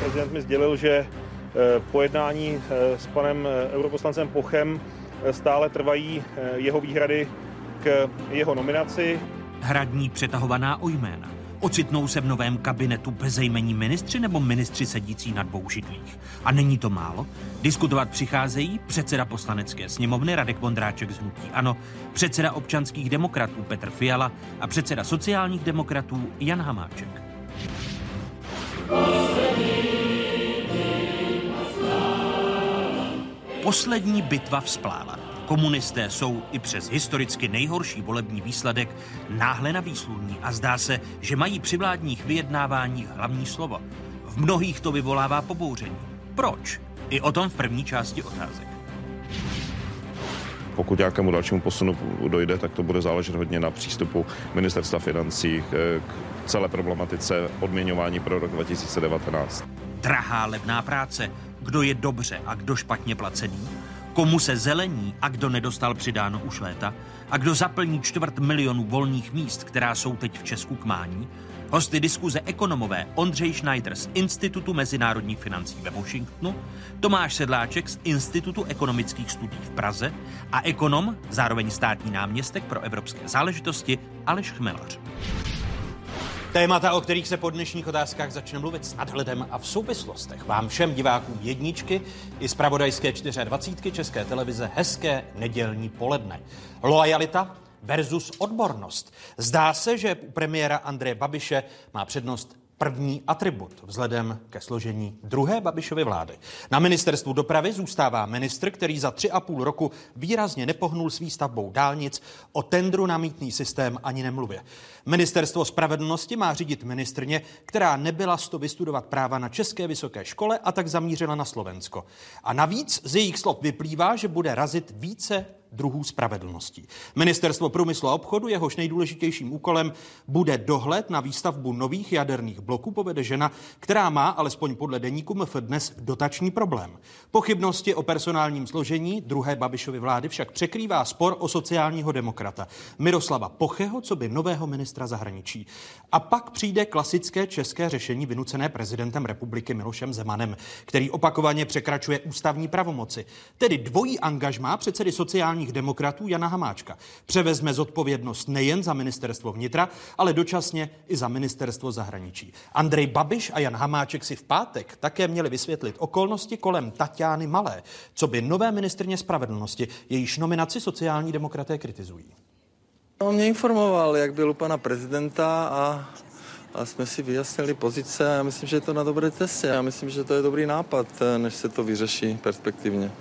prezident mi sdělil, že po jednání s panem europoslancem Pochem stále trvají jeho výhrady k jeho nominaci. Hradní přetahovaná o jména. Ocitnou se v novém kabinetu bezejmenní ministři nebo ministři sedící na dvou židlích. A není to málo? Diskutovat přicházejí předseda Poslanecké sněmovny Radek Vondráček z hnutí ANO, předseda občanských demokratů Petr Fiala a předseda sociálních demokratů Jan Hamáček. Poslední bitva vzplála. Komunisté jsou i přes historicky nejhorší volební výsledek náhle na výsluní a zdá se, že mají při vládních vyjednáváních hlavní slovo. V mnohých to vyvolává pobouření. Proč? I o tom v první části otázek. Pokud nějakému dalšímu posunu dojde, tak to bude záležet hodně na přístupu ministerstva financí k celé problematice odměňování pro rok 2019. Drahá levná práce. Kdo je dobře a kdo špatně placený? Komu se zelení a kdo nedostal přidáno už léta? A kdo zaplní 250 000 volných míst, která jsou teď v Česku k mání? Hosty diskuze ekonomové Ondřej Schneider z Institutu mezinárodních financí ve Washingtonu, Tomáš Sedláček z Institutu ekonomických studií v Praze a ekonom, zároveň státní náměstek pro evropské záležitosti Aleš Chmelař. Témata, o kterých se po dnešních otázkách začne mluvit s nadhledem a v souvislostech. Vám všem divákům Jedničky i zpravodajské 24 České televize hezké nedělní poledne. Loajalita versus odbornost. Zdá se, že u premiéra Andreje Babiše má přednost první atribut vzhledem ke složení druhé Babišovy vlády. Na ministerstvu dopravy zůstává ministr, který za 3,5 roku výrazně nepohnul s výstavbou dálnic, o tendru na mýtný systém ani nemluvě. Ministerstvo spravedlnosti má řídit ministryně, která nebyla vystudovat práva na České vysoké škole a tak zamířila na Slovensko. A navíc z jejich slov vyplývá, že bude razit více druhů spravedlností. Ministerstvo průmyslu a obchodu, jehož nejdůležitějším úkolem bude dohled na výstavbu nových jaderných bloků, povede žena, která má, alespoň podle deníku MF dnes, dotační problém. Pochybnosti o personálním složení druhé Babišovy vlády však překrývá spor o sociálního demokrata Miroslava Pocheho, co by nového ministra zahraničí. A pak přijde klasické české řešení vynucené prezidentem republiky Milošem Zemanem, který opakovaně překračuje ústavní pravomoci. Tedy dvojí angažmá předsedy sociálních demokratů Jana Hamáčka. Převezme zodpovědnost nejen za ministerstvo vnitra, ale dočasně i za ministerstvo zahraničí. Andrej Babiš a Jan Hamáček si v pátek také měli vysvětlit okolnosti kolem Taťány Malé, co by nové ministryně spravedlnosti, jejíž nominaci sociální demokraté kritizují. On mě informoval, jak byl u pana prezidenta a jsme si vyjasnili pozice a já myslím, že je to na dobré cestě. Já myslím, že to je dobrý nápad, než se to vyřeší perspektivně.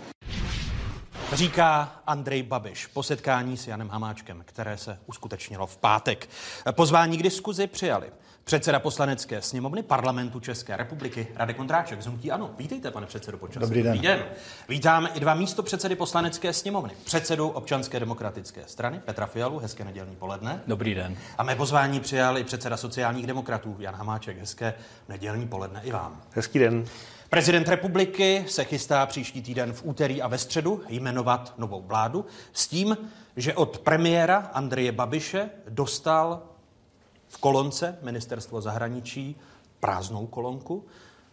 Říká Andrej Babiš po setkání s Janem Hamáčkem, které se uskutečnilo v pátek. Pozvání k diskuzi přijali předseda Poslanecké sněmovny Parlamentu České republiky Radek Vondráček z hnutí ANO. Vítejte, pane předsedo, počasí. Dobrý den. Vítáme i dva místopředsedy Poslanecké sněmovny. Předsedu Občanské demokratické strany Petra Fialu, hezké nedělní poledne. Dobrý den. A mé pozvání přijal i předseda sociálních demokratů Jan Hamáček, hezké nedělní poledne i vám. Hezký den. Prezident republiky se chystá příští týden v úterý a ve středu jmenovat novou vládu s tím, že od premiéra Andreje Babiše dostal v kolonce ministerstvo zahraničí prázdnou kolonku.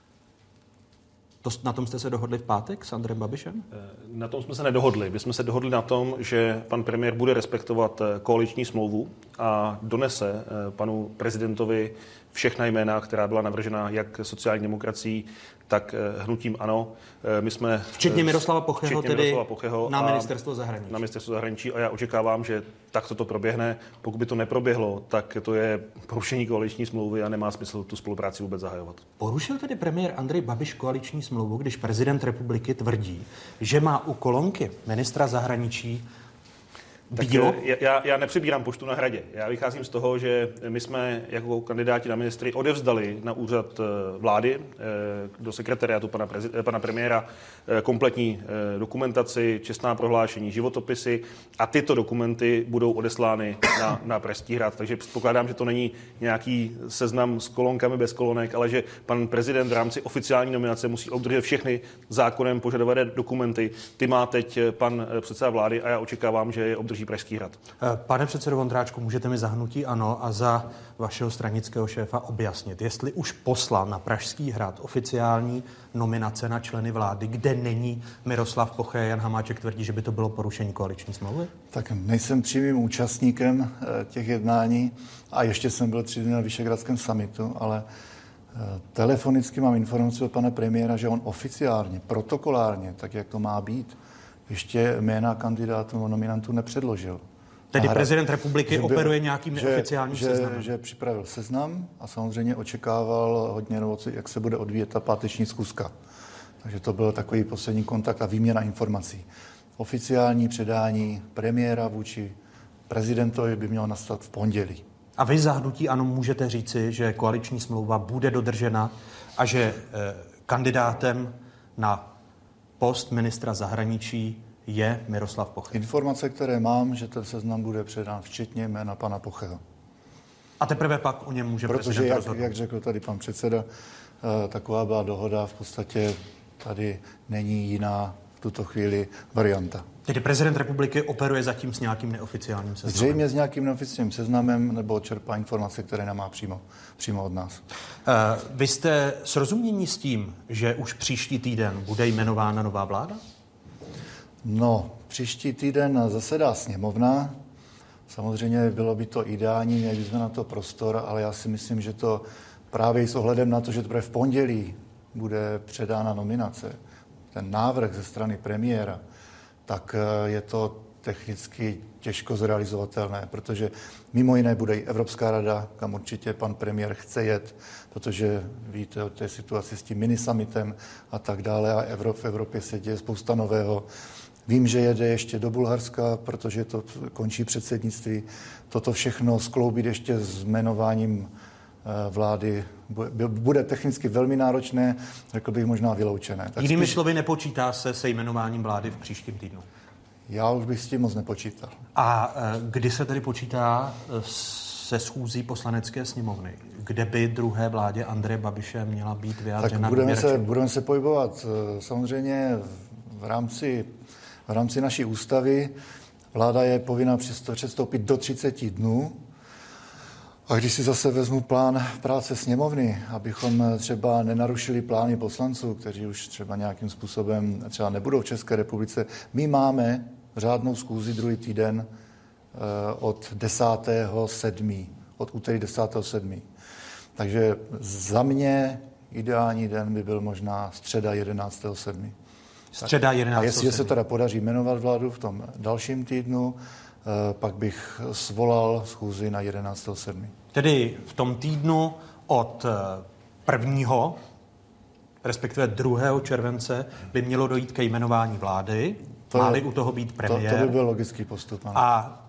Na tom jste se dohodli v pátek s Andrejem Babišem? Na tom jsme se nedohodli. My jsme se dohodli na tom, že pan premiér bude respektovat koaliční smlouvu a donese panu prezidentovi všechna jména, která byla navržena jak sociální demokracií, tak hnutím ANO. My jsme včetně Miroslava Pocheho, na ministerstvo zahraničí. Na ministerstvo zahraničí a já očekávám, že takto to proběhne. Pokud by to neproběhlo, tak to je porušení koaliční smlouvy a nemá smysl tu spolupráci vůbec zahajovat. Porušil tedy premiér Andrej Babiš koaliční smlouvu, když prezident republiky tvrdí, že má u kolonky ministra zahraničí bílo? Já nepřebírám poštu na Hradě. Já vycházím z toho, že my jsme jako kandidáti na ministry odevzdali na úřad vlády do sekretariátu pana premiéra kompletní dokumentaci, čestná prohlášení, životopisy a tyto dokumenty budou odeslány na Pražský hrad. Takže předpokládám, že to není nějaký seznam s kolonkami bez kolonek, ale že pan prezident v rámci oficiální nominace musí obdržet všechny zákonem požadované dokumenty. Ty má teď pan předseda vlády a já očekávám, že je obdrží udrží Pražský hrad. Pane předsedo Vondráčku, můžete mi za hnutí ANO a za vašeho stranického šéfa objasnit, jestli už poslal na Pražský hrad oficiální nominace na členy vlády, kde není Miroslav Poche, Jan Hamáček tvrdí, že by to bylo porušení koaliční smlouvy? Tak nejsem přímým účastníkem těch jednání a ještě jsem byl 3 dny na Vyšehradském summitu, ale telefonicky mám informaci od pana premiéra, že on oficiálně, protokolárně, tak jak to má být, ještě jména kandidátů a nominantů nepředložil. Tedy prezident republiky operuje nějakým neoficiálním seznamem? Že připravil seznam a samozřejmě očekával hodně, jak se bude odvíjet ta páteční schůzka. Takže to byl takový poslední kontakt a výměna informací. Oficiální předání premiéra vůči prezidentovi by mělo nastat v pondělí. A vy za hnutí ANO můžete říci, že koaliční smlouva bude dodržena a že kandidátem na post ministra zahraničí je Miroslav Poche? Informace, které mám, že ten seznam bude předán včetně jména pana Pocheho. A teprve pak o něm může prezident rozhodnout. Protože, jak řekl tady pan předseda, taková byla dohoda, v podstatě tady není jiná v tuto chvíli varianta. Tedy prezident republiky operuje zatím s nějakým neoficiálním seznamem? Zřejmě s nějakým neoficiálním seznamem nebo čerpá informace, které nemá přímo od nás. Vy jste srozumění s tím, že už příští týden bude jmenována nová vláda? No, příští týden zasedá sněmovna. Samozřejmě bylo by to ideální, měli bychom na to prostor, ale já si myslím, že to právě s ohledem na to, že teprve v pondělí bude předána nominace, ten návrh ze strany premiéra, tak je to technicky těžko zrealizovatelné, protože mimo jiné bude i Evropská rada, kam určitě pan premiér chce jet, protože víte o té situaci s tím minisummitem a tak dále a v Evropě se děje spousta nového. Vím, že jede ještě do Bulharska, protože to končí předsednictví. Toto všechno skloubit ještě s jmenováním vlády bude technicky velmi náročné, řekl bych možná vyloučené. Tak jinými slovy, nepočítá se jmenováním vlády v příštím týdnu? Já už bych s tím moc nepočítal. A kdy se tedy počítá se schůzí Poslanecké sněmovny, kde by druhé vládě Andreje Babiše měla být vyjádřena? Tak budeme se pohybovat samozřejmě v rámci naší ústavy. Vláda je povinna předstoupit do 30 dnů. A když si zase vezmu plán práce sněmovny, abychom třeba nenarušili plány poslanců, kteří už třeba nějakým způsobem třeba nebudou v České republice, my máme řádnou schůzi druhý týden od 10.7., od úterý 10.7. Takže za mě ideální den by byl možná středa 11.7. Středa 11. A jestli se teda podaří jmenovat vládu v tom dalším týdnu, pak bych svolal schůzi na 11.7. Tedy v tom týdnu od 1., respektive 2. července by mělo dojít ke jmenování vlády, má-li u toho být premiér. To by byl logický postup. Ano. A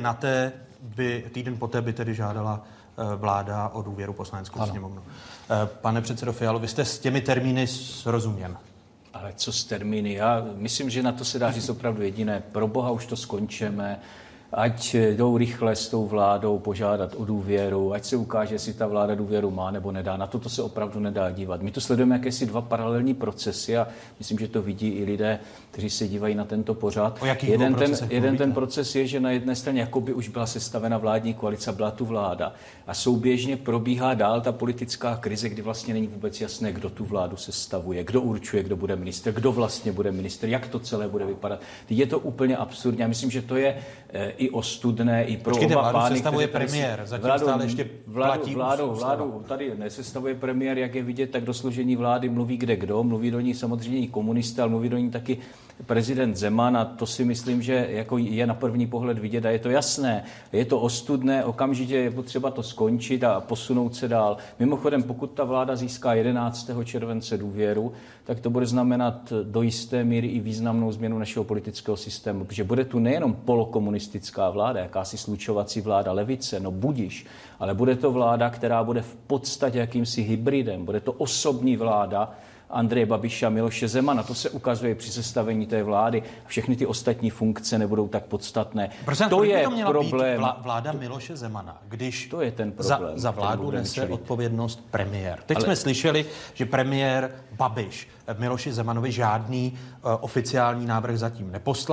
týden poté by tedy žádala vláda o důvěru Poslaneckou sněmovnu. Pane předsedo Fialo, vy jste s těmi termíny srozuměn. Ale co s termíny? Já myslím, že na to se dá říct opravdu jediné. Pro boha už to skončíme. Ať jdou rychle s tou vládou požádat o důvěru, ať se ukáže, jestli ta vláda důvěru má nebo nedá. Na to se opravdu nedá dívat. My to sledujeme jakési 2 paralelní procesy a myslím, že to vidí i lidé, kteří se dívají na tento pořad. Jeden ten proces je, že na jedné straně jakoby už byla sestavena vládní koalice, byla tu vláda a souběžně probíhá dál ta politická krize, kdy vlastně není vůbec jasné, kdo tu vládu sestavuje, kdo určuje, kdo bude ministr, kdo vlastně bude ministr, jak to celé bude vypadat. Je to úplně absurdní. Já myslím, že to je i ostudné, i pro oba pány, sestavuje premiér, zatím stále ještě platí vládu tady nesestavuje premiér, jak je vidět, tak do složení vlády mluví kde kdo, mluví do ní samozřejmě i komunisté, ale mluví do ní taky prezident Zeman a to si myslím, že jako je na první pohled vidět a je to jasné. Je to ostudné, okamžitě je potřeba to skončit a posunout se dál. Mimochodem, pokud ta vláda získá 11. července důvěru, tak to bude znamenat do jisté míry i významnou změnu našeho politického systému, protože bude tu nejenom polokomunistická vláda, jakási slučovací vláda levice, no budiš, ale bude to vláda, která bude v podstatě jakýmsi hybridem, bude to osobní vláda Andreje Babiše a Miloše Zemana. To se ukazuje při sestavení té vlády. Všechny ty ostatní funkce nebudou tak podstatné. To je problém. Vláda Miloše Zemana, když to je ten problém, za vládu nese odpovědnost premiér. Teď jsme slyšeli, že premiér Babiš Miloši Zemanovi žádný oficiální návrh zatím neposlal.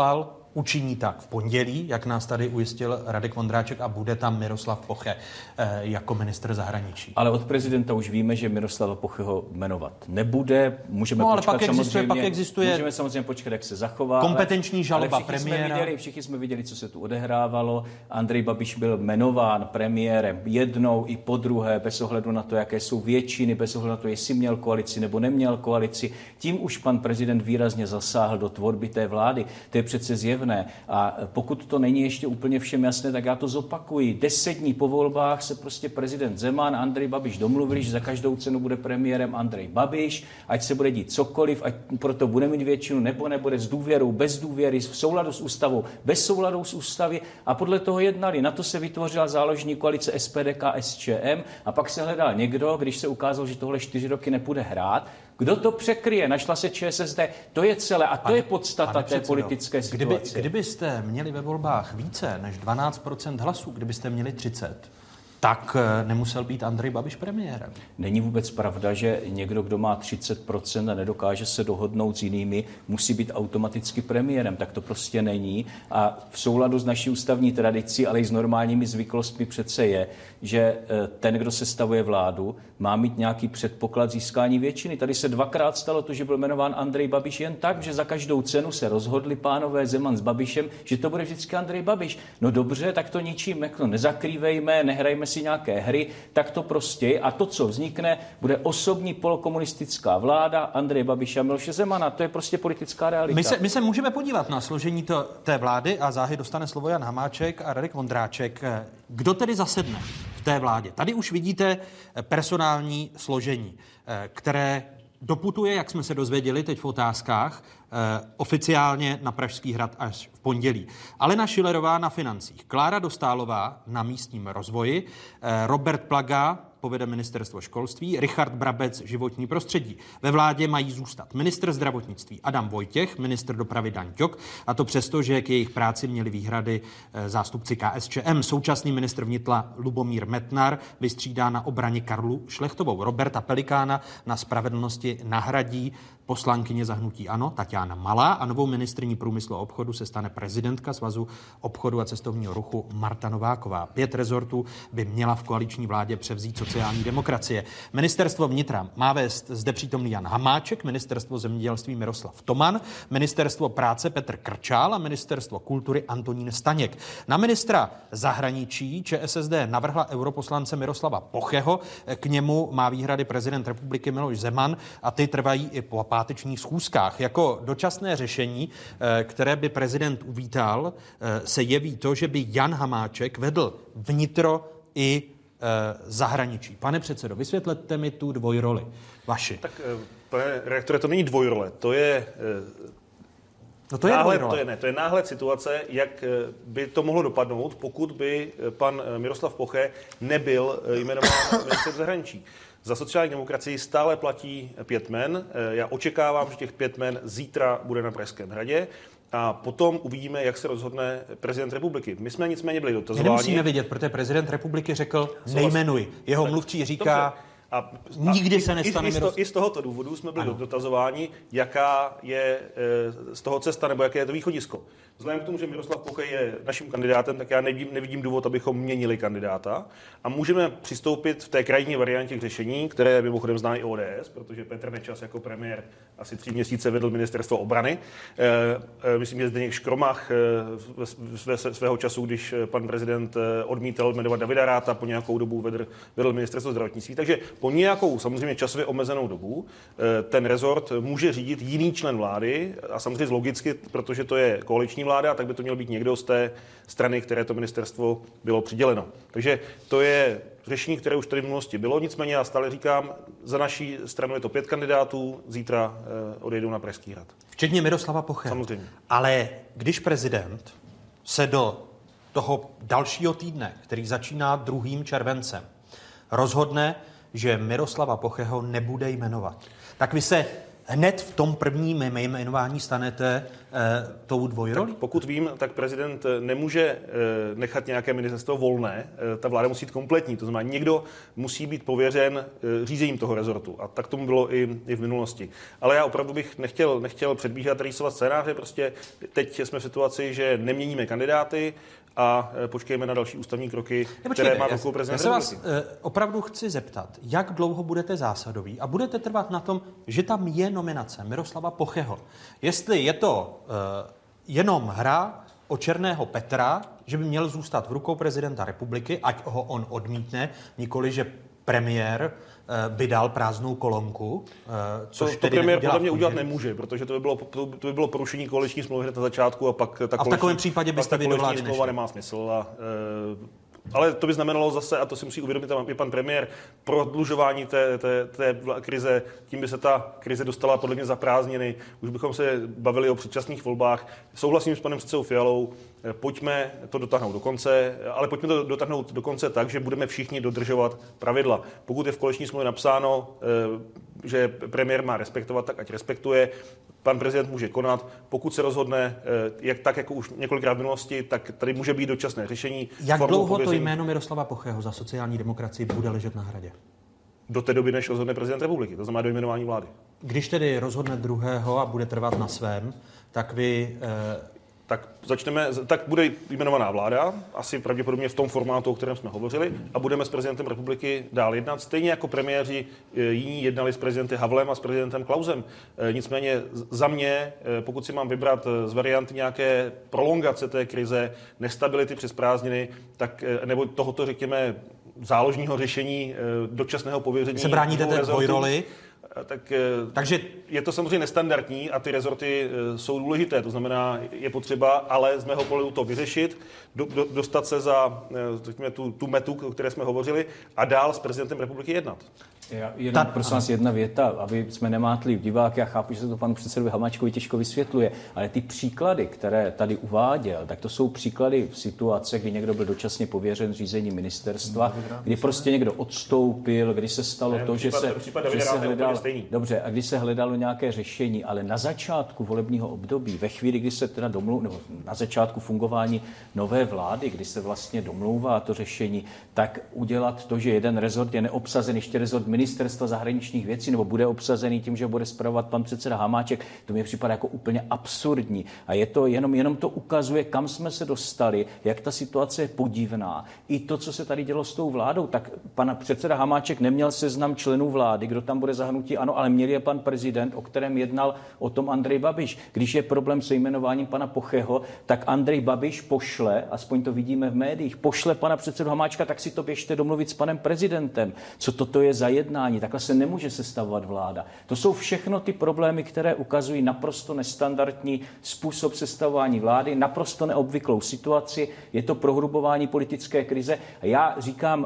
učiní tak v pondělí, jak nás tady ujistil Radek Vondráček, a bude tam Miroslav Poche jako ministr zahraničí. Ale od prezidenta už víme, že Miroslava Pocheho jmenovat nebude. Můžeme ale počkat pak existuje můžeme samozřejmě počkat, jak se zachová. Kompetenční žaloba premiéra. Všichni jsme viděli, co se tu odehrávalo. Andrej Babiš byl jmenován premiérem jednou i podruhé, bez ohledu na to, jaké jsou většiny, bez ohledu na to, jestli měl koalici nebo neměl koalici. Tím už pan prezident výrazně zasáhl do tvorby té vlády. To je přece zjevné. A pokud to není ještě úplně všem jasné, tak já to zopakuji. 10 dní po volbách se prostě prezident Zeman a Andrej Babiš domluvili, že za každou cenu bude premiérem Andrej Babiš, ať se bude dít cokoliv, ať proto bude mít většinu nebo nebude, s důvěrou, bez důvěry, v souladu s ústavou, bez souladu s ústavy, a podle toho jednali. Na to se vytvořila záložní koalice SPD, KSČM, a pak se hledal někdo, když se ukázalo, že tohle 4 roky nepůjde hrát. Kdo to překryje? Našla se ČSSD. To je celé a to je podstata té politické situace. Kdybyste měli ve volbách více než 12% hlasů, kdybyste měli 30, tak nemusel být Andrej Babiš premiérem. Není vůbec pravda, že někdo, kdo má 30% a nedokáže se dohodnout s jinými, musí být automaticky premiérem. Tak to prostě není. A v souladu s naší ústavní tradicí, ale i s normálními zvyklostmi přece je, že ten, kdo sestavuje vládu, má mít nějaký předpoklad získání většiny. Tady se 2krát stalo to, že byl jmenován Andrej Babiš jen tak, že za každou cenu se rozhodli pánové Zeman s Babišem, že to bude vždycky Andrej Babiš. No dobře, tak to ničím nezakrývejme, nehrajme si nějaké hry, tak to prostě. A to, co vznikne, bude osobní polokomunistická vláda Andreje Babiše a Miloše Zemana. To je prostě politická realita. My se můžeme podívat na složení té vlády a záhy dostane slovo Jan Hamáček a Radek Vondráček. Kdo tedy zasedne v té vládě? Tady už vidíte personální složení, které doputuje, jak jsme se dozvěděli teď v otázkách, oficiálně na Pražský hrad až v pondělí. Alena Schillerová na financích, Klára Dostálová na místním rozvoji, Robert Plaga povede ministerstvo školství, Richard Brabec životní prostředí. Ve vládě mají zůstat ministr zdravotnictví Adam Vojtěch, ministr dopravy Dan Ťok, a to přesto, že k jejich práci měli výhrady zástupci KSČM. Současný ministr vnitra Lubomír Metnar vystřídá na obraně Karlu Šlechtovou. Roberta Pelikána na spravedlnosti nahradí poslankyně za hnutí ANO Taťána Malá a novou ministryní průmyslu a obchodu se stane prezidentka Svazu obchodu a cestovního ruchu Marta Nováková. 5 rezortů by měla v koaliční vládě převzít sociální demokracie. Ministerstvo vnitra má vést zde přítomný Jan Hamáček, ministerstvo zemědělství Miroslav Toman, ministerstvo práce Petr Krčál a ministerstvo kultury Antonín Staněk. Na ministra zahraničí ČSSD navrhla europoslance Miroslava Pocheho, k němu má výhrady prezident republiky Miloš Zeman a ty trvají i po pátečních schůzkách. Jako dočasné řešení, které by prezident uvítal, se jeví to, že by Jan Hamáček vedl vnitro i zahraničí. Pane předsedo, vysvětlete mi tu dvojroli vaši. Tak, pane redaktore, to není dvojrole, to je... To je náhled situace, jak by to mohlo dopadnout, pokud by pan Miroslav Poche nebyl jmenován ministrem zahraničí. Za sociální demokracii stále platí 5 jmen. Já očekávám, že těch 5 jmen zítra bude na Pražském hradě a potom uvidíme, jak se rozhodne prezident republiky. My jsme nicméně byli dotazováni. Nemusíme vidět, protože prezident republiky řekl nejmenuj. Jeho mluvčí říká... A nikdy se nestane I z tohoto důvodu jsme byli dotazováni, jaká je z toho cesta nebo jaké je to východisko. Vzhledem k tomu, že Miroslav Poche je naším kandidátem, tak já nevidím důvod, abychom měnili kandidáta a můžeme přistoupit v té krajní variantě k řešení, které mimochodem zná i ODS, protože Petr Nečas jako premiér asi 3 měsíce vedl ministerstvo obrany. Myslím, že Zdeněk Škromach svého času, když pan prezident odmítal jmenovat Davida Ratha, po nějakou dobu vedl ministerstvo zdravotnictví. Takže po nějakou samozřejmě časově omezenou dobu ten rezort může řídit jiný člen vlády a samozřejmě logicky, protože to je koaliční vláda, tak by to měl být někdo z té strany, které to ministerstvo bylo přiděleno. Takže to je řešení, které už tady v minulosti bylo. Nicméně já stále říkám, za naší stranu je to 5 kandidátů, zítra odejdou na Pražský hrad. Včetně Miroslava Poche. Samozřejmě. Ale když prezident se do toho dalšího týdne, který začíná 2. červencem, rozhodne, že Miroslava Pocheho nebude jmenovat, tak vy se hned v tom prvním jmenování stanete tou dvojrolí? Tak pokud vím, tak prezident nemůže nechat nějaké ministerstvo volné, ta vláda musí být kompletní, to znamená, někdo musí být pověřen řízením toho rezortu a tak tomu bylo i v minulosti. Ale já opravdu bych nechtěl předbíhat, rýsovat scénáře, prostě teď jsme v situaci, že neměníme kandidáty a počkejme na další ústavní kroky, které má v rukou prezident republiky. Já se vás opravdu chci zeptat, jak dlouho budete zásadoví a budete trvat na tom, že tam je nominace Miroslava Pocheho. Jestli je to jenom hra o černého Petra, že by měl zůstat v rukou prezidenta republiky, ať ho on odmítne, nikoli, že premiér by dal prázdnou kolonku, což to premiér podle mě udělat nemůže, protože to by bylo porušení koaliční smlouvy hned na začátku a pak v takovém případě byste vy do vlády smlouva nemá smysl. Ale to by znamenalo zase, a to si musí uvědomit i pan premiér, prodlužování té krize, tím by se ta krize dostala podle mě za prázdniny. Už bychom se bavili o předčasných volbách. Souhlasím s panem předsedou Fialou, pojďme to dotáhnout do konce, ale pojďme to dotáhnout do konce tak, že budeme všichni dodržovat pravidla. Pokud je v koaliční smlouvě napsáno, že premiér má respektovat, tak ať respektuje. Pan prezident může konat. Pokud se rozhodne, jako už několikrát v minulosti, tak tady může být dočasné řešení. Jak dlouho to jméno Miroslava Pocheho za sociální demokracii bude ležet na Hradě? Do té doby, než rozhodne prezident republiky, to znamená do jmenování vlády. Když tedy rozhodne druhého a bude trvat na svém, tak vy... Tak bude jmenovaná vláda, asi pravděpodobně v tom formátu, o kterém jsme hovořili, a budeme s prezidentem republiky dál jednat, stejně jako premiéři jiní jednali s prezidentem Havlem a s prezidentem Klausem. Nicméně za mě, pokud si mám vybrat z variant nějaké prolongace té krize, nestability přes prázdniny, tak nebo tohoto, řekněme, záložního řešení dočasného pověření. Se bráníte té dvojroli? Takže je to samozřejmě nestandardní a ty rezorty jsou důležité, to znamená, je potřeba, ale z mého pohledu to vyřešit, dostat se za tu metu, o které jsme hovořili, a dál s prezidentem republiky jednat. Prosím vás, jedna věta, aby jsme nemátli diváky, já chápu, že se to panu předsedovi Hamáčkovi těžko vysvětluje, ale ty příklady, které tady uváděl, tak to jsou příklady v situace, kdy někdo byl dočasně pověřen řízením ministerstva, kdy prostě někdo odstoupil, kdy se stalo že se hledal. Dobře, a kdy se hledalo nějaké řešení, ale na začátku volebního období, ve chvíli, kdy se teda nebo na začátku fungování nové vlády, kdy se vlastně domlouvá to řešení, tak udělat to, že jeden rezort je neobsazen, ještě rezort ministerstva zahraničních věcí, nebo bude obsazený tím, že bude spravovat pan předseda Hamáček, to mi připadá jako úplně absurdní. A je to jenom to ukazuje, kam jsme se dostali, jak ta situace je podivná. I to, co se tady dělo s tou vládou, tak pan předseda Hamáček neměl seznam členů vlády, kdo tam bude za hnutí ANO, ale měl je pan prezident, o kterém jednal o tom Andrej Babiš. Když je problém se jmenováním pana Pocheho, tak Andrej Babiš pošle, aspoň to vidíme v médiích, pošle pana předsedu Hamáčka, tak si to běžte domluvit s panem prezidentem. Co toto je za jednání? Takhle se nemůže sestavovat vláda. To jsou všechno ty problémy, které ukazují naprosto nestandardní způsob sestavování vlády, naprosto neobvyklou situaci. Je to prohrubování politické krize. A já říkám,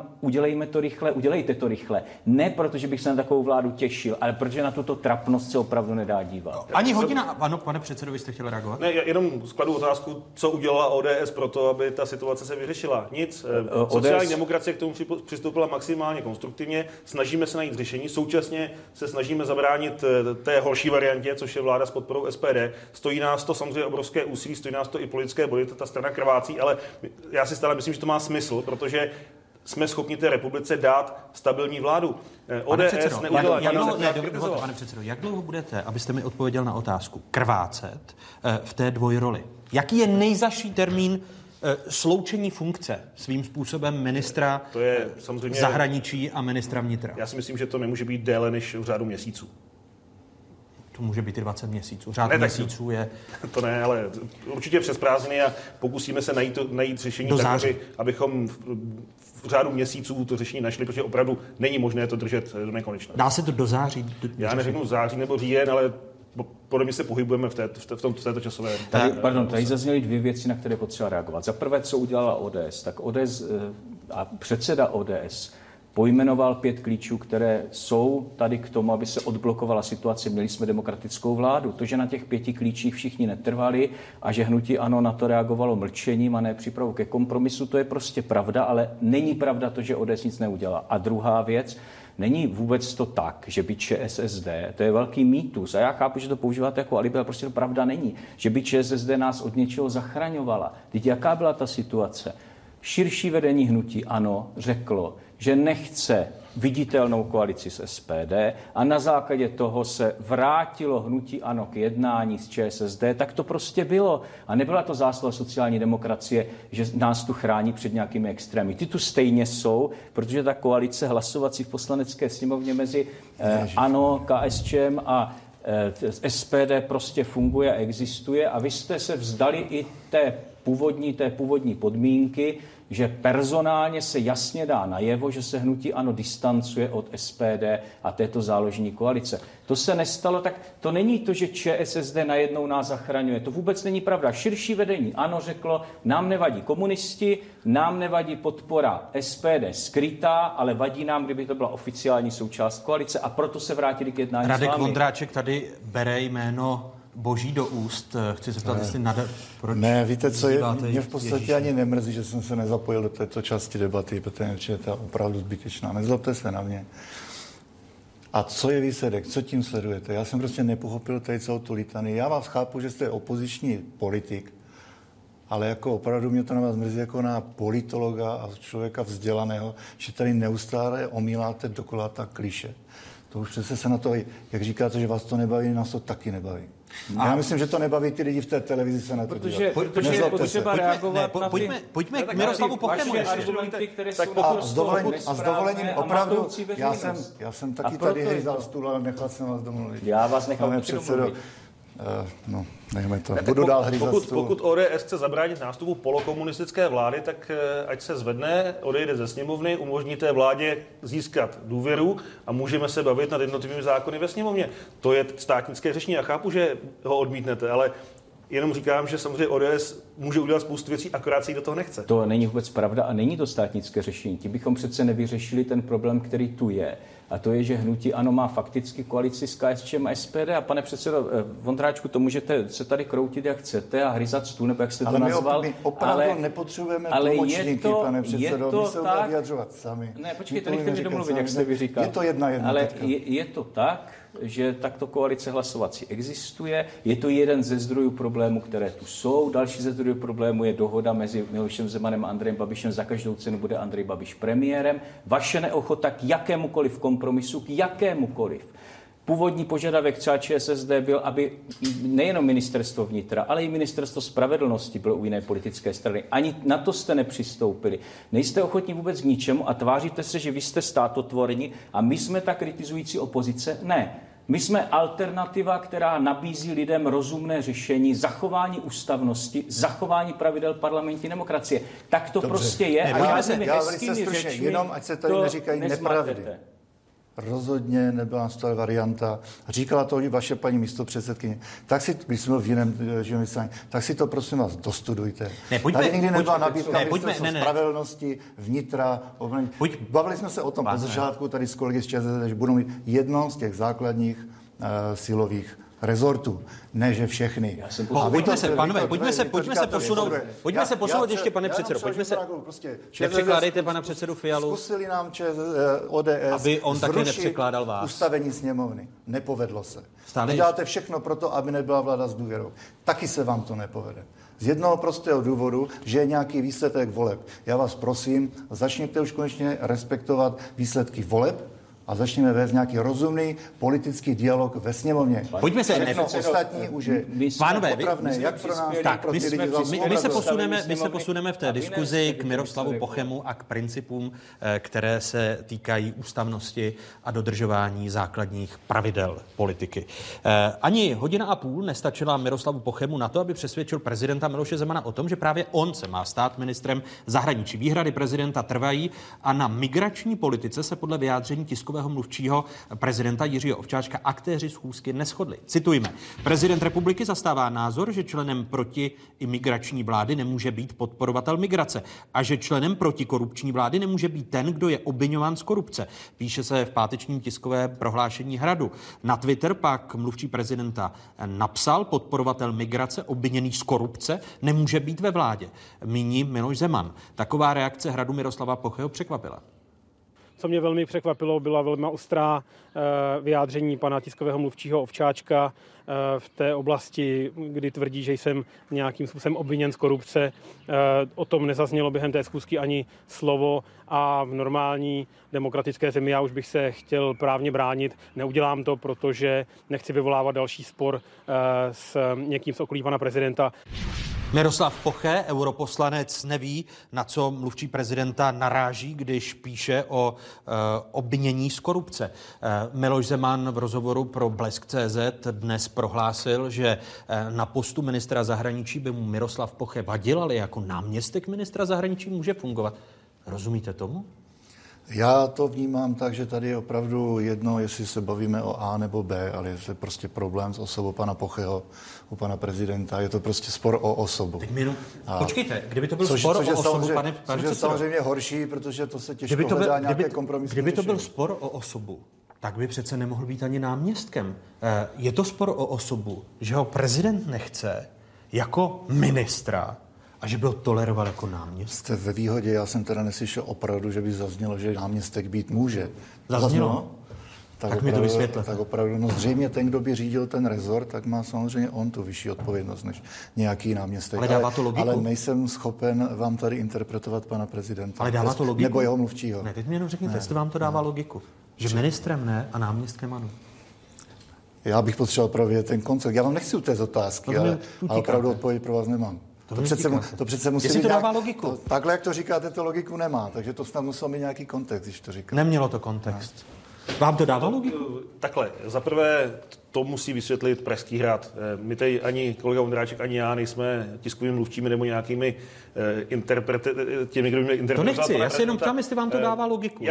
udělejte to rychle. Ne protože bych se na takovou vládu těšil, ale protože na tuto trapnost se opravdu nedá dívat. Ani hodina. Ano, pane předsedo, vy jste chtěl reagovat? Ne, jenom skladu otázku, co udělala ODS pro to, aby ta situace se vyřešila. Nic. Sociální demokracie k tomu přistoupila maximálně konstruktivně. Snažíme se najít řešení. Současně se snažíme zabránit té horší variantě, což je vláda s podporou SPD. Stojí nás to samozřejmě obrovské úsilí, stojí nás to i politické body, ta strana krvácí, ale já si stále myslím, že to má smysl, protože jsme schopni té republice dát stabilní vládu. ODS neudělala. Pane předsedo, jak dlouho budete, abyste mi odpověděl na otázku, krvácet v té dvojroli? Jaký je nejzazší termín sloučení funkce svým způsobem ministra zahraničí a ministra vnitra? Já si myslím, že to nemůže být déle než v řádu měsíců. To může být i 20 měsíců. Řád měsíců je... To ne, ale určitě přes prázdniny a pokusíme se najít řešení tak, abychom v řádu měsíců to řešení našli, protože opravdu není možné to držet do nekonečna. Dá se to do září? Já neřeknu září nebo říjen, ale podle mě se pohybujeme v této časové... Tady zazněly dvě věci, na které potřeba reagovat. Za prvé, co udělala ODS, tak ODS a předseda ODS pojmenoval 5 klíčů, které jsou tady k tomu, aby se odblokovala situace. Měli jsme demokratickou vládu. To, že na těch 5 klíčích všichni netrvali a že hnutí ANO na to reagovalo mlčením a ne přípravou ke kompromisu, to je prostě pravda, ale není pravda to, že ODS nic neudělala. A druhá věc, Není vůbec to tak, že by ČSSD, to je velký mýtus a já chápu, že to používáte jako alibi, ale prostě to pravda není, že by ČSSD nás od něčeho zachraňovala. Teď jaká byla ta situace? Širší vedení hnutí ANO řeklo, že nechce viditelnou koalici s SPD a na základě toho se vrátilo hnutí ANO k jednání s ČSSD, tak to prostě bylo. A nebyla to zásluha sociální demokracie, že nás tu chrání před nějakými extrémy. Ty tu stejně jsou, protože ta koalice hlasovací v poslanecké sněmovně mezi ANO, KSČM a SPD prostě funguje a existuje a vy jste se vzdali i té původní podmínky, že personálně se jasně dá najevo, že se hnutí ANO distancuje od SPD a této záložní koalice. To se nestalo, tak to není to, že ČSSD najednou nás zachraňuje. To vůbec není pravda. Širší vedení ANO řeklo, nám nevadí komunisti, nám nevadí podpora SPD skrytá, ale vadí nám, kdyby to byla oficiální součást koalice a proto se vrátili k jednání s vámi. Radek Vondráček tady bere jméno Boží do úst. Chci se ptát, jestli proč... Ne, víte co, mě v podstatě ani nemrzí, že jsem se nezapojil do této části debaty, protože je to opravdu zbytečná. Nezlobte se na mě. A co je výsledek? Co tím sledujete? Já jsem prostě nepochopil tady celou tu litanii. Já vás chápu, že jste opoziční politik, ale jako opravdu mě to na vás mrzí jako na politologa a člověka vzdělaného, že tady neustále omíláte dokola ta kliše. To už přece se na to, jak říkáte, že vás to nebaví, nás to taky nebaví. Já myslím, že to nebaví ty lidi v té televizi se na to protože je potřeba reagovat na ty... Pojďme k Miroslavu Pochemu. A s dovolením opravdu, já jsem taky tady hejzal stůl, ale nechal jsem vás domluvit. Já vás nechal domluvit. No, nechme to. Budu dál hřízat stůl. Pokud ODS chce zabránit nástupu polokomunistické vlády, tak ať se zvedne, odejde ze sněmovny, umožní té vládě získat důvěru a můžeme se bavit nad jednotlivými zákony ve sněmovně. To je státnické řešení. Já chápu, že ho odmítnete, ale jenom říkám, že samozřejmě ODS může udělat spoustu věcí, akorát se jí do toho nechce. To není vůbec pravda a není to státnické řešení. Tím bychom přece nevyřešili ten problém, který tu je. A to je, že hnutí ANO má fakticky koalici s KSČM a SPD. A pane předsedo Vondráčku, to můžete se tady kroutit, jak chcete a hryzat stůl, nebo jak jste to nazval. My opravdu nepotřebujeme tlumočníky, pane předsedo. My se budeme vyjadřovat sami. Ne, počkejte, nechte mi domluvit, jak jste vyříkal. Je to jedna. Ale je to tak, že takto koalice hlasovací existuje. Je to jeden ze zdrojů problémů, které tu jsou. Další ze zdrojů problémů je dohoda mezi Milošem Zemanem a Andrejem Babišem. Za každou cenu bude Andrej Babiš premiérem. Vaše neochota k jakémukoliv kompromisu, k jakémukoliv. Původní požadavek třeba ČSSD byl, aby nejenom ministerstvo vnitra, ale i ministerstvo spravedlnosti bylo u jiné politické strany. Ani na to jste nepřistoupili. Nejste ochotní vůbec k ničemu a tváříte se, že vy jste státotvorní a my jsme ta kritizující opozice. Ne. My jsme alternativa, která nabízí lidem rozumné řešení, zachování ústavnosti, zachování pravidel parlamentní demokracie. Tak to prostě je. Já velice stručně, jenom ať se tady neříkají nepravdy. Rozhodně nebyla to varianta. Říkala to i vaše paní místopředsedkyně. Tak si, když jsme v jiném vysílání, tak si to prosím vás dostudujte. Tady nikdy nebyla nabídka ministerstva spravedlnosti, vnitra. Bavili jsme se o tom od začátku tady s kolegy z ČSSD, že budou mít jedno z těch základních silových rezortů, ne že všechny. Pojďme se posunout ještě, pane předsedo. Nepřekládejte pana předsedu Fialu. Zkusili nám ODS aby on také nepřekládal vás. Ustavení sněmovny. Nepovedlo se. Děláte všechno pro to, aby nebyla vláda s důvěrou. Taky se vám to nepovede. Z jednoho prostého důvodu, že je nějaký výsledek voleb. Já vás prosím, začněte už konečně respektovat výsledky voleb a začneme vést nějaký rozumný politický dialog ve sněmovně. Pojďme se ostatní už je potravné, jak pro nás, tak pro ty lidi. My se posuneme v té diskuzi k Miroslavu Pochemu a k principům, které se týkají ústavnosti a dodržování základních pravidel politiky. Ani hodina a půl nestačila Miroslavu Pochemu na to, aby přesvědčil prezidenta Miloše Zemana o tom, že právě on se má stát ministrem zahraničí. Výhrady prezidenta trvají a na migrační politice se podle vyjádření tiskového mluvčího prezidenta Jiřího Ovčáčka aktéři schůzky neshodli. Citujme. Prezident republiky zastává názor, že členem protiimigrační vlády nemůže být podporovatel migrace a že členem protikorupční vlády nemůže být ten, kdo je obviňován z korupce. Píše se v pátečním tiskové prohlášení Hradu. Na Twitter pak mluvčí prezidenta napsal, podporovatel migrace obviněný z korupce nemůže být ve vládě. Míní Miloš Zeman. Taková reakce Hradu Miroslava Pocheho překvapila. Co mě velmi překvapilo, byla velmi ostrá vyjádření pana tiskového mluvčího Ovčáčka v té oblasti, kdy tvrdí, že jsem nějakým způsobem obviněn z korupce. O tom nezaznělo během té schůzky ani slovo a v normální demokratické zemi já už bych se chtěl právně bránit. Neudělám to, protože nechci vyvolávat další spor s někým z okolí pana prezidenta. Miroslav Poche, europoslanec, neví, na co mluvčí prezidenta naráží, když píše o obvinění z korupce. Miloš Zeman v rozhovoru pro Blesk.cz dnes prohlásil, že na postu ministra zahraničí by mu Miroslav Poche vadil, ale jako náměstek ministra zahraničí může fungovat. Rozumíte tomu? Já to vnímám tak, že tady je opravdu jedno, jestli se bavíme o A nebo B, ale je to prostě problém s osobou pana Pocheho, u pana prezidenta. Je to prostě spor o osobu. Počkejte, kdyby to byl spor o osobu, pane což je samozřejmě horší, protože to se těžko hledá nějaké kompromisní Kdyby to byl řešení. spor o osobu, tak by přece nemohl být ani náměstkem. Je to spor o osobu, že ho prezident nechce jako ministra, a že by ho toleroval jako náměstek. Jste ve výhodě, já jsem teda neslyšel opravdu, že by zaznělo, že náměstek být může. Zaznělo? Tak mi to vysvětlete. Tak opravdu, no zřejmě ten, kdo by řídil ten rezort, tak má samozřejmě on tu vyšší odpovědnost než nějaký náměstek. Ale dává to logiku. Ale nejsem schopen vám tady interpretovat pana prezidenta. Ale dává to logiku. Nebo jeho mluvčího. Ne, teď mi jenom řekněte, jestli vám to dává logiku. Že ministrem ne a náměstkem ano. Já bych potřeboval provědět ten koncept. Já vám nechci utéct otázky, ale opravdu odpověď pro vás nemám. To přece musí Jestli být to dává logiku. Takhle, jak to říkáte, to logiku nemá. Takže to snad muselo mít nějaký kontext, když to říkáte. Nemělo to kontext. Vám to dává logiku? Takhle, zaprvé to musí vysvětlit Pražský hrad. My tady ani kolega Vondráček, ani já nejsme tiskovými mluvčími nebo nějakými těmi, kdo by měli interpretovat. To nechci, já se jenom ptám, jestli vám to dává logiku.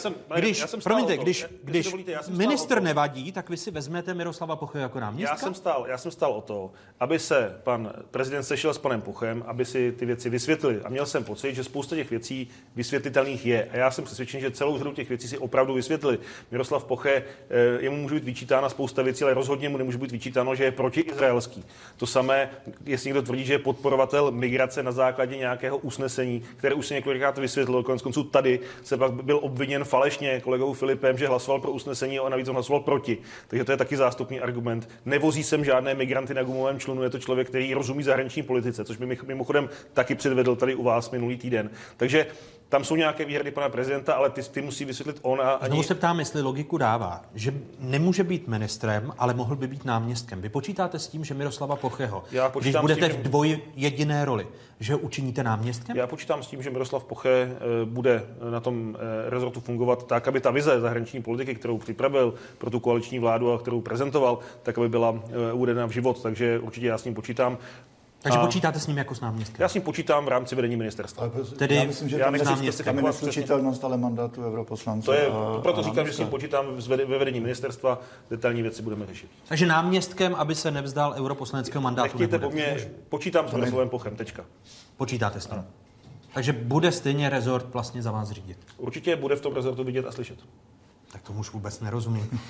Když ministr nevadí, tak vy si vezmete Miroslava Poche jako náměstka? Já jsem stál o to, aby se pan prezident sešel s panem Pochem, aby si ty věci vysvětlili. A měl jsem pocit, že spousta těch věcí vysvětlitelných je. A já jsem přesvědčen, že celou řadu těch věcí si opravdu vysvětlili. Miroslav Poche, jemu může být vyčítána spousta věcí, ale rozhodně mu nemůže být vyčítáno, že je protiizraelský. To samé, jestli někdo tvrdí, že je podporovatel migrace na základě nějakého usnesení, které už se několikrát vysvětlilo. Koneckonců tady se pak byl obviněn falešně kolegou Filipem, že hlasoval pro usnesení a navíc on hlasoval proti. Takže to je taky zástupný argument. Nevozí sem žádné migranty na gumovém člunu, je to člověk, který rozumí zahraniční politice, což by mimochodem taky předvedl tady u vás minulý týden. Takže tam jsou nějaké výhrady pana prezidenta, ale ty musí vysvětlit on a ani... Znovu se ptám, jestli logiku dává, že nemůže být ministrem, ale mohl by být náměstkem. Vy počítáte s tím, že Miroslava Pocheho, když budete v dvojjediné roli, že ho učiníte náměstkem? Já počítám s tím, že Miroslav Poche bude na tom rezortu fungovat tak, aby ta vize zahraniční politiky, kterou připravil pro tu koaliční vládu a kterou prezentoval, tak aby byla uvedena v život. Takže určitě já s ním počítám. Takže počítáte s ním jako s náměstkem? Já s ním počítám v rámci vedení ministerstva. Tedy já myslím, že tam je neslučitelnost ale mandátu europoslance. Proto říkám, že s ním počítám ve vedení ministerstva, detailní věci budeme řešit. Takže náměstkem, aby se nevzdal europoslaneckého mandátu. Nechtějte po mně, počítám s Miroslavem Pochem, tečka. Počítáte s ním. Takže bude stejně rezort vlastně za vás řídit. Určitě bude v tom rezortu vidět a slyšet. Tak tomu už vůbec nerozumím.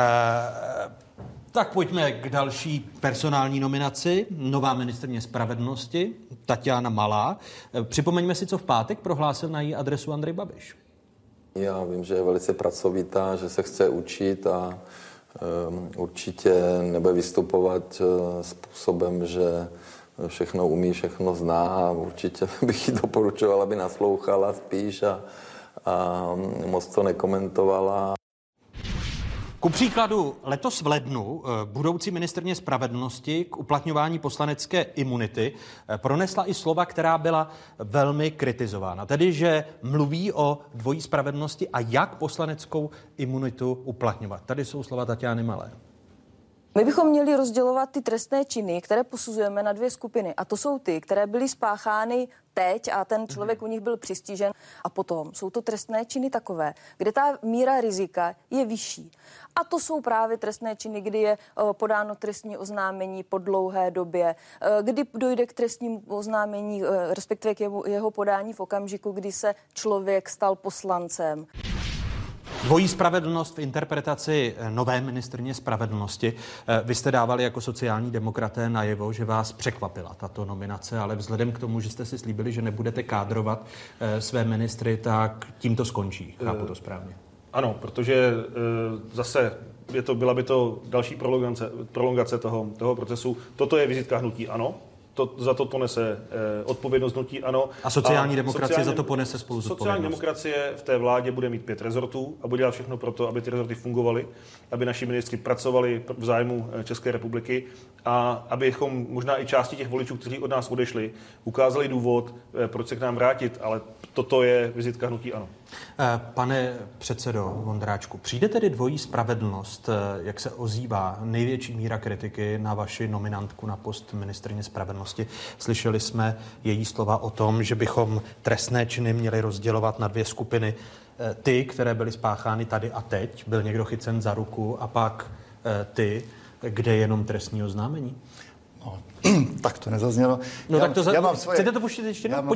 Tak pojďme k další personální nominaci. Nová ministryně spravedlnosti, Taťána Malá. Připomeňme si, co v pátek prohlásil na její adresu Andrej Babiš. Já vím, že je velice pracovitá, že se chce učit a určitě nebude vystupovat způsobem, že všechno umí, všechno zná a určitě bych jí doporučoval, aby naslouchala spíš a moc to nekomentovala. Ku příkladu letos v lednu budoucí ministryně spravedlnosti k uplatňování poslanecké imunity pronesla i slova, která byla velmi kritizována. Tedy, že mluví o dvojí spravedlnosti a jak poslaneckou imunitu uplatňovat. Tady jsou slova Taťány Malé. My bychom měli rozdělovat ty trestné činy, které posuzujeme na dvě skupiny. A to jsou ty, které byly spáchány teď a ten člověk u nich byl přistižen. A potom jsou to trestné činy takové, kde ta míra rizika je vyšší. A to jsou právě trestné činy, kdy je podáno trestní oznámení po dlouhé době, kdy dojde k trestnímu oznámení, respektive k jeho podání v okamžiku, kdy se člověk stal poslancem. Dvojí spravedlnost v interpretaci nové ministryně spravedlnosti. Vy jste dávali jako sociální demokraté najevo, že vás překvapila tato nominace, ale vzhledem k tomu, že jste si slíbili, že nebudete kádrovat své ministry, tak tím to skončí. Chápu to správně? Ano, protože zase byla by to další prolongace toho procesu. Toto je vizitka hnutí ANO. Za to ponese odpovědnost hnutí ANO. A sociální demokracie za to ponese spolu zodpovědnost. Sociální demokracie v té vládě bude mít 5 rezortů a bude dělat všechno pro to, aby ty rezorty fungovaly, aby naši ministři pracovali v zájmu České republiky a abychom možná i části těch voličů, kteří od nás odešli, ukázali důvod, proč se k nám vrátit, ale toto je vizitka hnutí ANO. Pane předsedo Vondráčku, přijde tedy dvojí spravedlnost, jak se ozývá největší míra kritiky na vaši nominantku na post ministryně spravedlnosti? Slyšeli jsme její slova o tom, že bychom trestné činy měli rozdělovat na 2 skupiny. Ty, které byly spáchány tady a teď, byl někdo chycen za ruku, a pak ty, kde jenom trestní oznámení? No, tak to nezaznělo. No tak to chcete to pustit ještě jednou?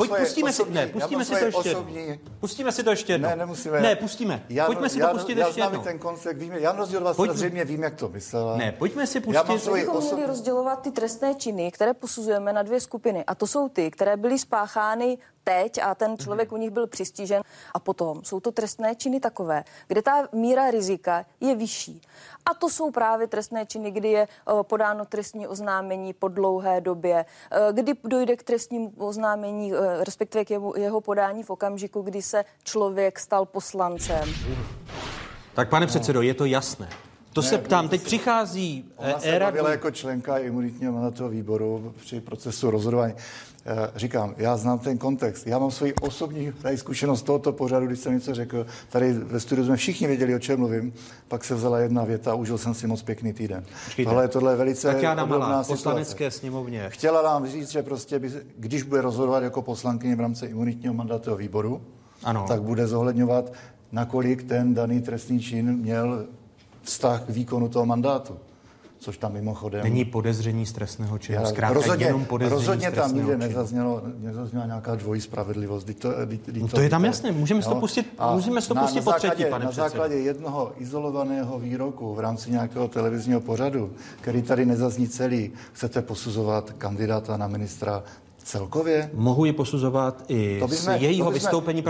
Pustíme si to ještě jednou. Ne, nemusíme. Ne, pustíme. Pojďme si to pustit ještě jednou. Já ten koncept vím, já rozdíl vás zřejmě vím, jak to myslela. Ne, pojďme si pustit. Bychom měli rozdělovat ty trestné činy, které posuzujeme, na 2 skupiny. A to jsou ty, které byly spáchány teď a ten člověk u nich byl přistižen. A potom jsou to trestné činy takové, kde ta míra rizika je vyšší. A to jsou právě trestné činy, kdy je podáno trestní oznámení po dlouhé době, kdy dojde k trestnímu oznámení, respektive k jeho podání v okamžiku, kdy se člověk stal poslancem. Tak pane předsedo, je to jasné. To se ptám, teď přichází éra... Ona se jako členka imunitního mandátového výboru při procesu rozhodování. Říkám, já znám ten kontext. Já mám svoji osobní zkušenost tohoto pořadu, když jsem něco řekl. Tady ve studiu jsme všichni věděli, o čem mluvím. Pak se vzala jedna věta a užil jsem si moc pěkný týden. Tohle je velice obdobná situace. Poslanecké sněmovně. Chtěla nám říct, že prostě, když bude rozhodovat jako poslankyně v rámci imunitního mandátového výboru, tak bude zohledňovat, nakolik ten daný trestný čin měl vztah k výkonu toho mandátu. Což tam mimochodem... Není podezření z trestného činu. Rozhodně tam nikde nezazněla nějaká dvojí spravedlivost. To je tam jasné. Můžeme si to pustit po třetí, pane předsedo. Na základě jednoho izolovaného výroku v rámci nějakého televizního pořadu, který tady nezazní celý, chcete posuzovat kandidáta na ministra celkově? Mohu ji posuzovat i z jejího vystoupení.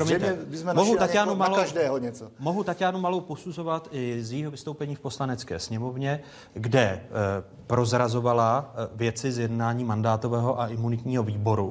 Mohu Taťánu Malou posuzovat i z jejího vystoupení v Poslanecké sněmovně, kde prozrazovala věci z jednání mandátového a imunitního výboru,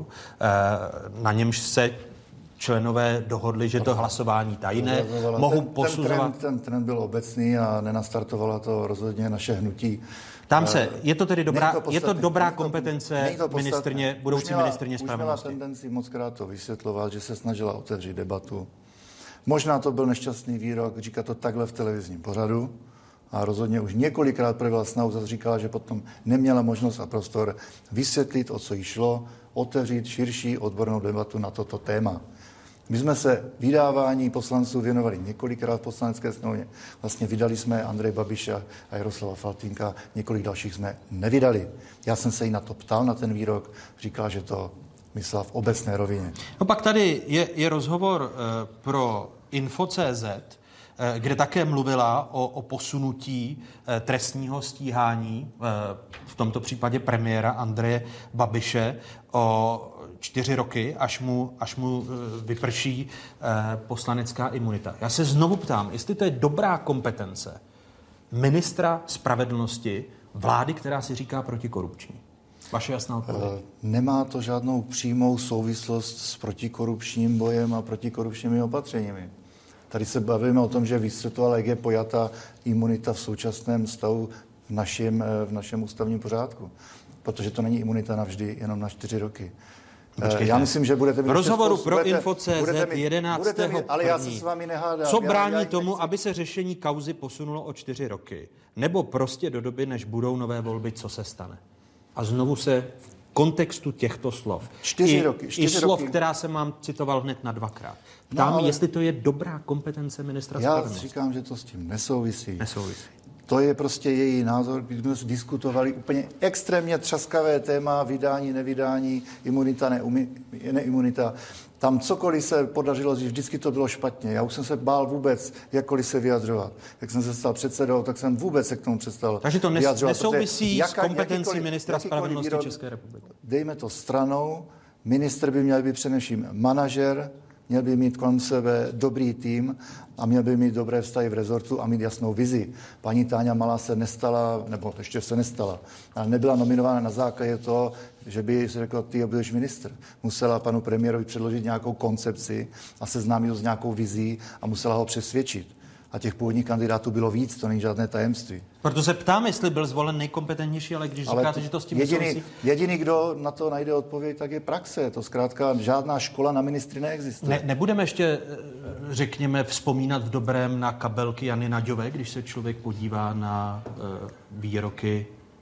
na němž se členové dohodli, že to hlasování tajné. Mohu posuzovat... Ten trend byl obecný a nenastartovala to rozhodně naše hnutí. Tam se, je to dobrá kompetence budoucí ministryně spravedlnosti. Už měla tendenci mockrát to vysvětlovat, že se snažila otevřít debatu. Možná to byl nešťastný výrok, říká to takhle v televizním pořadu a rozhodně už několikrát projevila snahu, zase říkala, že potom neměla možnost a prostor vysvětlit, o co jí šlo, otevřít širší odbornou debatu na toto téma. My jsme se vydávání poslanců věnovali několikrát v Poslanecké sněmovně. Vlastně vydali jsme Andreje Babiše a Jaroslava Faltýnka, několik dalších jsme nevydali. Já jsem se jí na to ptal, na ten výrok, říkala, že to myslela v obecné rovině. No pak tady je rozhovor pro Info.cz, kde také mluvila o posunutí trestního stíhání, v tomto případě premiéra Andreje Babiše, o 4 roky, až mu vyprší poslanecká imunita. Já se znovu ptám, jestli to je dobrá kompetence ministra spravedlnosti vlády, která si říká protikorupční. Vaše jasná odpověď. Nemá to žádnou přímou souvislost s protikorupčním bojem a protikorupčními opatřeními. Tady se bavíme o tom, že vysvětlovala, jak je pojata imunita v současném stavu v našem ústavním pořádku. Protože to není imunita navždy, jenom na 4 roky. Já myslím, že budete mít... V rozhovoru pro Info.cz 11. Ale já se s vámi nehádám. Co brání tomu, aby se řešení kauzy posunulo o 4 roky? Nebo prostě do doby, než budou nové volby, co se stane? A znovu se v kontextu těchto slov. 4 roky. I slov, která jsem vám citoval hned na 2krát. Ptám, jestli to je dobrá kompetence ministra spravedlnosti. Já říkám, že to s tím nesouvisí. To je prostě její názor, když jsme diskutovali úplně extrémně třaskavé téma, vydání, nevydání, imunita, neimunita. Tam cokoliv se podařilo, že vždycky to bylo špatně. Já už jsem se bál vůbec jakkoliv se vyjadřovat. Jak jsem se stal předsedou, tak jsem vůbec se k tomu přestal. Takže to vyjadřovat. nesouvisí s kompetencí ministra spravedlnosti České republiky. Dejme to stranou. Ministr by měl být především manažer, měl by mít kolem sebe dobrý tým a měl by mít dobré vztahy v rezortu a mít jasnou vizi. Paní Táňa Malá se nestala, nebo ještě se nestala, ale nebyla nominována na základě toho, že by si řekl, ty budeš ministr. Musela panu premiérovi předložit nějakou koncepci a seznámit ho s nějakou vizí a musela ho přesvědčit. A těch původních kandidátů bylo víc, to není žádné tajemství. Proto se ptám, jestli byl zvolen nejkompetentnější, ale když říkáte, že to s tím nesouvisí... Jediný, kdo na to najde odpověď, tak je praxe. To zkrátka žádná škola na ministry neexistuje. Nebudeme ještě, řekněme, vzpomínat v dobrém na kabelky Jany Naďové, když se člověk podívá na výroky.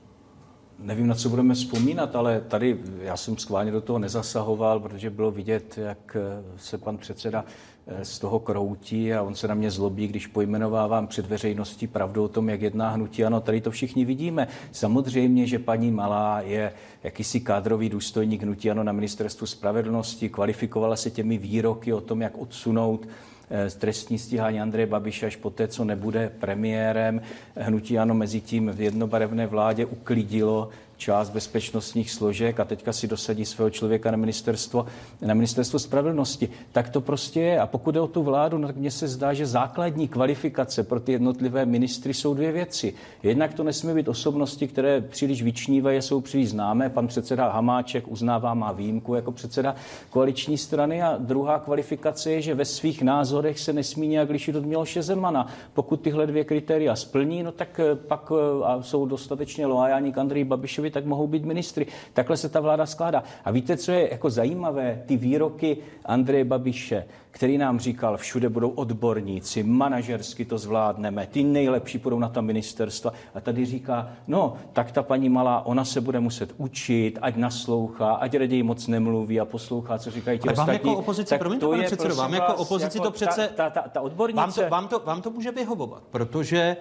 Nevím, na co budeme vzpomínat, ale tady já jsem schválně do toho nezasahoval, protože bylo vidět, jak se pan předseda z toho kroutí a on se na mě zlobí, když pojmenovávám před veřejností pravdu o tom, jak jedná hnutí ANO. Tady to všichni vidíme. Samozřejmě, že paní Malá je jakýsi kádrový důstojník hnutí ANO na ministerstvu spravedlnosti, kvalifikovala se těmi výroky o tom, jak odsunout trestní stíhání Andreje Babiše až poté, co nebude premiérem. Hnutí ANO mezi tím v jednobarevné vládě uklidilo část bezpečnostních složek a teďka si dosadí svého člověka na ministerstvo spravedlnosti. Tak to prostě je. A pokud jde o tu vládu, no tak mně se zdá, že základní kvalifikace pro ty jednotlivé ministry jsou dvě věci. Jednak to nesmí být osobnosti, které příliš vyčnívají, jsou příliš známé. Pan předseda Hamáček uznává, má výjimku jako předseda koaliční strany. A druhá kvalifikace je, že ve svých názorech se nesmí nějak lišit od Miloše Zemana. Pokud tyhle dvě kritéria splní, no tak pak jsou dostatečně loajální k Andreji Babišovi, tak mohou být ministry. Takhle se ta vláda skládá. A víte, co je jako zajímavé? Ty výroky Andreje Babiše, který nám říkal, všude budou odborníci, manažersky to zvládneme, ty nejlepší půjdou na ta ministerstva. A tady říká, no, tak ta paní Malá, ona se bude muset učit, ať naslouchá, ať raději moc nemluví a poslouchá, co říkají ti ostatní. Vám jako opozici, promiňte, pane předsedo, vám jako opozici to přece... Ta odbornice... Vám to může vyhovovat, protože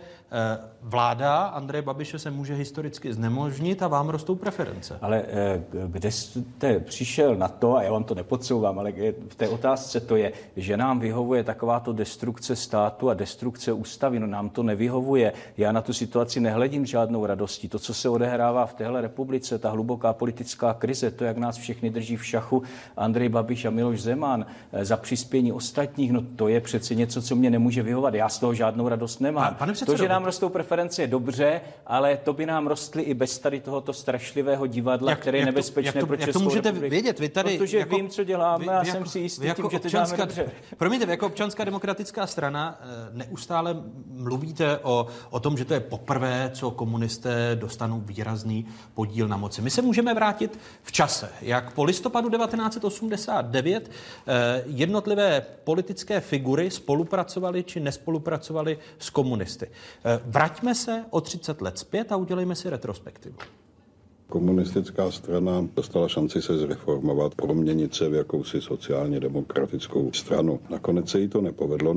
vláda Andreje Babiše se může historicky znemožnit a vám rostou preference. Ale kde jste přišel na to, a já vám to nepodsouvám, ale v té otázce to je, že nám vyhovuje takováto destrukce státu a destrukce ústavy. No nám to nevyhovuje. Já na tu situaci nehledím žádnou radostí. To, co se odehrává v téhle republice, ta hluboká politická krize, to, jak nás všechny drží v šachu Andrej Babiš a Miloš Zeman za přispění ostatních, no to je přece něco, co mě nemůže vyhovovat. Já z toho žádnou radost nemám. To, že nám rostou preference, je dobře, ale to by nám rostly i bez tady tohoto strašlivého divadla, které je nebezpečné pro Českou republiku. Jak to můžete vědět? Vy tady, protože vím, co děláme a jsem si jistý tím, že to děláme dobře. Promiňte, jako Občanská demokratická strana neustále mluvíte o tom, že to je poprvé, co komunisté dostanou výrazný podíl na moci. My se můžeme vrátit v čase. Jak po listopadu 1989 jednotlivé politické figury spolupracovaly či nespolupracovaly s komunisty. Vraťme se o 30 let zpět a udělejme si retrospektivu. Komunistická strana dostala šanci se zreformovat, proměnit se v jakousi sociálně demokratickou stranu. Nakonec se jí to nepovedlo.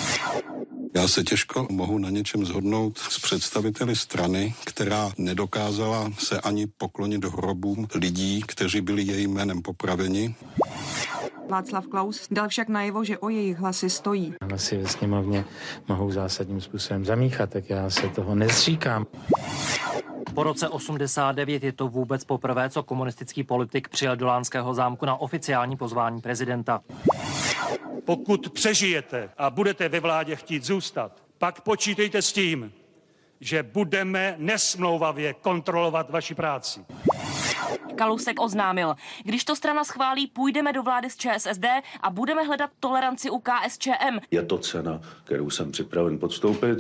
Já se těžko mohu na něčem shodnout s představiteli strany, která nedokázala se ani poklonit hrobům lidí, kteří byli jejím jménem popraveni. Václav Klaus dal však najevo, že o jejich hlasy stojí. Hlasy ve sněmovně mohou zásadním způsobem zamíchat, tak já se toho nezříkám. Po roce 89 je to vůbec poprvé, co komunistický politik přijel do Lánského zámku na oficiální pozvání prezidenta. Pokud přežijete a budete ve vládě chtít zůstat, pak počítejte s tím, že budeme nesmlouvavě kontrolovat vaši práci. Kalousek oznámil, když to strana schválí, půjdeme do vlády s ČSSD a budeme hledat toleranci u KSČM. Je to cena, kterou jsem připraven podstoupit.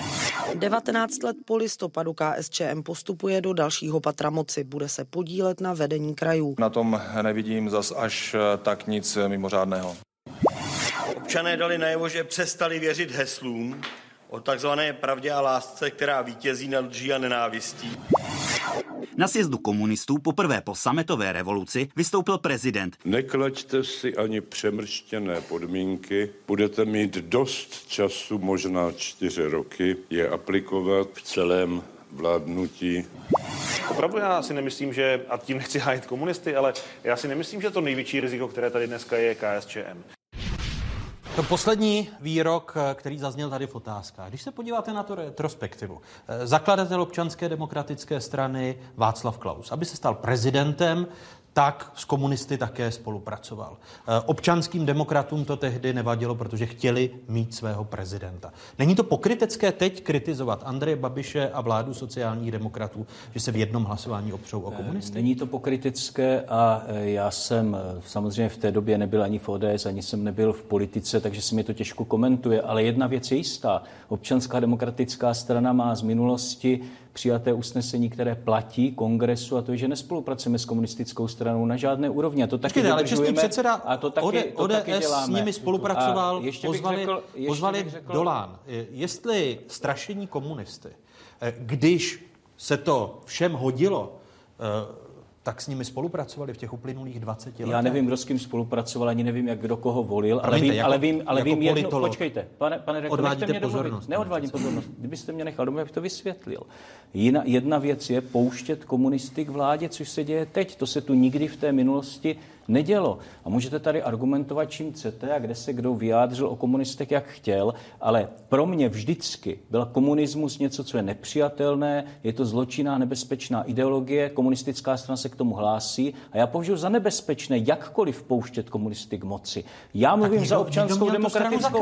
19 let po listopadu KSČM postupuje do dalšího patra moci. Bude se podílet na vedení krajů. Na tom nevidím zas až tak nic mimořádného. Občané dali najevo, že přestali věřit heslům o takzvané pravdě a lásce, která vítězí nad lží a nenávistí. Na sjezdu komunistů poprvé po sametové revoluci vystoupil prezident. Neklaďte si ani přemrštěné podmínky, budete mít dost času, možná 4 roky, je aplikovat v celém vládnutí. Opravdu já si nemyslím, že, a tím nechci hájit komunisty, ale já si nemyslím, že to největší riziko, které tady dneska je KSČM. To poslední výrok, který zazněl tady v otázkách. Když se podíváte na tu retrospektivu, zakladatel Občanské demokratické strany Václav Klaus, aby se stal prezidentem, tak s komunisty také spolupracoval. Občanským demokratům to tehdy nevadilo, protože chtěli mít svého prezidenta. Není to pokrytecké teď kritizovat Andreje Babiše a vládu sociálních demokratů, že se v jednom hlasování opřou o komunisty? Není to pokrytecké a já jsem samozřejmě v té době nebyl ani v ODS, ani jsem nebyl v politice, takže se mi to těžko komentuje, ale jedna věc je jistá. Občanská demokratická strana má z minulosti přijaté usnesení, které platí kongresu, a to je, že nespolupracujeme s komunistickou stranou na žádné úrovni. A to taky dodržujeme. Předseda a to taky ODS s nimi spolupracoval, pozvali Dolán. Jestli strašení komunisty, když se to všem hodilo, tak s nimi spolupracovali v těch uplynulých 20 letech. Já nevím, kdo s kým spolupracoval, ani nevím, jak kdo koho volil, ale vím jedno. Počkejte, pane rektor, nechte mě domluvit. Neodvádím pozornost. Kdybyste mě nechal domluvit, bych to vysvětlil. Jedna věc je pouštět komunisty k vládě, což se děje teď. To se tu nikdy v té minulosti nedělo. A můžete tady argumentovat, čím chcete a kde se kdo vyjádřil o komunistech, jak chtěl, ale pro mě vždycky byl komunismus něco, co je nepřijatelné, je to zločinná, nebezpečná ideologie, komunistická strana se k tomu hlásí a já považuji za nebezpečné jakkoliv pouštět komunisty k moci. Já mluvím za Občanskou demokratickou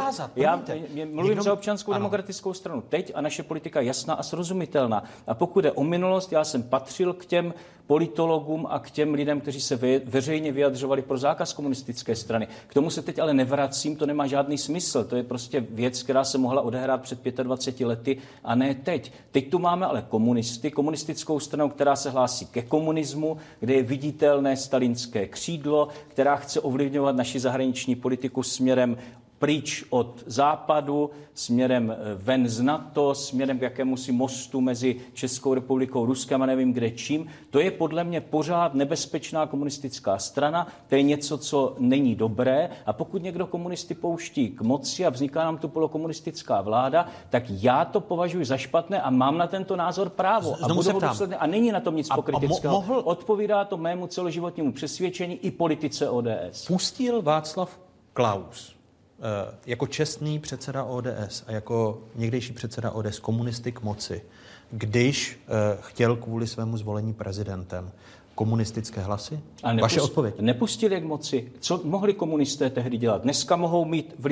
za Občanskou demokratickou stranu teď a naše politika je jasná a srozumitelná. A pokud je o minulost, já jsem patřil k těm politologům a k těm lidem, kteří se veřejně vyjadřovali pro zákaz komunistické strany. K tomu se teď ale nevracím, to nemá žádný smysl. To je prostě věc, která se mohla odehrát před 25 lety a ne teď. Teď tu máme ale komunisty, komunistickou stranu, která se hlásí ke komunismu, kde je viditelné stalinské křídlo, která chce ovlivňovat naši zahraniční politiku směrem pryč od západu, směrem ven z NATO, směrem k jakémusi mostu mezi Českou republikou, Ruskem a nevím kde čím. To je podle mě pořád nebezpečná komunistická strana, to je něco, co není dobré a pokud někdo komunisty pouští k moci a vzniká nám tu polokomunistická vláda, tak já to považuji za špatné a mám na tento názor právo. A není na tom nic pokrytického. Odpovídá to mému celoživotnímu přesvědčení i politice ODS. Pustil Václav Klaus jako čestný předseda ODS a jako někdejší předseda ODS komunisty k moci, když chtěl kvůli svému zvolení prezidentem komunistické hlasy? Vaše odpověď. Nepustili k moci. Co mohli komunisté tehdy dělat? Dneska budou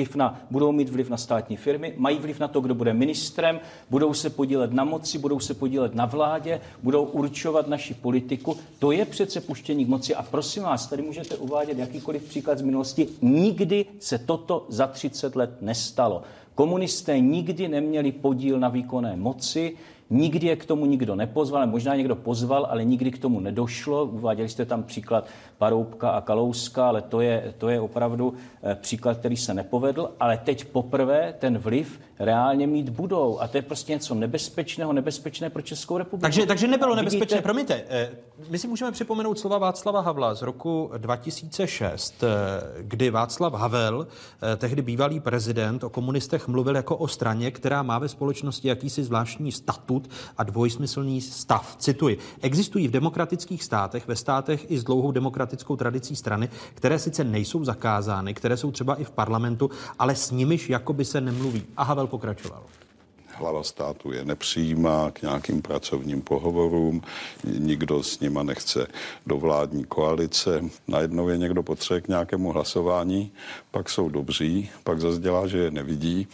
mít vliv na státní firmy, mají vliv na to, kdo bude ministrem, budou se podílet na moci, budou se podílet na vládě, budou určovat naši politiku. To je přece puštění k moci a prosím vás, tady můžete uvádět jakýkoliv příklad z minulosti. Nikdy se toto za 30 let nestalo. Komunisté nikdy neměli podíl na výkonné moci, nikdy je k tomu nikdo nepozval, možná někdo pozval, ale nikdy k tomu nedošlo. Uváděli jste tam příklad Paroubka a Kalouska, ale to je opravdu příklad, který se nepovedl. Ale teď poprvé ten vliv reálně mít budou. A to je prostě něco nebezpečné pro Českou republiku. Takže nebylo nebezpečné. Promiňte, my si můžeme připomenout slova Václava Havla z roku 2006, kdy Václav Havel, tehdy bývalý prezident, o komunistech mluvil jako o straně, která má ve společnosti jakýsi zvláštní statut a dvojsmyslný stav. Cituji. Existují v demokratických státech, ve státech i s dlouhou demokratickou tradicí strany, které sice nejsou zakázány, které jsou třeba i v parlamentu, ale s nimiž jakoby se nemluví. A Havel pokračoval. Hlava státu je nepřijímá k nějakým pracovním pohovorům, nikdo s nima nechce do vládní koalice, najednou je někdo potřebuje k nějakému hlasování, pak jsou dobří, pak zase dělá, že je nevidí.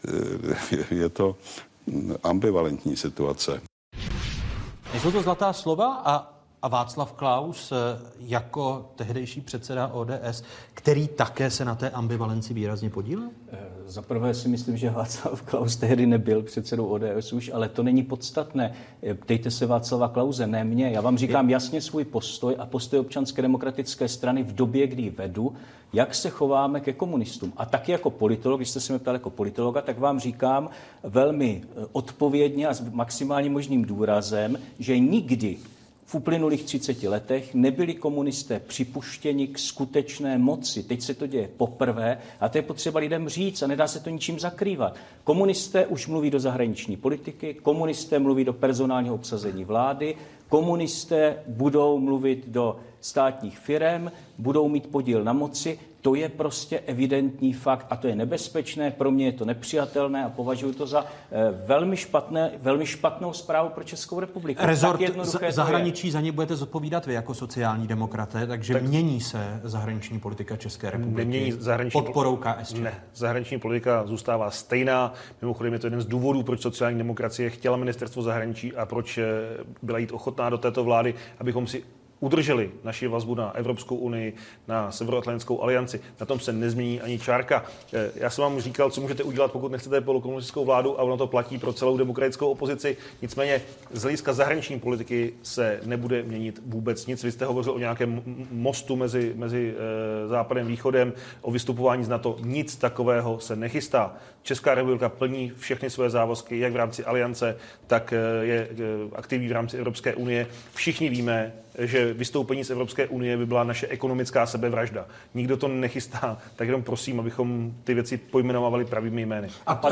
Je to ambivalentní situace. Jsou to zlatá slova a Václav Klaus jako tehdejší předseda ODS, který také se na té ambivalenci výrazně podílel? Za prvé si myslím, že Václav Klaus tehdy nebyl předsedou ODS už, ale to není podstatné. Ptejte se Václava Klause, ne mě. Já vám říkám jasně svůj postoj a postoj Občanské demokratické strany v době, kdy ji vedu, jak se chováme ke komunistům. A taky jako politolog, když jste se mě ptal jako politologa, tak vám říkám velmi odpovědně a s maximálním možným důrazem, že nikdy v uplynulých 30 letech nebyli komunisté připuštěni k skutečné moci. Teď se to děje poprvé a to je potřeba lidem říct a nedá se to ničím zakrývat. Komunisté už mluví do zahraniční politiky, komunisté mluví do personálního obsazení vlády, komunisté budou mluvit do státních firem, budou mít podíl na moci. To je prostě evidentní fakt a to je nebezpečné. Pro mě je to nepřijatelné a považuji to za velmi špatnou zprávu pro Českou republiku. Rezort zahraničí za ně budete zodpovídat vy jako sociální demokraté, takže mění se zahraniční politika České republiky podporou KSČ. Ne, zahraniční politika zůstává stejná. Mimochodem je to jeden z důvodů, proč sociální demokracie chtěla ministerstvo zahraničí a proč byla jít ochotná do této vlády, abychom si udrželi naši vazbu na Evropskou unii, na Severoatlantickou alianci. Na tom se nezmění ani čárka. Já jsem vám říkal, co můžete udělat, pokud nechcete polokomunistickou vládu, a ono to platí pro celou demokratickou opozici. Nicméně z hlediska zahraniční politiky se nebude měnit vůbec nic. Vy jste hovořil o nějakém mostu mezi Západem a Východem, o vystupování z NATO. Nic takového se nechystá. Česká republika plní všechny své závazky, jak v rámci aliance, tak je aktivní v rámci Evropské unie. Všichni víme, že vystoupení z Evropské unie by byla naše ekonomická sebevražda. Nikdo to nechystá, tak jenom prosím, abychom ty věci pojmenovali pravými jmény.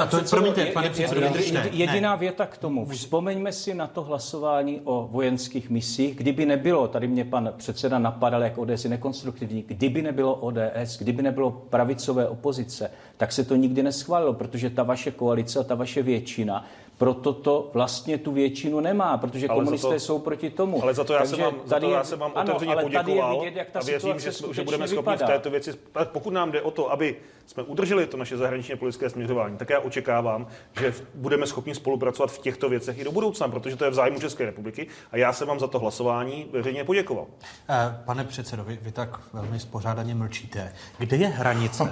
Jediná věta k tomu. Vzpomeňme si na to hlasování o vojenských misích. Kdyby nebylo, tady mě pan předseda napadal, jak ODS je nekonstruktivní, kdyby nebylo ODS, kdyby nebylo pravicové opozice, tak se to nikdy neschválilo, protože ta vaše koalice a ta vaše většina proto to vlastně tu většinu nemá, protože komunisté jsou proti tomu. Ale za to já jsem vám otevřeně poděkoval a věřím, že budeme schopni v této věci. Pokud nám jde o to, aby jsme udrželi to naše zahraničně politické směřování, tak já očekávám, že budeme schopni spolupracovat v těchto věcech i do budoucna, protože to je v zájmu České republiky a já jsem vám za to hlasování veřejně poděkoval. Pane předsedo, vy tak velmi spořádaně mlčíte. Kde je hranice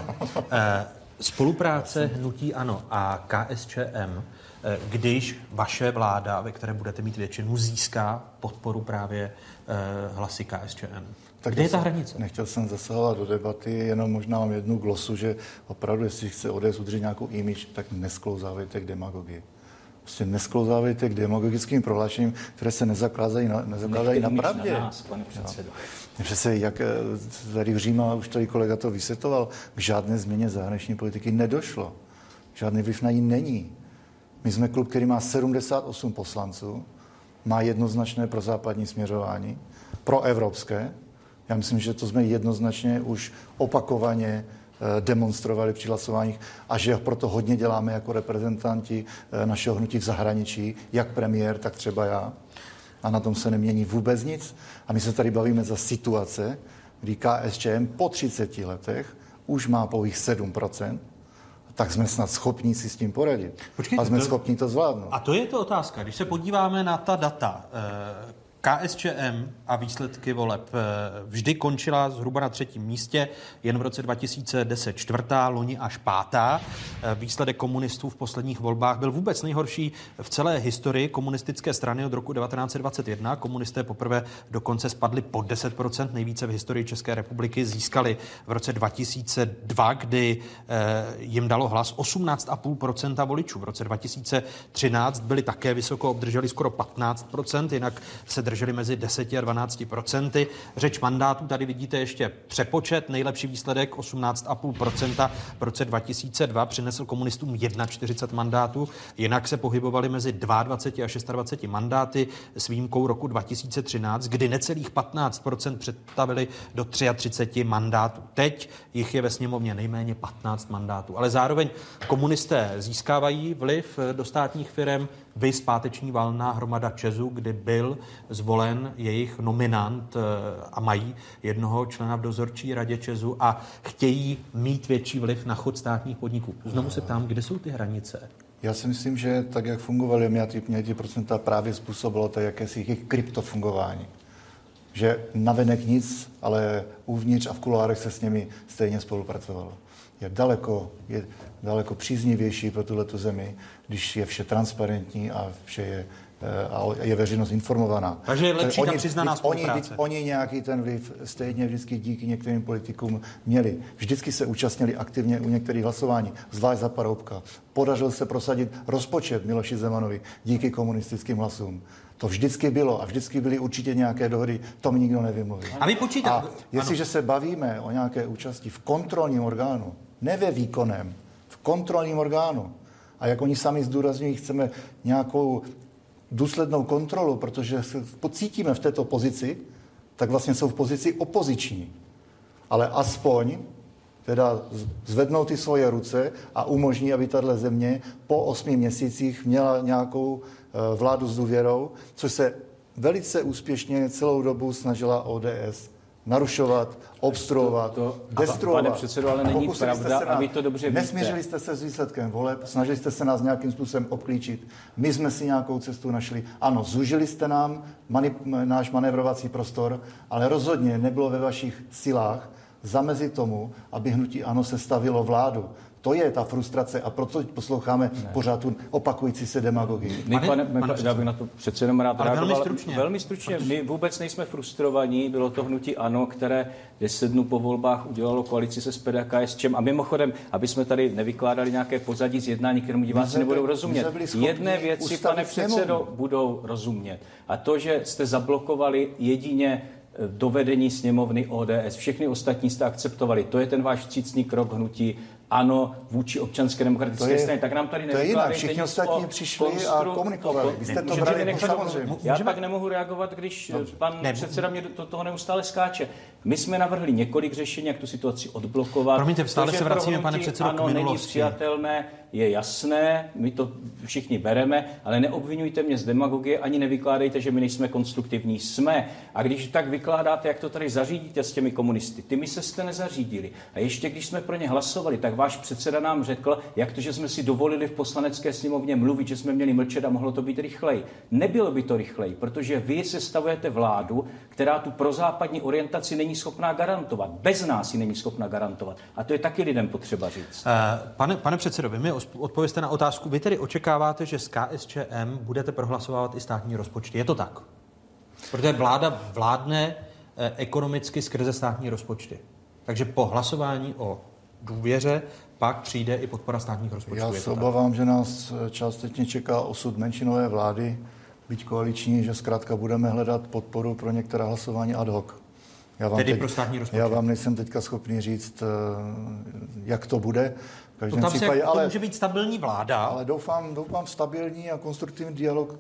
spolupráce hnutí ANO a KSČM, když vaše vláda, ve které budete mít většinu, získá podporu právě hlasy KSČM? Tak kde je ta hranice? Nechtěl jsem zasahovat do debaty, jenom možná mám jednu glosu, že opravdu, jestli chce ODS udržet nějakou image, tak nesklouzávejte k demagogii. Prostě nesklouzávejte k demagogickým prohlášením, které se nezakládají na pravdě. Na nás, pane předsedo. Přesně, jak tady v Říma, už tady kolega to vysvětloval, k žádné změně zahraniční politiky nedošlo. Žádný vliv na ní není. My jsme klub, který má 78 poslanců, má jednoznačné prozápadní směřování, proevropské. Já myslím, že to jsme jednoznačně už opakovaně demonstrovali při hlasováních a že proto hodně děláme jako reprezentanti našeho hnutí v zahraničí, jak premiér, tak třeba já. A na tom se nemění vůbec nic. A my se tady bavíme za situace, kdy KSČM po 30 letech už má pouhých 7%, tak jsme snad schopni si s tím poradit. Počkejte, a jsme schopni to zvládnout. A to je to otázka. Když se podíváme na ta data, KSČM a výsledky voleb vždy končila zhruba na 3. místě, jen v roce 2010 4., loni až 5. Výsledek komunistů v posledních volbách byl vůbec nejhorší v celé historii komunistické strany od roku 1921. Komunisté poprvé dokonce spadli pod 10%, nejvíce v historii České republiky získali v roce 2002, kdy jim dalo hlas 18,5% voličů. V roce 2013 byli také vysoko, obdrželi skoro 15%, jinak se drželi mezi 10 a 12%. Řeč mandátů, tady vidíte ještě přepočet, nejlepší výsledek 18,5% v roce 2002 přinesl komunistům 41 mandátů, jinak se pohybovali mezi 22 a 26 mandáty s výjimkou roku 2013, kdy necelých 15% představili do 33 mandátů. Teď jich je ve sněmovně nejméně 15 mandátů, ale zároveň komunisté získávají vliv do státních firem, viz páteční valná hromada ČEZu, kdy byl zvolen jejich nominant a mají jednoho člena v dozorčí radě ČEZu a chtějí mít větší vliv na chod státních podniků. Znovu se ptám, kde jsou ty hranice? Já si myslím, že tak, jak fungovaly, mě ty procenta právě způsobilo to jakési jejich kryptofungování. Že navenek nic, ale uvnitř a v kuloárech se s nimi stejně spolupracovalo. Je daleko příznivější pro tuhletu zemi, když je vše transparentní a vše je veřejnost informovaná. Takže je lepší ta přiznaná spolupráce. Oni nějaký ten vliv stejně vždycky díky některým politikům měli. Vždycky se účastnili aktivně u některých hlasování, zvlášť za Paroubka. Podařilo se prosadit rozpočet Miloši Zemanovi díky komunistickým hlasům. To vždycky bylo a vždycky byly určitě nějaké dohody, to mi nikdo nevymluví. A vy počítáte? A jestliže se bavíme o nějaké účasti v kontrolním orgánu, ne ve výkonném, v kontrolním orgánu, a jak oni sami zdůrazňují, chceme nějakou důslednou kontrolu, protože se pocítíme v této pozici, tak vlastně jsou v pozici opoziční. Ale aspoň teda zvednou ty svoje ruce a umožní, aby tato země po 8 měsících měla nějakou vládu s důvěrou, což se velice úspěšně celou dobu snažila ODS narušovat, obstruovat, destruovat. Pane předsedo, ale není pravda a vy to dobře víte. Nesmířili jste se s výsledkem voleb, snažili jste se nás nějakým způsobem obklíčit. My jsme si nějakou cestu našli. Ano, zúžili jste nám náš manévrovací prostor, ale rozhodně nebylo ve vašich silách zamezit tomu, aby hnutí ANO sestavilo vládu. To je ta frustrace a proto posloucháme pořád tu opakující se demagogii. Já bych na to přece jenom rád reagoval. Velmi stručně. My vůbec nejsme frustrovaní. Bylo to hnutí ANO, které 10 dnů po volbách udělalo koalici se SPD a KSČM. A mimochodem, aby jsme tady nevykládali nějaké pozadí z jednání, kterému diváci nebudou rozumět. Jedné věci, pane předsedo, budou rozumět. A to, že jste zablokovali jedině dovedení sněmovny ODS. Všechny ostatní jste akceptovali. To je ten váš vstřícný krok hnutí ANO vůči Občanské demokratické straně. Tak nám tady nevykládejte. Všichni ostatní přišli a komunikovali. Vy jste to brali jako samozřejmě. Já tak nemohu reagovat, když pan předseda mě do toho neustále skáče. My jsme navrhli několik řešení, jak tu situaci odblokovat. Promiňte, stále se vracíme, pane předsedo, k minulosti. Není přijatelné, je jasné, my to všichni bereme, ale neobvinujte mě z demagogie, ani nevykládejte, že my nejsme konstruktivní. Jsme. A když tak vykládáte, jak to tady zařídíte s těmi komunisty, ty mise jste nezařídili. A ještě když jsme pro ně hlasovali, tak váš předseda nám řekl, jak to, že jsme si dovolili v Poslanecké sněmovně mluvit, že jsme měli mlčet a mohlo to být rychleji. Nebylo by to rychleji, protože vy sestavujete vládu, která tu prozápadní orientaci není schopná garantovat. Bez nás ji není schopná garantovat. A to je taky lidem potřeba říct. Pane předsedo, vy mi odpověste na otázku. Vy tedy očekáváte, že s KSČM budete prohlasovávat i státní rozpočty. Je to tak? Protože vláda vládne ekonomicky skrze státní rozpočty. Takže po hlasování o důvěře pak přijde i podpora státních rozpočtů. Já se obávám, že nás částečně čeká osud menšinové vlády, byť koaliční, že zkrátka budeme hledat podporu pro některá hlasování ad hoc. Pro státní rozpočet. Já vám nejsem teďka schopný říct, jak to bude. V každém případě, to může být stabilní vláda. Ale doufám stabilní a konstruktivní dialog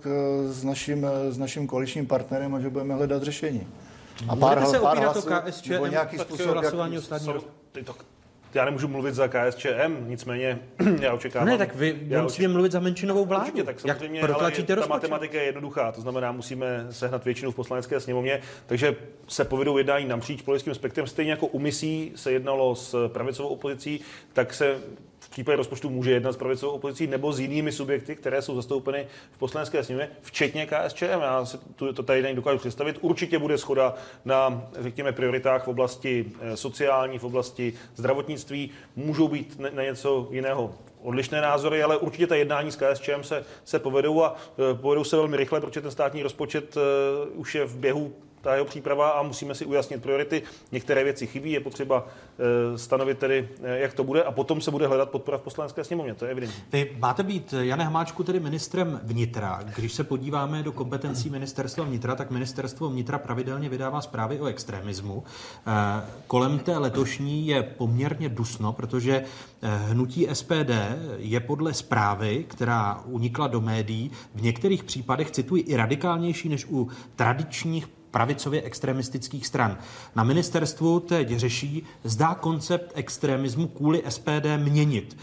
s naším koaličním partnerem a že budeme hledat řešení. A pár se opírat o KSČM nebo nějaký způsob hlasování o státní rozpočet. Já nemůžu mluvit za KSČM, nicméně já očekávám... Ne, tak vy musíte mluvit za menšinovou vládu. Určitě, tak samozřejmě, ale ta matematika je jednoduchá, to znamená, musíme sehnat většinu v Poslanecké sněmovně, takže se povedou jednání napříč politickým spektrem. Stejně jako u misí se jednalo s pravicovou opozicí, tak se v případě rozpočtu může jednat s pravicovou opozicí nebo s jinými subjekty, které jsou zastoupeny v Poslanecké sněmovně, včetně KSČM. Já si to tady nedokážu představit. Určitě bude shoda na, řekněme, prioritách v oblasti sociální, v oblasti zdravotnictví. Můžou být na něco jiného odlišné názory, ale určitě ta jednání s KSČM se povedou a povedou se velmi rychle, protože ten státní rozpočet už je v běhu, ta jeho příprava, a musíme si ujasnit priority. Některé věci chybí, je potřeba stanovit tedy, jak to bude, a potom se bude hledat podpora v Poslanecké sněmovně, to je evidentní. Vy máte být, Jane Hamáčku, tedy ministrem vnitra. Když se podíváme do kompetencí ministerstva vnitra, tak ministerstvo vnitra pravidelně vydává zprávy o extremismu. Kolem té letošní je poměrně dusno, protože hnutí SPD je podle zprávy, která unikla do médií, v některých případech, cituji, i radikálnější než u tradičních pravicově extremistických stran. Na ministerstvu teď řeší, zda koncept extremismu kvůli SPD měnit.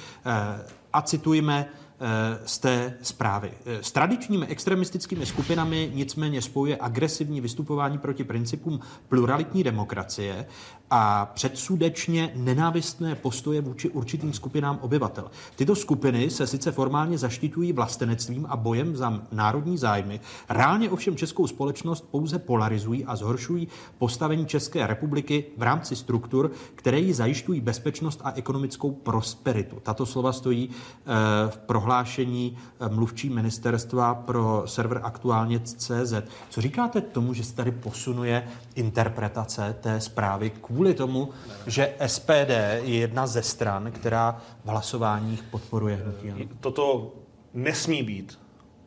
A citujeme z té zprávy. S tradičními extremistickými skupinami nicméně spojuje agresivní vystupování proti principům pluralitní demokracie a předsudečně nenávistné postoje vůči určitým skupinám obyvatel. Tyto skupiny se sice formálně zaštiťují vlastenectvím a bojem za národní zájmy, reálně ovšem českou společnost pouze polarizují a zhoršují postavení České republiky v rámci struktur, které jí zajišťují bezpečnost a ekonomickou prosperitu. Tato slova stojí v prohlášení mluvčí ministerstva pro server Aktuálně.cz. Co říkáte tomu, že se tady posunuje interpretace té zprávy kvůli tomu, že SPD je jedna ze stran, která v hlasováních podporuje hnutí ANO? Toto nesmí být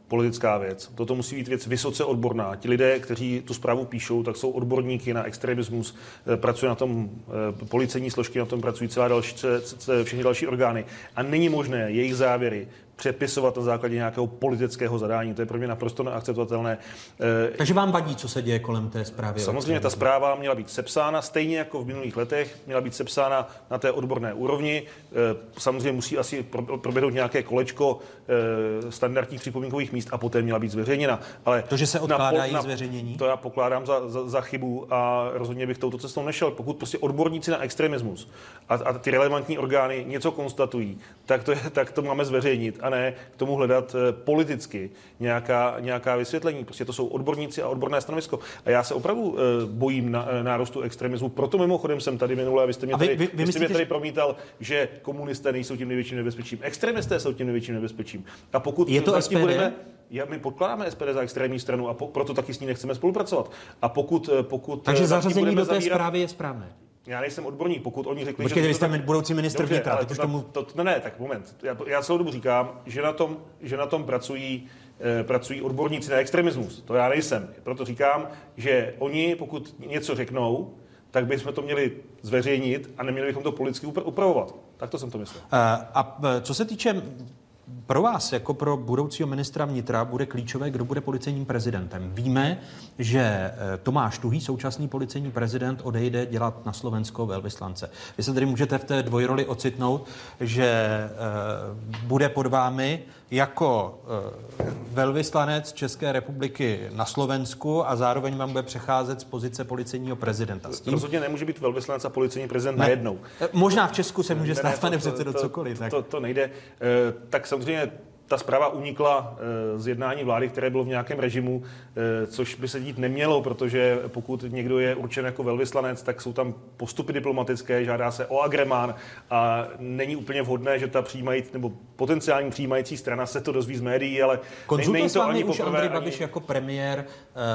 politická věc. Toto musí být věc vysoce odborná. Ti lidé, kteří tu zprávu píšou, tak jsou odborníky na extremismus, pracují na tom policejní složky, na tom pracují všechny další orgány. A není možné jejich závěry přepisovat na základě nějakého politického zadání. To je pro mě naprosto neakceptovatelné. Takže vám vadí, co se děje kolem té zprávy? Samozřejmě ta zpráva měla být sepsána stejně jako v minulých letech, měla být sepsána na té odborné úrovni. Samozřejmě musí asi proběhnout nějaké kolečko standardních připomínkových míst a poté měla být zveřejněna. Ale to, že se odkládá její zveřejnění? To já pokládám za chybu a rozhodně bych touto cestou nešel. Pokud prostě odborníci na extremismus a ty relevantní orgány něco konstatují, tak to máme zveřejnit a ne k tomu hledat politicky nějaká vysvětlení. Prostě to jsou odborníci a odborné stanovisko. A já se opravdu bojím nárůstu extremismu. Proto mimochodem jsem tady minule, a vy jste mě tady promítal, že komunisté nejsou tím největším nebezpečím. Extremisté jsou tím největším nebezpečím. A pokud je to SPD? My podkládáme SPD za extrémní stranu a proto taky s ní nechceme spolupracovat. A pokud takže zařazení do té zprávy je správné. Já nejsem odborník, pokud oni řekli, počkejte, vy jste budoucí ministr vnitra. Tak moment. Já celou dobu říkám, že na tom pracují odborníci na extremismus. To já nejsem. Proto říkám, že oni, pokud něco řeknou, tak bychom to měli zveřejnit a neměli bychom to politicky upravovat. Tak to jsem to myslel. A co se týče pro vás, jako pro budoucího ministra vnitra, bude klíčové, kdo bude policejním prezidentem. Víme, že Tomáš Tuhý, současný policejní prezident, odejde dělat na Slovensko velvyslance. Vy se tedy můžete v té dvojroli ocitnout, že bude pod vámi jako velvyslanec České republiky na Slovensku a zároveň vám bude přecházet z pozice policejního prezidenta. Rozhodně nemůže být velvyslanec a policejní prezident najednou. Možná v Česku se může stát, pane předsedo, cokoliv. To nejde. Tak samozřejmě ta zpráva unikla z jednání vlády, které bylo v nějakém režimu, což by se dít nemělo, protože pokud někdo je určen jako velvyslanec, tak jsou tam postupy diplomatické, žádá se o agremán a není úplně vhodné, že ta přijímající nebo potenciální přijímající strana se to dozví z médií, ale konzultuje s vámi už Andrej Babiš jako premiér,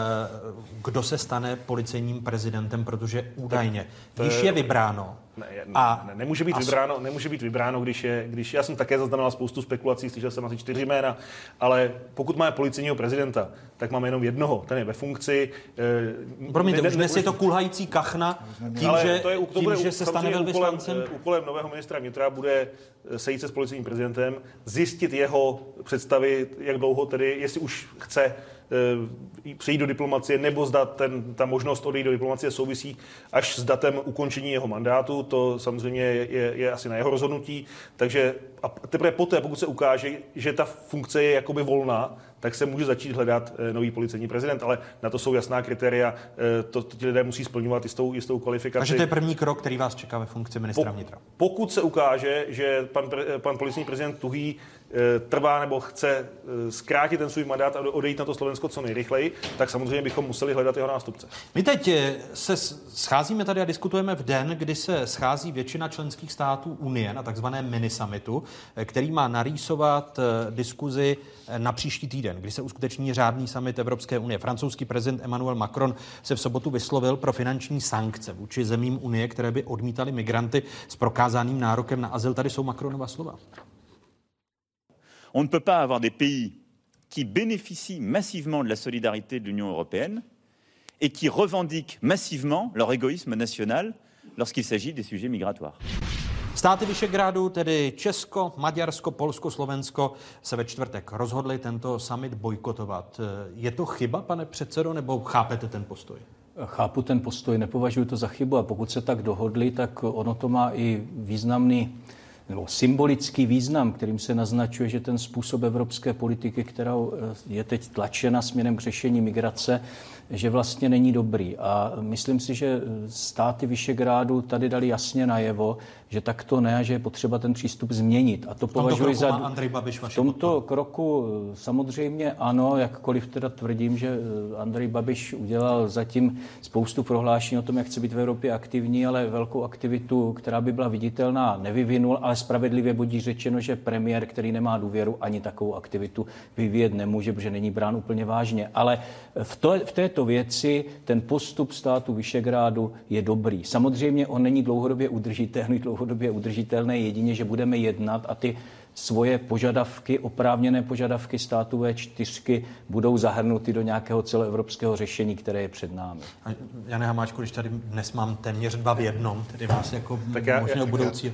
kdo se stane policejním prezidentem, protože údajně již je vybráno. Nemůže být vybráno, když já jsem také zaznamenal spoustu spekulací, slyšel jsem asi 4 jména, ale pokud máme policejního prezidenta, tak máme jenom jednoho, ten je ve funkci. Promiňte, už dnes je to kulhající kachna, že se stane velvyslancem. Úkolem nového ministra vnitra bude sejít se s policejním prezidentem, zjistit jeho představy, jak dlouho tedy, jestli už chce přejít do diplomacie, nebo zda ta možnost odejít do diplomacie souvisí až s datem ukončení jeho mandátu. To samozřejmě je asi na jeho rozhodnutí. Takže a teprve poté, pokud se ukáže, že ta funkce je jakoby volná, tak se může začít hledat nový policejní prezident, ale na to jsou jasná kritéria. Ti lidé musí splňovat jistou kvalifikaci. Takže to je první krok, který vás čeká ve funkci ministra vnitra. Pokud se ukáže, že pan policejní prezident Tuhý trvá nebo chce zkrátit ten svůj mandát a odejít na to Slovensko co nejrychleji, tak samozřejmě bychom museli hledat jeho nástupce. My teď se scházíme tady a diskutujeme v den, kdy se schází většina členských států Unie na takzvaném minisummitu, který má narýsovat diskuzi na příští týden, kdy se uskuteční řádný summit Evropské unie. Francouzský prezident Emmanuel Macron se v sobotu vyslovil pro finanční sankce vůči zemím Unie, které by odmítaly migranty s prokázaným nárokem na azyl. Tady jsou Macronova slova. On ne peut pas avoir des pays qui bénéficient massivement de la solidarité de l'Union européenne et qui revendiquent massivement leur égoïsme national lorsqu'il s'agit des sujets migratoires. Státy Visegrádu, tedy Česko, Maďarsko, Polsko, Slovensko, se ve čtvrtek rozhodli tento summit bojkotovat. Je to chyba, pane předsedo, nebo chápete ten postoj? Chápu ten postoj, nepovažuji to za chybu a pokud se tak dohodli, tak ono to má i významný nebo symbolický význam, kterým se naznačuje, že ten způsob evropské politiky, která je teď tlačena směrem k řešení migrace, že vlastně není dobrý. A myslím si, že státy Visegrádu tady dali jasně najevo, že tak to ne a že je potřeba ten přístup změnit. A to považuji za... Andrej Babiš v tomto kroku samozřejmě ano, jakkoliv teda tvrdím, že Andrej Babiš udělal zatím spoustu prohlášení o tom, jak chce být v Evropě aktivní, ale velkou aktivitu, která by byla viditelná, nevyvinul, ale spravedlivě budí řečeno, že premiér, který nemá důvěru, ani takovou aktivitu vyvíjet nemůže, protože není brán úplně vážně. Ale v této věci ten postup státu Visegrádu je dobrý. Samozřejmě on není dlouhodobě udržitelný jedině, že budeme jednat a ty svoje požadavky, oprávněné požadavky státu V4 budou zahrnuty do nějakého celoevropského řešení, které je před námi. A Jane Hamáčku, když tady dnes mám téměř 2 v 1, tedy vás jako možného budoucího.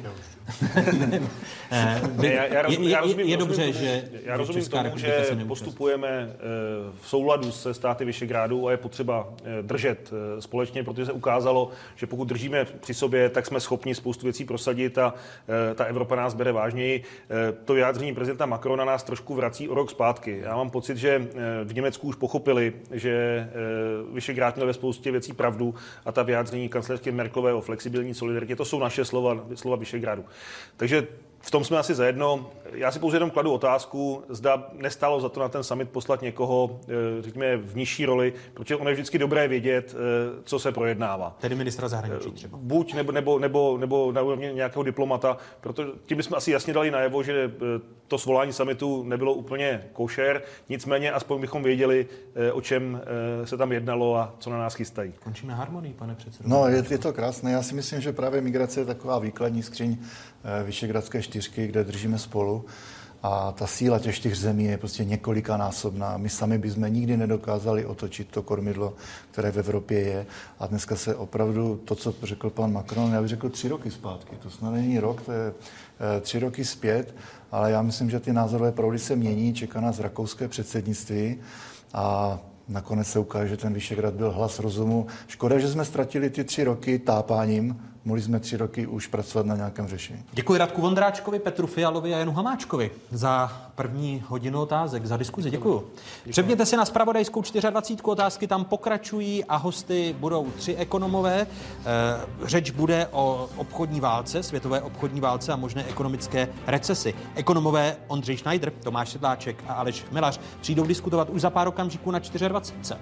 Je dobře, že já rozumím tomu, že postupujeme v souladu se státy Visegrádu a je potřeba držet společně, protože se ukázalo, že pokud držíme při sobě, tak jsme schopni spoustu věcí prosadit a ta Evropa nás bere vážněji. To vyjádření prezidenta Macrona nás trošku vrací o rok zpátky. Já mám pocit, že v Německu už pochopili, že Visegrád měl ve spoustě věcí pravdu a ta vyjádření kancléřky Merkelové o flexibilní solidaritě, to jsou naše slova Visegrádu. Takže v tom jsme asi zajedno. Já si pouze jenom kladu otázku, zda nestálo za to na ten summit poslat někoho, řekněme, v nižší roli, protože ono je vždycky dobré vědět, co se projednává. Tedy ministra zahraničí třeba. Buď nebo na úrovni nějakého diplomata, protože tím bychom asi jasně dali najevo, že to svolání summitu nebylo úplně košer, nicméně aspoň bychom věděli, o čem se tam jednalo a co na nás chystají. Končíme harmonii, pane předsedo. No, je to krásné. Já si myslím, že právě migrace je taková výkladní skříň Visegrádské 4, kde držíme spolu. A ta síla těch 4 zemí je prostě několikanásobná. My sami bychom nikdy nedokázali otočit to kormidlo, které v Evropě je. A dneska se opravdu to, co řekl pan Macron, já bych řekl 3 roky zpátky. To snad není rok, to je 3 roky zpět. Ale já myslím, že ty názorové proudy se mění. Čeká nás rakouské předsednictví a nakonec se ukáže, že ten Visegrád byl hlas rozumu. Škoda, že jsme ztratili ty 3 roky tápáním. Mohli jsme 3 roky už pracovat na nějakém řešení. Děkuji Radku Vondráčkovi, Petru Fialovi a Janu Hamáčkovi za první hodinu otázek, za diskuzi. Děkuji. Přepněte si na zpravodajskou 24. Otázky tam pokračují a hosty budou 3 ekonomové. Řeč bude o obchodní válce, světové obchodní válce a možné ekonomické recesi. Ekonomové Ondřej Schneider, Tomáš Sedláček a Aleš Chmelař přijdou diskutovat už za pár okamžiků na 24.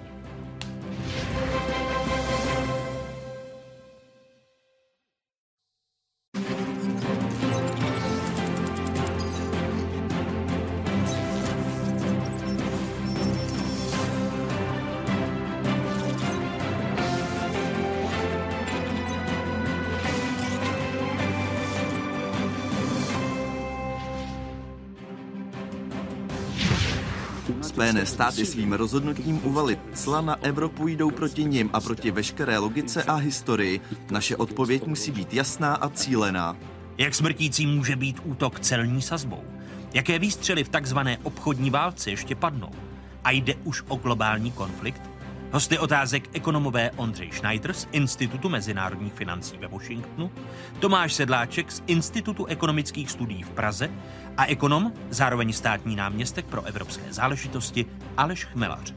Spojené státy svým rozhodnutím uvalit cla na Evropu jdou proti nim a proti veškeré logice a historii. Naše odpověď musí být jasná a cílená. Jak smrtící může být útok celní sazbou? Jaké výstřely v takzvané obchodní válce ještě padnou? A jde už o globální konflikt? Hosty otázek ekonomové Ondřej Schneider z Institutu mezinárodních financí ve Washingtonu, Tomáš Sedláček z Institutu ekonomických studií v Praze a ekonom, zároveň státní náměstek pro evropské záležitosti Aleš Chmelař.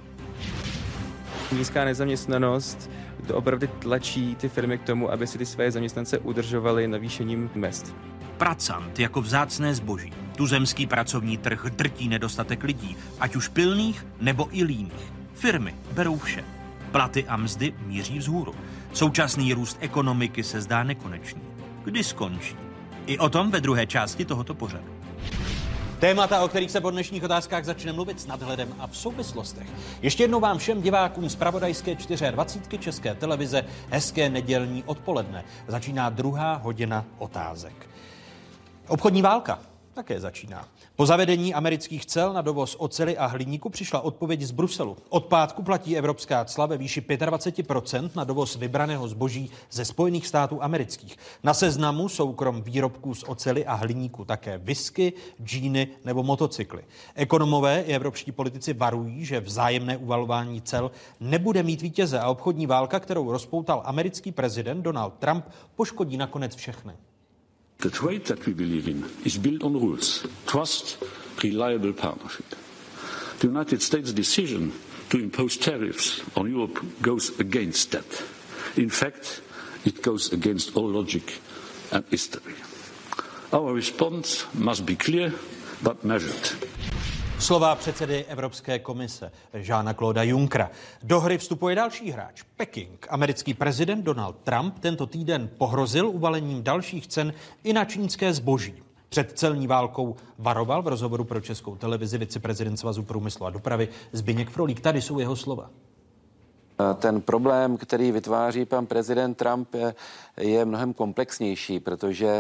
Nízká nezaměstnanost opravdu tlačí ty firmy k tomu, aby si ty své zaměstnance udržovaly navýšením mezd. Pracant jako vzácné zboží. Tuzemský pracovní trh drtí nedostatek lidí, ať už pilných nebo i líných. Firmy berou vše. Platy a mzdy míří vzhůru. Současný růst ekonomiky se zdá nekonečný. Kdy skončí? I o tom ve druhé části tohoto pořadu. Témata, o kterých se po dnešních otázkách začne mluvit s nadhledem a v souvislostech. Ještě jednou vám všem divákům zpravodajské 24 České televize hezké nedělní odpoledne. Začíná druhá hodina otázek. Obchodní válka také začíná. Po zavedení amerických cel na dovoz oceli a hliníku přišla odpověď z Bruselu. Od pátku platí evropská cla ve výši 25% na dovoz vybraného zboží ze Spojených států amerických. Na seznamu jsou krom výrobků z oceli a hliníku také whisky, džíny nebo motocykly. Ekonomové i evropští politici varují, že vzájemné uvalování cel nebude mít vítěze a obchodní válka, kterou rozpoutal americký prezident Donald Trump, poškodí nakonec všechny. The trade that we believe in is built on rules, trust, reliable partnership. The United States' decision to impose tariffs on Europe goes against that. In fact, it goes against all logic and history. Our response must be clear but measured. Slova předsedy Evropské komise Jeana-Clauda Junckera. Do hry vstupuje další hráč, Peking. Americký prezident Donald Trump tento týden pohrozil uvalením dalších cen i na čínské zboží. Před celní válkou varoval v rozhovoru pro Českou televizi viceprezident Svazu průmyslu a dopravy Zbyněk Frolík. Tady jsou jeho slova. Ten problém, který vytváří pan prezident Trump, je mnohem komplexnější, protože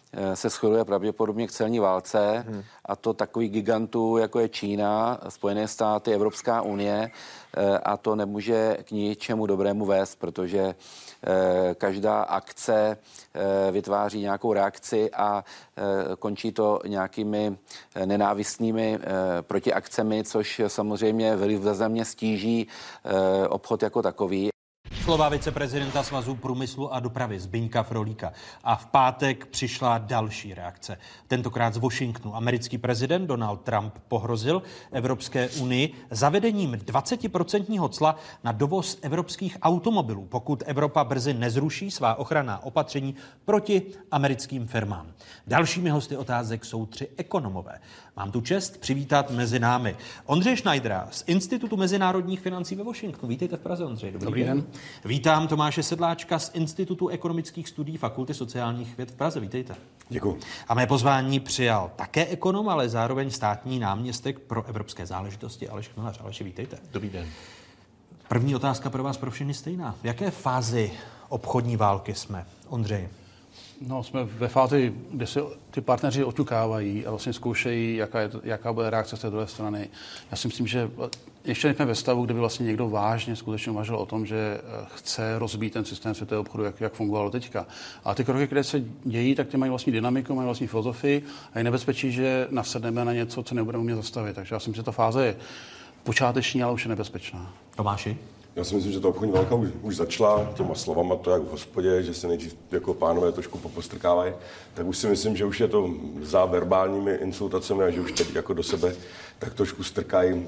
se schyluje pravděpodobně k celní válce, a to takových gigantů, jako je Čína, Spojené státy, Evropská unie, a to nemůže k ničemu dobrému vést, protože každá akce vytváří nějakou reakci a končí to nějakými nenávistnými protiakcemi, což samozřejmě významně stíží obchod jako takový. Slova viceprezidenta Svazu průmyslu a dopravy Zbyňka Frolíka. A v pátek přišla další reakce. Tentokrát z Washingtonu. Americký prezident Donald Trump pohrozil Evropské unii zavedením 20% cla na dovoz evropských automobilů, pokud Evropa brzy nezruší svá ochranná opatření proti americkým firmám. Dalšími hosty otázek jsou 3 ekonomové. Mám tu čest přivítat mezi námi Ondřeje Schneidera z Institutu mezinárodních financí ve Washingtonu. Vítejte v Praze, Ondřej. Dobrý den. Vítám Tomáše Sedláčka z Institutu ekonomických studií Fakulty sociálních věd v Praze. Vítejte. Děkuji. A mé pozvání přijal také ekonom, ale zároveň státní náměstek pro evropské záležitosti Aleš Chmelař. Aleši, vítejte. Dobrý den. První otázka pro vás pro všechny stejná. V jaké fázi obchodní války jsme, Ondřej? No, jsme ve fázi, kde se ty partneři oťukávají a vlastně zkoušejí, jaká bude reakce z té druhé strany. Já si myslím, že ještě nejsme ve stavu, kde by vlastně někdo vážně skutečně uvažoval o tom, že chce rozbít ten systém světového obchodu, jak fungovalo teďka. A ty kroky, které se dějí, tak ty mají vlastní dynamiku, mají vlastní filozofii a je nebezpečí, že nasedneme na něco, co nebudeme umět zastavit. Takže já si myslím, že ta fáze je počáteční, ale už je nebezpečná. Tomáši? Já si myslím, že ta obchodní válka už začala těma slovama, to jak v hospodě, že se nejdřív jako pánové trošku popostrkávají, tak už si myslím, že už je to za verbálními insultacemi a že už teď jako do sebe tak trošku strkají.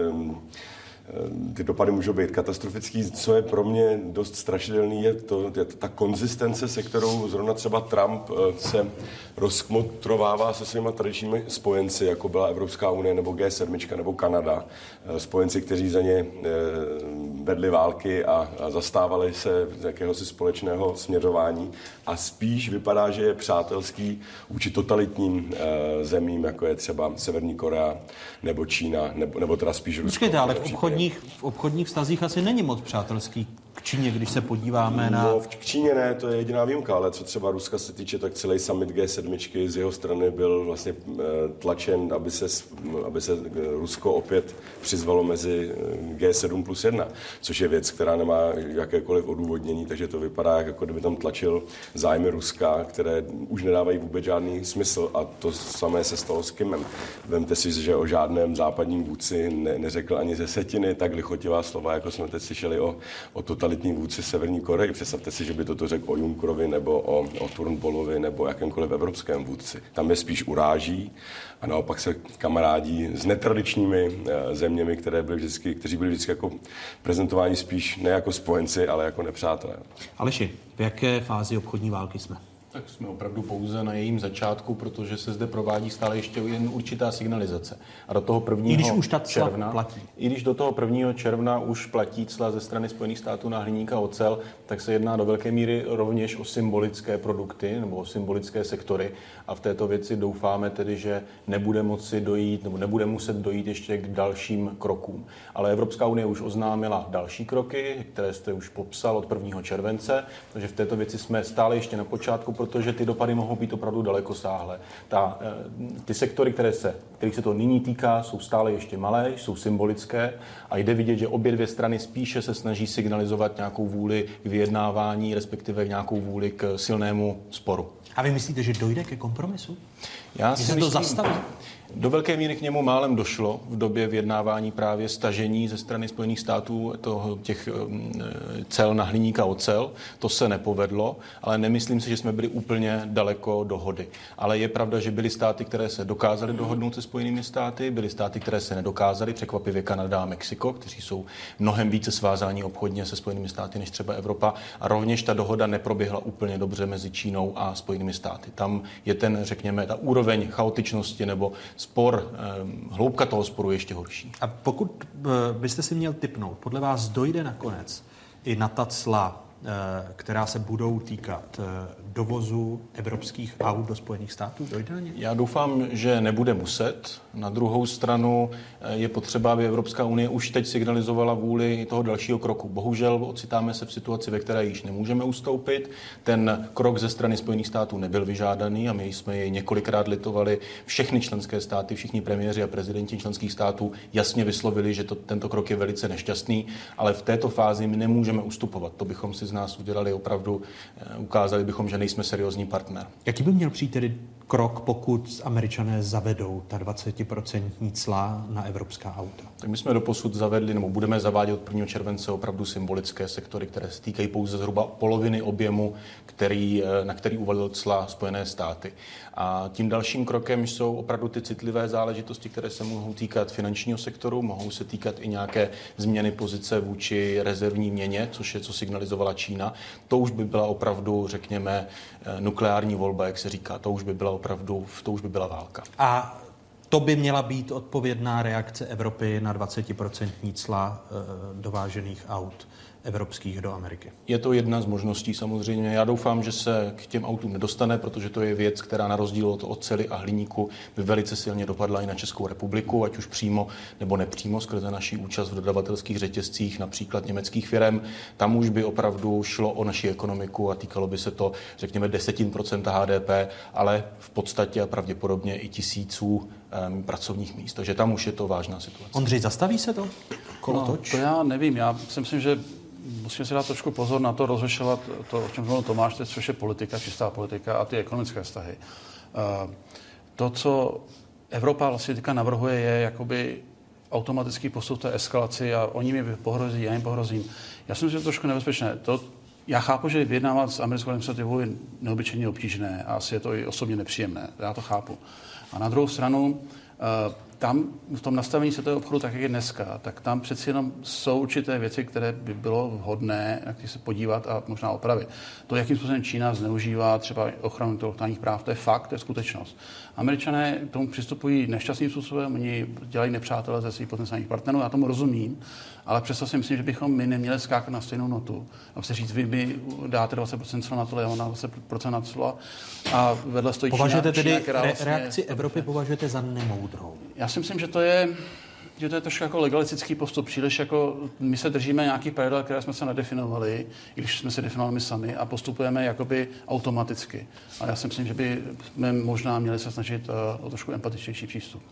Ty dopady můžou být katastrofický. Co je pro mě dost strašidelný, je ta konzistence, se kterou zrovna třeba Trump se rozkmotrovává se svýma tradičními spojenci, jako byla Evropská unie nebo G7 nebo Kanada. Spojenci, kteří za ně vedli války a zastávali se z jakéhosi společného směřování. A spíš vypadá, že je přátelský vůči totalitním zemím, jako je třeba Severní Korea nebo Čína, nebo teda spíš Rusko. Počkejte, ale v obchodních vztazích asi není moc přátelský k Číně, když se podíváme na... No, k Číně ne, to je jediná výjimka, ale co třeba Ruska se týče, tak celý summit G7 z jeho strany byl vlastně tlačen, aby se Rusko opět přizvalo mezi G7 plus 1, což je věc, která nemá jakékoliv odůvodnění, takže to vypadá, jako kdyby tam tlačil zájmy Ruska, které už nedávají vůbec žádný smysl, a to samé se stalo s Kimem. Vemte si, že o žádném západním vůdci neřekl ani ze setiny tak lichotivá slova, jako jsme teď slyšeli o totalitní vůdci Severní Koreji. Představte si, že by toto řekl o Junckerovi nebo o Turnbullovi nebo jakémkoliv evropském vůdci. Tam je spíš uráží a naopak se kamarádí s netradičními zeměmi, kteří byli vždycky jako prezentováni spíš ne jako spojenci, ale jako nepřátelé. Aleši, v jaké fázi obchodní války jsme? Tak jsme opravdu pouze na jejím začátku, protože se zde provádí stále ještě jen určitá signalizace. A do toho 1. června platí. I když do toho 1. června už platí cla ze strany Spojených států na hliník a ocel, tak se jedná do velké míry rovněž o symbolické produkty nebo o symbolické sektory. A v této věci doufáme tedy, že nebude moci dojít nebo nebude muset dojít ještě k dalším krokům. Ale Evropská unie už oznámila další kroky, které jste už popsal od 1. července, takže v této věci jsme stále ještě na počátku, protože ty dopady mohou být opravdu dalekosáhlé. Ty sektory, kterých se to nyní týká, jsou stále ještě malé, jsou symbolické a jde vidět, že obě dvě strany spíše se snaží signalizovat nějakou vůli k vyjednávání, respektive nějakou vůli k silnému sporu. A vy myslíte, že dojde ke kompromisu? Já si myslím, to zastaví? Do velké míry k němu málem došlo v době vyjednávání právě stažení ze strany Spojených států těch cel na hliník a ocel. To se nepovedlo, ale nemyslím si, že jsme byli úplně daleko dohody. Ale je pravda, že byly státy, které se dokázaly dohodnout se Spojenými státy, byly státy, které se nedokázaly, překvapivě Kanada a Mexiko, kteří jsou mnohem více svázáni obchodně se Spojenými státy než třeba Evropa. A rovněž ta dohoda neproběhla úplně dobře mezi Čínou a Spojenými státy. Tam je řekněme, ta úroveň chaotičnosti nebo hloubka toho sporu je ještě horší. A pokud byste si měl tipnout, podle vás dojde nakonec i na ta cla která se budou týkat dovozu evropských aut do Spojených států? Dojde na ně? Já doufám, že nebude muset. Na druhou stranu je potřeba, aby Evropská unie už teď signalizovala vůli toho dalšího kroku. Bohužel ocitáme se v situaci, ve které již nemůžeme ustoupit. Ten krok ze strany Spojených států nebyl vyžádaný a my jsme jej několikrát litovali. Všechny členské státy, všichni premiéři a prezidenti členských států jasně vyslovili, že tento krok je velice nešťastný, ale v této fázi my nemůžeme ustupovat. To bychom si z nás udělali opravdu, ukázali bychom, že nejsme seriózní partner. Jaký by měl přijít tedy krok, pokud Američané zavedou ta 20% cla na evropská auta? Tak my jsme doposud zavedli, nebo budeme zavádět od 1. července opravdu symbolické sektory, které se týkají pouze zhruba poloviny objemu, na který uvalil cla Spojené státy. A tím dalším krokem jsou opravdu ty citlivé záležitosti, které se mohou týkat finančního sektoru, mohou se týkat i nějaké změny pozice vůči rezervní měně, což je, co signalizovala Čína. To už by byla opravdu, řekněme, nukleární volba, jak se říká. To už by byla válka. A to by měla být odpovědná reakce Evropy na 20% cla dovážených aut evropských do Ameriky. Je to jedna z možností samozřejmě. Já doufám, že se k těm autům nedostane, protože to je věc, která na rozdíl od oceli a hliníku by velice silně dopadla i na Českou republiku, ať už přímo nebo nepřímo skrze naší účast v dodavatelských řetězcích, například německých firem. Tam už by opravdu šlo o naši ekonomiku a týkalo by se to, řekněme, 10% HDP, ale v podstatě a pravděpodobně i tisíců pracovních míst. Takže tam už je to vážná situace. Ondřej, zastaví se to? To já nevím. Já si myslím, že musíme si dát trošku pozor na to, rozlišovat to, o čem mluvil Tomáš, což je politika, čistá politika a ty ekonomické vztahy. To, co Evropa vlastně teďka navrhuje, je jakoby automatický postup té eskalaci a oni mi pohrozí, já jim pohrozím. Já si myslím, že to je trošku nebezpečné. Já chápu, že vyjednávat s americkou administrativou je neobyčejně obtížné a asi je to i osobně nepříjemné. Já to chápu. A na druhou stranu, tam v tom nastavení světového obchodu, tak jak je dneska, tak tam přeci jenom jsou určité věci, které by bylo vhodné na které se podívat a možná opravit. To, jakým způsobem Čína zneužívá třeba ochranu intelektuálních práv, to je fakt, to je skutečnost. Američané k tomu přistupují nešťastným způsobem, oni dělají nepřátele ze svých potenciálních partnerů, já tomu rozumím, ale přesto si myslím, že bychom my neměli skákat na stejnou notu. A se říct, vy mi dáte 20% cla na tohle, já mám 20% na cla a vedle stojí Považujete Čína, tedy reakci Evropy považujete za nemoudrou? Já si myslím, že to je trošku jako legalistický postup. Příliš jako my se držíme nějakých pravidel, které jsme se nedefinovali, i když jsme se definovali my sami a postupujeme jakoby automaticky. A já si myslím, že bychom možná měli se snažit o trošku empatičtější přístup.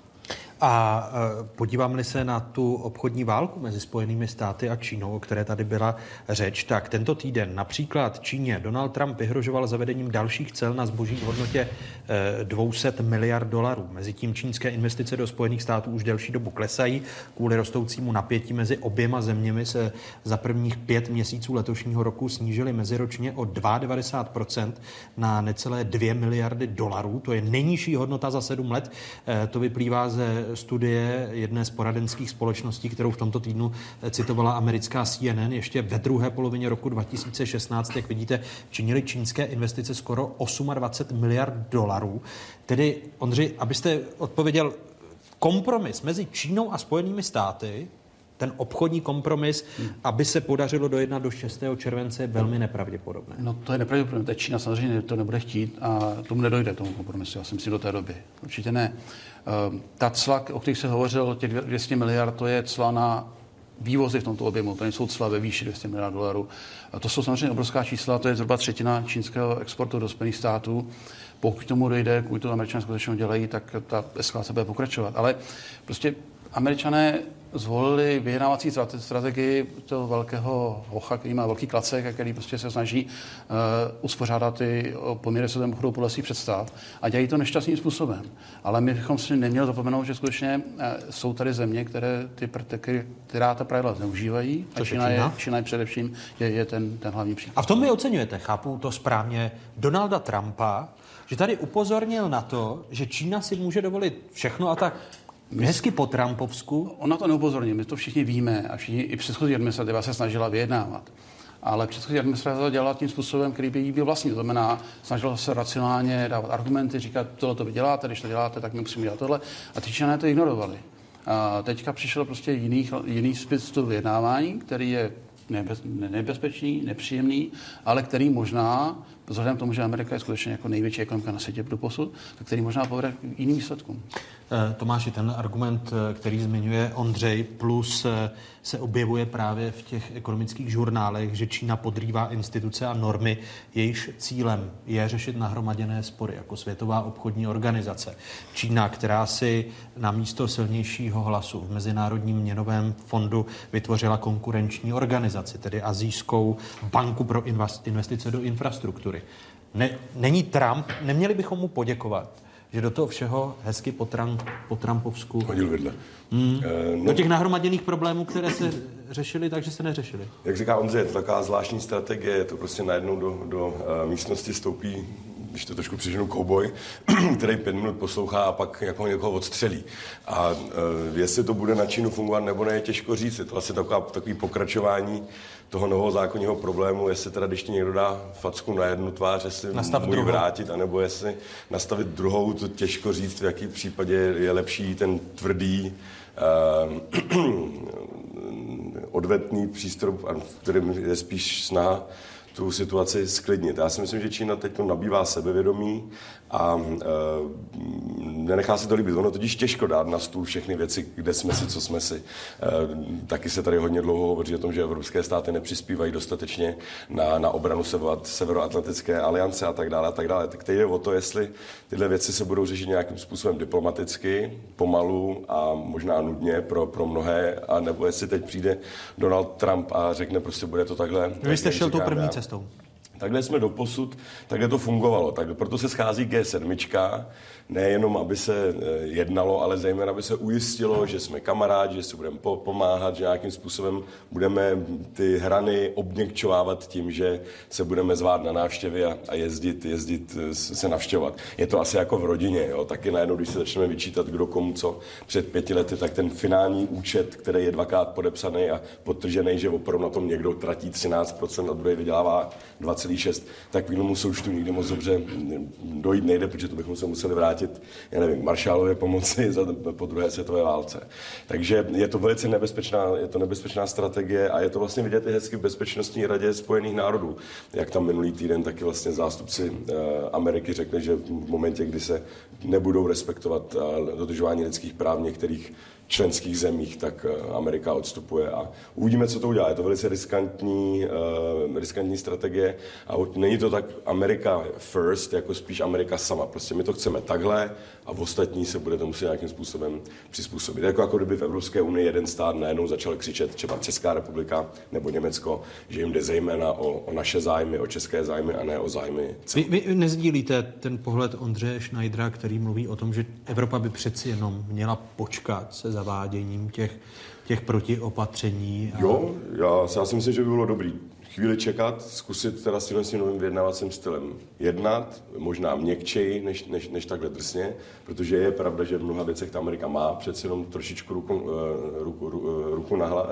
A podíváme-li se na tu obchodní válku mezi Spojenými státy a Čínou, o které tady byla řeč, tak tento týden například Číně Donald Trump vyhrožoval zavedením dalších cel na zboží v hodnotě $200 miliard. Mezitím čínské investice do Spojených států už delší dobu klesají. Kvůli rostoucímu napětí mezi oběma zeměmi se za prvních 5 měsíců letošního roku snížily meziročně o 92% na necelé $2 miliardy. To je nejnižší hodnota za 7 let. To vyplývá ze studie jedné z poradenských společností, kterou v tomto týdnu citovala americká CNN. Ještě ve druhé polovině roku 2016, jak vidíte, činily čínské investice skoro $28 miliard. Tedy, Ondřej, abyste odpověděl, kompromis mezi Čínou a Spojenými státy, ten obchodní kompromis, aby se podařilo dojednat do 6. července, je velmi nepravděpodobné. No to je nepravděpodobné. Čína samozřejmě to nebude chtít a tomu nedojde, tomu kompromisu. Já si myslím do té doby. Určitě ne. Ta cla, o kterých se hovořil, těch 200 miliard, to je cla na vývozy v tomto objemu. To nejsou cla ve výši $200 miliard. A to jsou samozřejmě obrovská čísla, to je zhruba třetina čínského exportu do Spojených států. Pokud k tomu dojde, pokud to Američané skutečně dělají, tak ta eskalace bude pokračovat. Ale prostě Američané zvolili vyjednávací strategii toho velkého hocha, který má velký klacek a který prostě se snaží uspořádat ty poměry světového obchodu podle svých představ a dělají to nešťastným způsobem. Ale my bychom si neměli zapomenout, že skutečně jsou tady země, která ta pravidla zneužívají. A Čína je především je ten hlavní příklad. A v tom vy oceňujete, chápu to správně, Donalda Trumpa, že tady upozornil na to, že Čína si může dovolit všechno a tak hezky po Trumpovsku. On na to neupozornil, my to všichni víme a všichni i předchozí administrativa se snažila vyjednávat. Ale předchozí administrativa dělala tím způsobem, který by jí byl vlastní. To znamená, snažila se racionálně dávat argumenty, říkat, tohle to vy děláte, když to děláte, tak my musíme dělat tohle. A ty Číňané to ignorovali. A teďka přišel prostě jiný způsob vyjednávání, který je nebezpečný, nepříjemný, ale který možná, vzhledem k tomu, že Amerika je skutečně jako největší ekonomika na světě doposud, tak který možná povede k jiným výsledkům. Tomáši, ten argument, který zmiňuje Ondřej, plus se objevuje právě v těch ekonomických žurnálech, že Čína podrývá instituce a normy, jejíž cílem je řešit nahromaděné spory, jako Světová obchodní organizace. Čína, která si na místo silnějšího hlasu v Mezinárodním měnovém fondu vytvořila konkurenční organizaci, tedy Asijskou banku pro investice do infrastruktury. Není Trump, neměli bychom mu poděkovat, že do toho všeho hezky po Trumpovsku hodil vidle. Do těch nahromaděných problémů, které se řešily, takže se neřešily. Jak říká Ondřej, je to taková zvláštní strategie, je to prostě najednou do místnosti stoupí, když to trošku přeženu, kouboj, který 5 minut poslouchá a pak jako někoho odstřelí. A jestli to bude na Čínu fungovat nebo ne, je těžko říct. Je to asi takový pokračování toho nového zákonního problému, jestli teda, když ti někdo dá facku na jednu tvář, jestli může vrátit, anebo jestli nastavit druhou, to těžko říct, v jaký případě je lepší ten tvrdý odvetný přístup, v kterém je spíš snaha tu situaci sklidnit. Já si myslím, že Čína teď nabývá sebevědomí a nenechá se to líbit. Ono totiž těžko dát na stůl všechny věci, kde jsme si, co jsme si. Taky se tady hodně dlouho hovoří o tom, že evropské státy nepřispívají dostatečně na obranu Severoatlantické aliance a tak dále. Tak teď jde o to, jestli tyhle věci se budou řešit nějakým způsobem diplomaticky, pomalu a možná nudně pro mnohé, a nebo jestli teď přijde Donald Trump a řekne prostě bude to takhle. Vy jste šel tou první cestou. Takhle jsme doposud, takhle to fungovalo. Tak proto se schází G7, nejenom aby se jednalo, ale zejména aby se ujistilo, že jsme kamarádi, že si budeme pomáhat, že nějakým způsobem budeme ty hrany obměkčovávat tím, že se budeme zvát na návštěvy a jezdit se navštěvovat. Je to asi jako v rodině, jo? Taky najednou, když se začneme vyčítat, kdo komu co před 5 lety, tak ten finální účet, který je 2krát podepsaný a podtržený, že opravdu na tom někdo tratí 13% a druhý vydělává 20,6, tak k jednomu součtu nikdy moc dobře dojít nejde, protože to bychom se museli vrátit, já nevím, Marshallově pomoci po druhé světové válce. Takže je to velice nebezpečná strategie a je to vlastně vidět i hezky v Bezpečnostní radě Spojených národů. Jak tam minulý týden taky vlastně zástupci Ameriky řekli, že v momentě, kdy se nebudou respektovat dodržování lidských práv v některých členských zemích, tak Amerika odstupuje a uvidíme, co to udělá. Je to velice riskantní strategie a není to tak Amerika first, jako spíš Amerika sama. Prostě my to chceme takhle a v ostatní se bude to muset nějakým způsobem přizpůsobit. Jako kdyby v Evropské unii jeden stát najednou začal křičet, třeba Česká republika nebo Německo, že jim jde zejména o naše zájmy, o české zájmy a ne o zájmy. Vy nezdílíte ten pohled Ondřeje Schneidera, který mluví o tom, že Evropa by přeci jenom měla počkat se zaváděním těch protiopatření? Jo, já si myslím, že by bylo dobrý chvíli čekat, zkusit teda s tím novým vyjednávacím stylem jednat, možná měkčeji, než takhle drsně, protože je pravda, že v mnoha věcech ta Amerika má přeci jenom trošičku ruku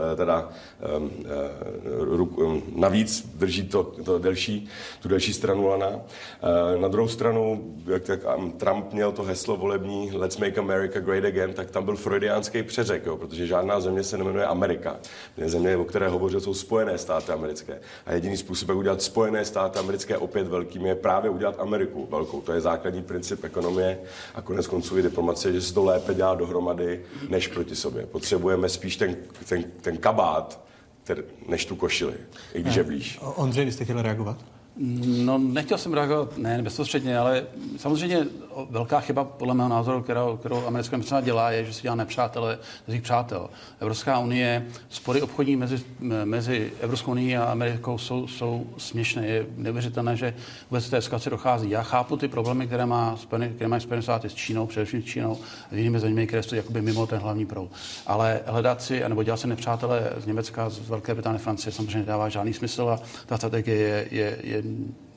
navíc, drží tu delší stranu lana. Na druhou stranu, jak Trump měl to heslo volební Let's make America great again, tak tam byl freudiánský přeřek, jo, protože žádná země se nejmenuje Amerika. Země, o které hovořil, jsou Spojené státy americké. A jediný způsob, jak udělat Spojené státy americké opět velkými, je právě udělat Ameriku velkou. To je základní princip ekonomie a konec konců i diplomacie, že se to lépe dělá dohromady, než proti sobě. Potřebujeme spíš ten kabát, než tu košili, i když je blíž. Ondřej, vy jste chtěl reagovat? No, nechtěl jsem reagovat, ne bezprostředně, ale samozřejmě velká chyba, podle mého názoru, kterou americká administrativa dělá, je, že si dělá nepřátelé ze svých přátel. Evropská unie, spory obchodní mezi Evropskou unii a Amerikou jsou směšné. Je neuvěřitelné, že vůbec té eskalaci dochází. Já chápu ty problémy, které mají Spojené státy s Čínou, především s Čínou a jinými zeměmi, které jsou jakoby mimo ten hlavní proud. Ale hledat si, nebo dělat si nepřátelé z Německa, z Velké Británie, Francie samozřejmě nedává žádný smysl a ta strategie je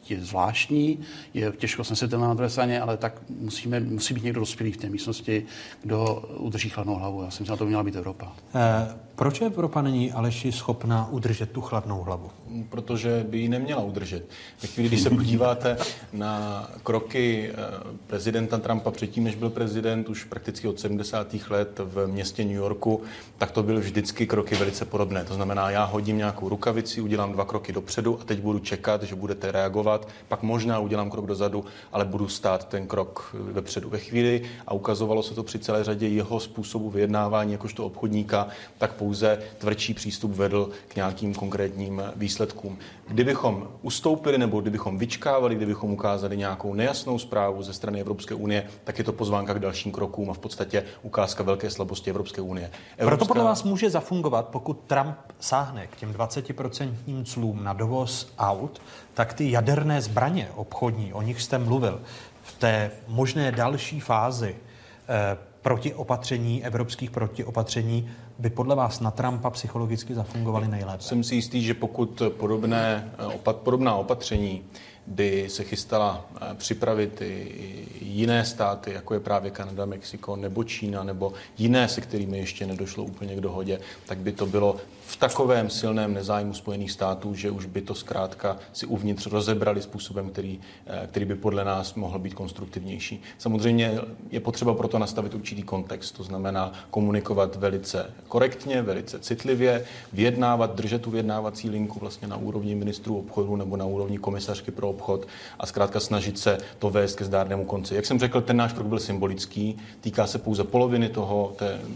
je zvláštní, je těžko snesitelná na druhé straně, ale tak musí být někdo dospělý v té místnosti, kdo udrží chladnou hlavu. Já si myslím, že na to měla být Evropa. Proč Evropa není, Aleši, schopná udržet tu chladnou hlavu? Protože by ji neměla udržet. Ve chvíli, když se podíváte na kroky prezidenta Trumpa předtím, než byl prezident, už prakticky od 70. let v městě New Yorku, tak to byly vždycky kroky velice podobné. To znamená, já hodím nějakou rukavici, udělám 2 kroky dopředu a teď budu čekat, že budete reagovat, pak možná udělám krok dozadu, ale budu stát ten krok dopředu. Ve chvíli, a ukazovalo se to při celé řadě jeho způsobu vyjednávání jakožto obchodníka, tak pouze tvrdší přístup vedl k nějakým konkrétním výsledkům. Kdybychom ustoupili nebo kdybychom vyčkávali, kdybychom ukázali nějakou nejasnou zprávu ze strany Evropské unie, tak je to pozvánka k dalším krokům a v podstatě ukázka velké slabosti Evropské unie. Proto podle vás může zafungovat, pokud Trump sáhne k těm 20% clům na dovoz aut, tak ty jaderné zbraně obchodní, o nich jste mluvil, v té možné další fázi protiopatření, evropských protiopatření, by podle vás na Trumpa psychologicky zafungovaly nejlépe? Jsem si jistý, že pokud podobná opatření by se chystala připravit i jiné státy, jako je právě Kanada, Mexiko nebo Čína, nebo jiné, se kterými ještě nedošlo úplně k dohodě, tak by to bylo v takovém silném nezájmu Spojených států, že už by to zkrátka si uvnitř rozebrali způsobem, který by podle nás mohl být konstruktivnější. Samozřejmě je potřeba proto nastavit určitý kontext, to znamená komunikovat velice korektně, velice citlivě, vyjednávat, držet tu vyjednávací linku vlastně na úrovni ministrů obchodu nebo na úrovni komisařky pro obchod a zkrátka snažit se to vést ke zdárnému konci. Jak jsem řekl, ten náš krok byl symbolický, týká se pouze poloviny toho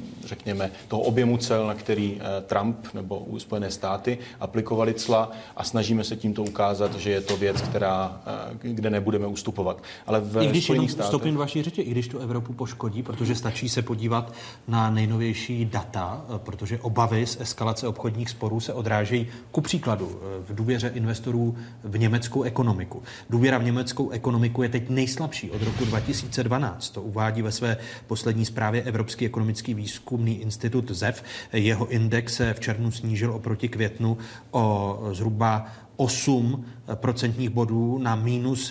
objemu cel, na který Trump nebo Spojené státy aplikovali cla a snažíme se tímto ukázat, že je to věc, kde nebudeme ustupovat. Ale i když jenom vstoupím do vaší řeči, i když tu Evropu poškodí, protože stačí se podívat na nejnovější data, protože obavy z eskalace obchodních sporů se odrážejí ku příkladu v důvěře investorů v německou ekonomiku. Důvěra v německou ekonomiku je teď nejslabší od roku 2012. To uvádí ve své poslední zprávě Evropský ekonomický výzkumný institut ZEV. Jeho index se v červnu snížil oproti květnu o zhruba 8 procentních bodů na minus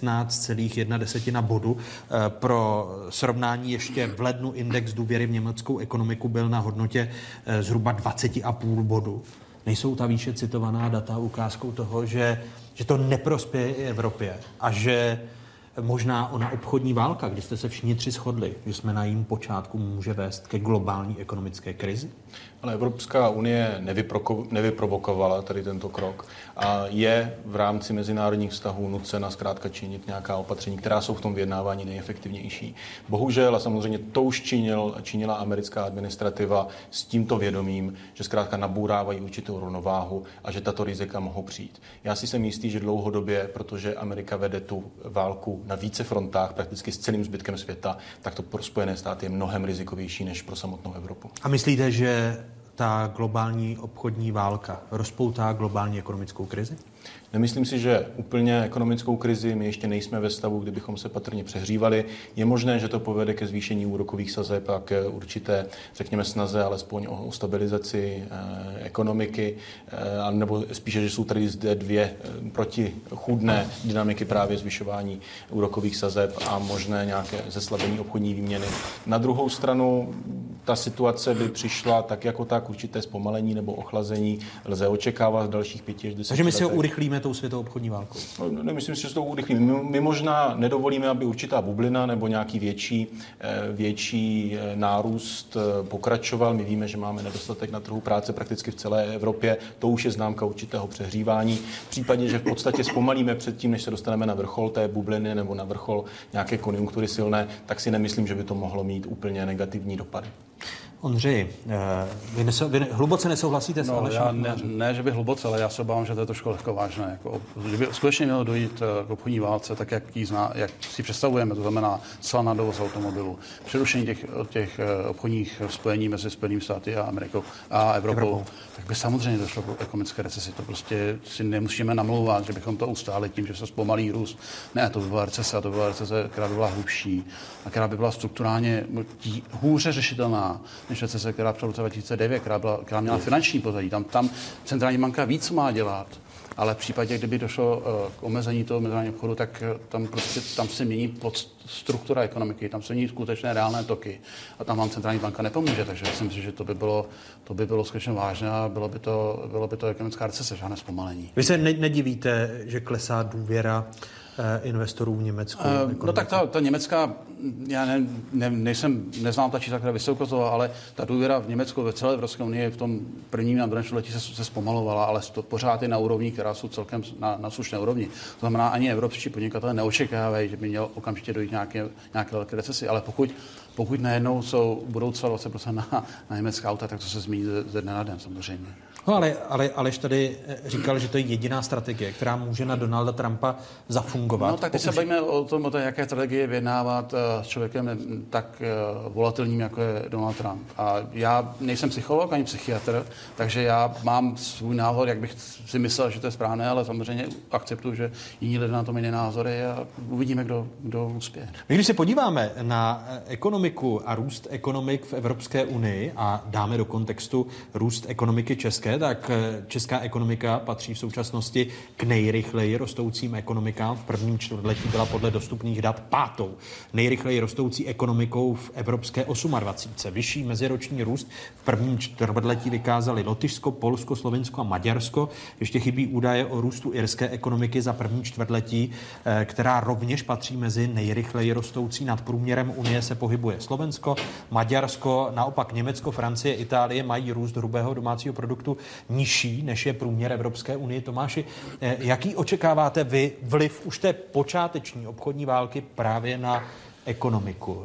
16,1 bodu. Pro srovnání ještě v lednu index důvěry v německou ekonomiku byl na hodnotě zhruba 20,5 bodu. Nejsou ta výše citovaná data ukázkou toho, že to neprospěje i Evropě a že možná ona obchodní válka, kdy jste se všichni 3 shodli, že jsme na jejím počátku, může vést ke globální ekonomické krizi? Ale Evropská unie nevyprovokovala tady tento krok a je v rámci mezinárodních vztahů nucena zkrátka činit nějaká opatření, která jsou v tom vyjednávání nejefektivnější. Bohužel a samozřejmě to už činila americká administrativa s tímto vědomím, že zkrátka nabourávají určitou rovnováhu a že tato rizika mohou přijít. Já si jsem jistý, že dlouhodobě, protože Amerika vede tu válku na více frontách, prakticky s celým zbytkem světa, tak to pro Spojené státy je mnohem rizikovější než pro samotnou Evropu. A myslíte, že ta globální obchodní válka rozpoutá globální ekonomickou krizi? Nemyslím si, že úplně ekonomickou krizi, my ještě nejsme ve stavu, kdybychom se patrně přehřívali. Je možné, že to povede ke zvýšení úrokových sazeb a k určité, řekněme, snaze alespoň o stabilizaci ekonomiky, nebo spíše, že jsou tady zde 2 protichůdné dynamiky právě zvyšování úrokových sazeb a možné nějaké zeslabení obchodní výměny. Na druhou stranu ta situace by přišla tak jako tak, určité zpomalení nebo ochlazení lze očekávat v dalších 5 až 10 letech. Takže my si ho urychlíme tou světovou obchodní válkou? No, nemyslím si, že to urychlíme. My možná nedovolíme, aby určitá bublina nebo nějaký větší nárůst pokračoval. My víme, že máme nedostatek na trhu práce prakticky v celé Evropě. To už je známka určitého přehřívání. V případě, že v podstatě zpomalíme předtím, než se dostaneme na vrchol té bubliny nebo na vrchol nějaké konjunktury silné, tak si nemyslím, že by to mohlo mít úplně negativní dopady. Ondřej, vy hluboce nesouhlasíte s Alešem? Ne, že by hluboce, ale já se obávám, že to je trošku lehkovážné. Jako, kdyby skutečně mělo dojít k obchodní válce, tak jak si představujeme, to znamená cla na dovoz automobilů, přerušení těch obchodních spojení mezi Spojenými státy a Amerikou a Evropou, tak by samozřejmě došlo k ekonomické recesi. To prostě si nemusíme namlouvat, že bychom to ustáli tím, že se zpomalí růst. Ne, to by byla recese, a to by byla recese, která by byla hlubší a která by byla strukturálně hůře řešitelná než recese, která před roce 2009, která měla finanční pozadí. Tam centrální banka ví, co má dělat. ale v případě, kdyby došlo k omezení toho mezinárodního obchodu, tak tam se mění struktura ekonomiky, tam se mění skutečné reálné toky a tam vám centrální banka nepomůže, takže já si myslím, že to by bylo skutečně vážné a bylo by to ekonomická recese, žádné zpomalení. Vy se nedívíte, že klesá důvěra investorů v Německu? No tak ta německá, já neznám ta čísla, která vysoukozovala, ale ta důvěra v Německu ve celé Evropské unii v tom prvním a druhém čtvrtletí se zpomalovala, ale to pořád je na úrovni, která jsou celkem na slušné úrovni. To znamená, ani evropští podnikatelé neočekávají, že by měl okamžitě dojít nějaké velké recesi, ale pokud najednou budou celá 20% na německá auta, tak to se změní ze dne na den samozřejmě. No ale Aleš tady říkal, že to je jediná strategie, která může na Donalda Trumpa zafungovat. No tak teď se bavíme o té, jaké strategie vyjednávat s člověkem tak volatilním, jako je Donald Trump. A já nejsem psycholog ani psychiatr, takže já mám svůj názor, jak bych si myslel, že to je správné, ale samozřejmě akceptuju, že jiní lidé na tom jiné názory a uvidíme, kdo uspěje. My když se podíváme na ekonomiku a růst ekonomik v Evropské unii a dáme do kontextu růst ekonomiky české, tak česká ekonomika patří v současnosti k nejrychleji rostoucím ekonomikám. V prvním čtvrtletí byla podle dostupných dat 5. nejrychleji rostoucí ekonomikou v Evropské 28. Vyšší meziroční růst v prvním čtvrtletí vykázali Lotyšsko, Polsko, Slovinsko a Maďarsko. Ještě chybí údaje o růstu irské ekonomiky za první čtvrtletí, která rovněž patří mezi nejrychleji rostoucí. Nad průměrem Unie se pohybuje Slovensko, Maďarsko, naopak Německo, Francie, Itálie mají růst hrubého domácího produktu nižší, než je průměr Evropské unie. Tomáši, jaký očekáváte vy vliv už té počáteční obchodní války právě na ekonomiku?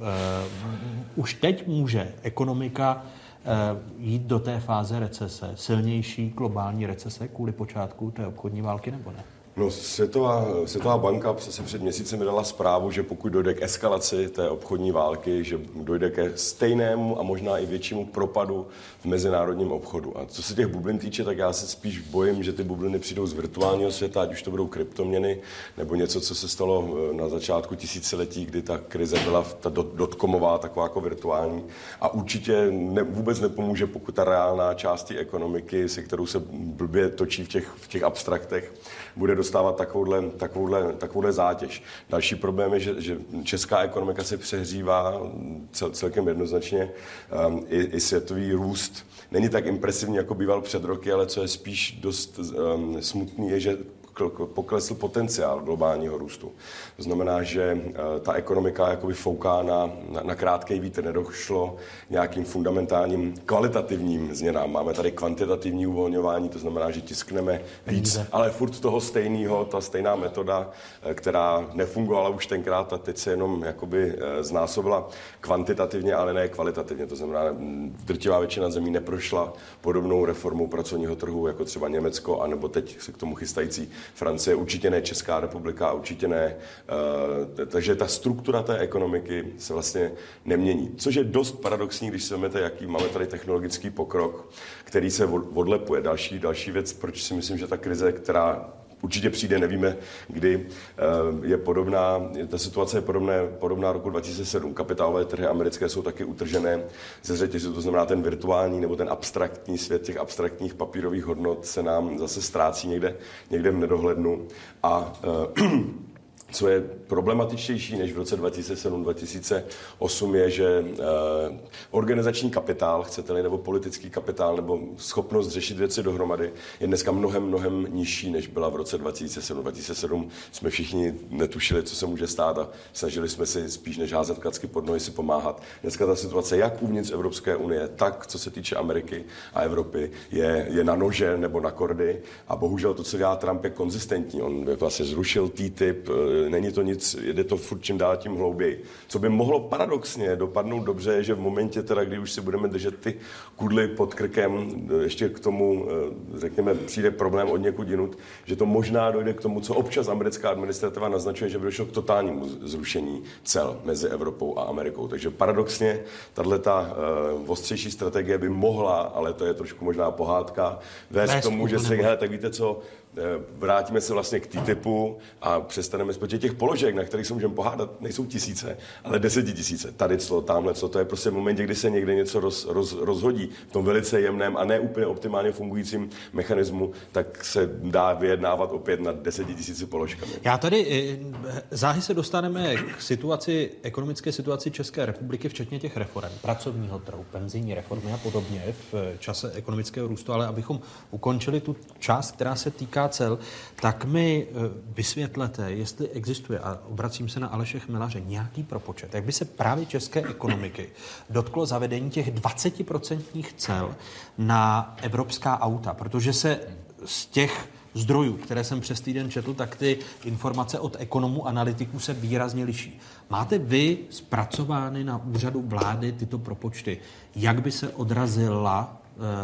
Už teď může ekonomika jít do té fáze recese, silnější globální recese kvůli počátku té obchodní války, nebo ne? No, Světová banka se před měsícem vydala zprávu, že pokud dojde k eskalaci té obchodní války, že dojde ke stejnému a možná i většímu propadu v mezinárodním obchodu. A co se těch bublin týče, tak já se spíš bojím, že ty bubliny přijdou z virtuálního světa, ať už to budou kryptoměny, nebo něco, co se stalo na začátku tisíciletí, kdy ta krize byla ta dotcomová, taková jako virtuální. A určitě vůbec nepomůže, pokud ta reálná část té ekonomiky, se kterou se blbě točí v těch abstraktech, bude dostávat takovouhle zátěž. Další problém je, že česká ekonomika se přehřívá celkem jednoznačně. I světový růst není tak impresivní, jako býval před roky, ale co je spíš dost smutný, je, že poklesl potenciál globálního růstu. To znamená, že ta ekonomika jakoby fouká na krátký vítr. Nedošlo nějakým fundamentálním kvalitativním změnám. Máme tady kvantitativní uvolňování, to znamená, že tiskneme víc, ale furt toho stejného, ta stejná metoda, která nefungovala už tenkrát a teď se jenom jakoby znásobila kvantitativně, ale ne kvalitativně. To znamená, drtivá většina zemí neprošla podobnou reformou pracovního trhu, jako třeba Německo, anebo teď se k tomu chystající Francie, určitě ne Česká republika, určitě ne. Takže ta struktura té ekonomiky se vlastně nemění. Což je dost paradoxní, když si vezmete, jaký máme tady technologický pokrok, který se odlepuje. Další věc, proč si myslím, že ta krize, která určitě přijde, nevíme kdy, je podobná, ta situace je podobná roku 2007. Kapitálové trhy americké jsou taky utržené ze řetězu, to znamená ten virtuální nebo ten abstraktní svět těch abstraktních papírových hodnot se nám zase ztrácí někde v nedohlednu. A co je problematičtější než v roce 2007-2008 je, že organizační kapitál, chcete-li, nebo politický kapitál, nebo schopnost řešit věci dohromady je dneska mnohem nižší, než byla v roce 2007. 2007 jsme všichni netušili, co se může stát a snažili jsme si spíš než házet klacky pod nohy si pomáhat. Dneska ta situace jak uvnitř Evropské unie, tak co se týče Ameriky a Evropy je na nože nebo na kordy a bohužel to, co dělá Trump, je konzistentní. On vlastně zrušil TTIP, není to nic, jede to furt čím dál tím hlouběji. Co by mohlo paradoxně dopadnout dobře, je, že v momentě teda, kdy už si budeme držet ty kudly pod krkem, ještě k tomu, řekněme, přijde problém od někud jinut, že to možná dojde k tomu, co občas americká administrativa naznačuje, že by došlo k totálnímu zrušení cel mezi Evropou a Amerikou. Takže paradoxně tato ostřejší strategie by mohla, ale to je trošku možná pohádka, vést k tomu, že se, hele, tak víte co, vrátíme se vlastně k TTIPu a přestaneme, protože těch položek, na kterých se můžeme pohádat, nejsou tisíce, ale 10 000. Tady clo, tamhle clo, to je prostě v momentě, kdy se někde něco rozhodí v tom velice jemném a ne úplně optimálně fungujícím mechanismu, tak se dá vyjednávat opět na 10 000 položkami. Já tady záhy se dostaneme k ekonomické situaci České republiky, včetně těch reform, pracovního trhu, penzijní reformy a podobně v čase ekonomického růstu, ale abychom ukončili tu část, která se týká cel, tak mi vysvětlete, jestli existuje, a obracím se na Aleše Chmelaře, nějaký propočet, jak by se právě české ekonomiky dotklo zavedení těch 20% cel na evropská auta, protože se z těch zdrojů, které jsem přes týden četl, tak ty informace od ekonomů, analytiků se výrazně liší. Máte vy zpracovány na úřadu vlády tyto propočty? Jak by se odrazila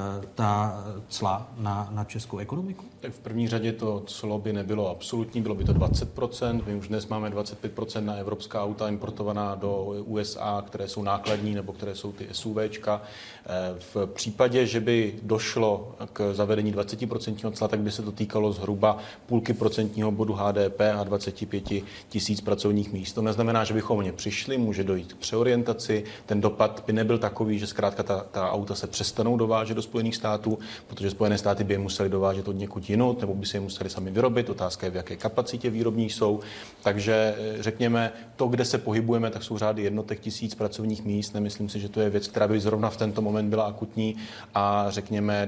ta cla na českou ekonomiku? Tak v první řadě to clo by nebylo absolutní, bylo by to 20%. My už dnes máme 25% na evropská auta importovaná do USA, které jsou nákladní nebo které jsou ty SUVčka. V případě, že by došlo k zavedení 20% cla, tak by se to týkalo zhruba 0,5% bodu HDP a 25 000 pracovních míst. To neznamená, že bychom o ně přišli, může dojít k přeorientaci. Ten dopad by nebyl takový, že zkrátka ta auta se přestanou dovážet do Spojených států, protože Spojené státy by je museli dovážet od někud jinut, nebo by se je museli sami vyrobit. Otázka je, v jaké kapacitě výrobní jsou. Takže řekněme, to, kde se pohybujeme, tak jsou řády jednotek tisíc pracovních míst. Nemyslím si, že to je věc, která by zrovna v tento moment byla akutní a řekněme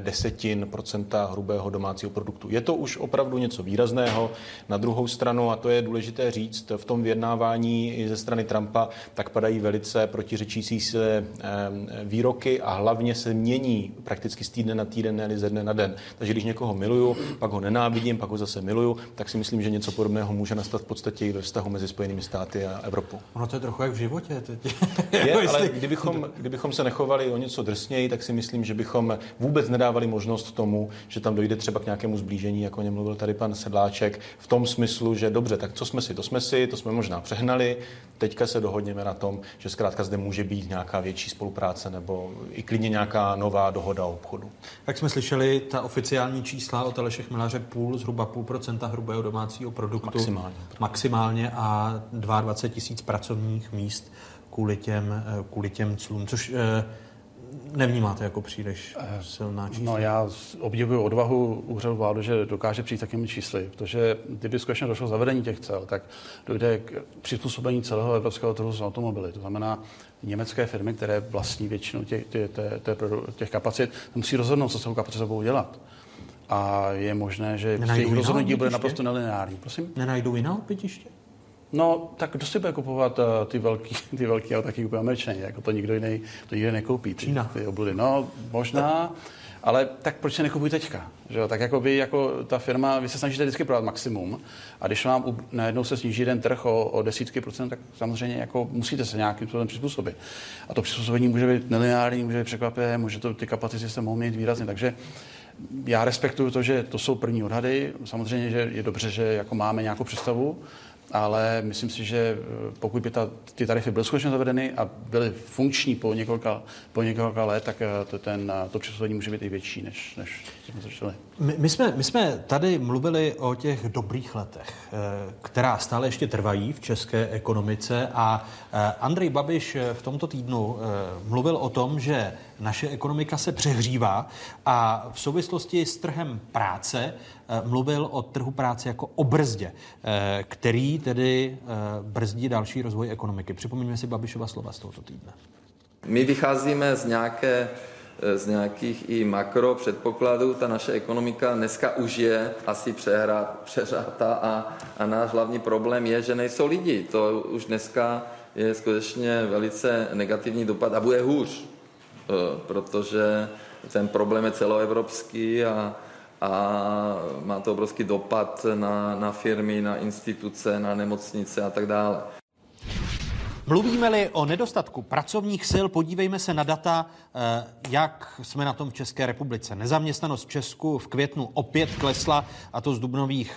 10% hrubého domácího produktu. Je to už opravdu něco výrazného. Na druhou stranu, a to je důležité říct, v tom vyjednávání i ze strany Trumpa, tak padají velice protiřečící se výroky a hlavně se mění prakticky z týdne na týden, ne ze dne na den. Takže když někoho miluju, pak ho nenávidím, pak ho zase miluju, tak si myslím, že něco podobného může nastat v podstatě i ve vztahu mezi Spojenými státy a Evropou. Ono to je trochu jak v životě. Ale kdybychom se nechovali o něco drsněji, tak si myslím, že bychom vůbec nedávali možnost tomu, že tam dojde třeba k nějakému zblížení, jako o něm mluvil tady pan Sedláček, v tom smyslu, že dobře, tak co jsme si, to jsme možná přehnali, teďka se dohodněme na tom, že zkrátka zde může být nějaká větší spolupráce nebo i klidně nějaká nová dohoda o obchodu. Jak jsme slyšeli, ta oficiální čísla od Aleše Chmelaře zhruba 0,5% hrubého domácího produktu. Maximálně a 22 000 pracovních míst kvůli těm clům, což nevnímáte jako příliš silná čísla? No, já obdivuju odvahu úřadu vlády, že dokáže přijít takými čísly, protože kdyby skutečně došlo zavedení těch cel, tak dojde k přizpůsobení celého evropského trhu s automobily. To znamená, německé firmy, které vlastní většinu těch kapacit, musí rozhodnout, co s tou kapacitou budou dělat. A je možné, že jejich rozhodnutí bude naprosto nelineární. Prosím? Nenajdou jiná odbytiště? No, tak kdo si bude kupovat ty velký auta, taky kupuje Američané, jako to nikdo jiný nekoupí. Ty obludy. No, možná, ale tak proč se nekupují teďka? Že jo? Tak jako ta firma, vy se snažíte vždycky prodat maximum a když vám najednou se sníží ten trh o desítky procent, tak samozřejmě jako musíte se nějakým způsobem přizpůsobit. A to přizpůsobení může být nelineární, může být překvapivé, může to ty kapacity se mohou měnit výrazně, takže já respektuju to, že to jsou první odhady. Samozřejmě, že je dobře, že jako máme nějakou představu, ale myslím si, že pokud by ty tarify byly skutečně zavedeny a byly funkční po několika let, tak to přesoudění může být i větší, než jsme začali. My jsme tady mluvili o těch dobrých letech, která stále ještě trvají v české ekonomice a Andrej Babiš v tomto týdnu mluvil o tom, že naše ekonomika se přehřívá a v souvislosti s trhem práce mluvil o trhu práce jako o brzdě, který tedy brzdí další rozvoj ekonomiky. Připomeňme si Babišova slova z tohoto týdne. My vycházíme z nějakých i makro předpokladů. Ta naše ekonomika dneska už je asi přehřátá a náš hlavní problém je, že nejsou lidi. To už dneska je skutečně velice negativní dopad a bude hůř, protože ten problém je celoevropský a má to obrovský dopad na firmy, na instituce, na nemocnice a tak dále. Mluvíme-li o nedostatku pracovních sil, podívejme se na data, jak jsme na tom v České republice. Nezaměstnanost v Česku v květnu opět klesla, a to z dubnových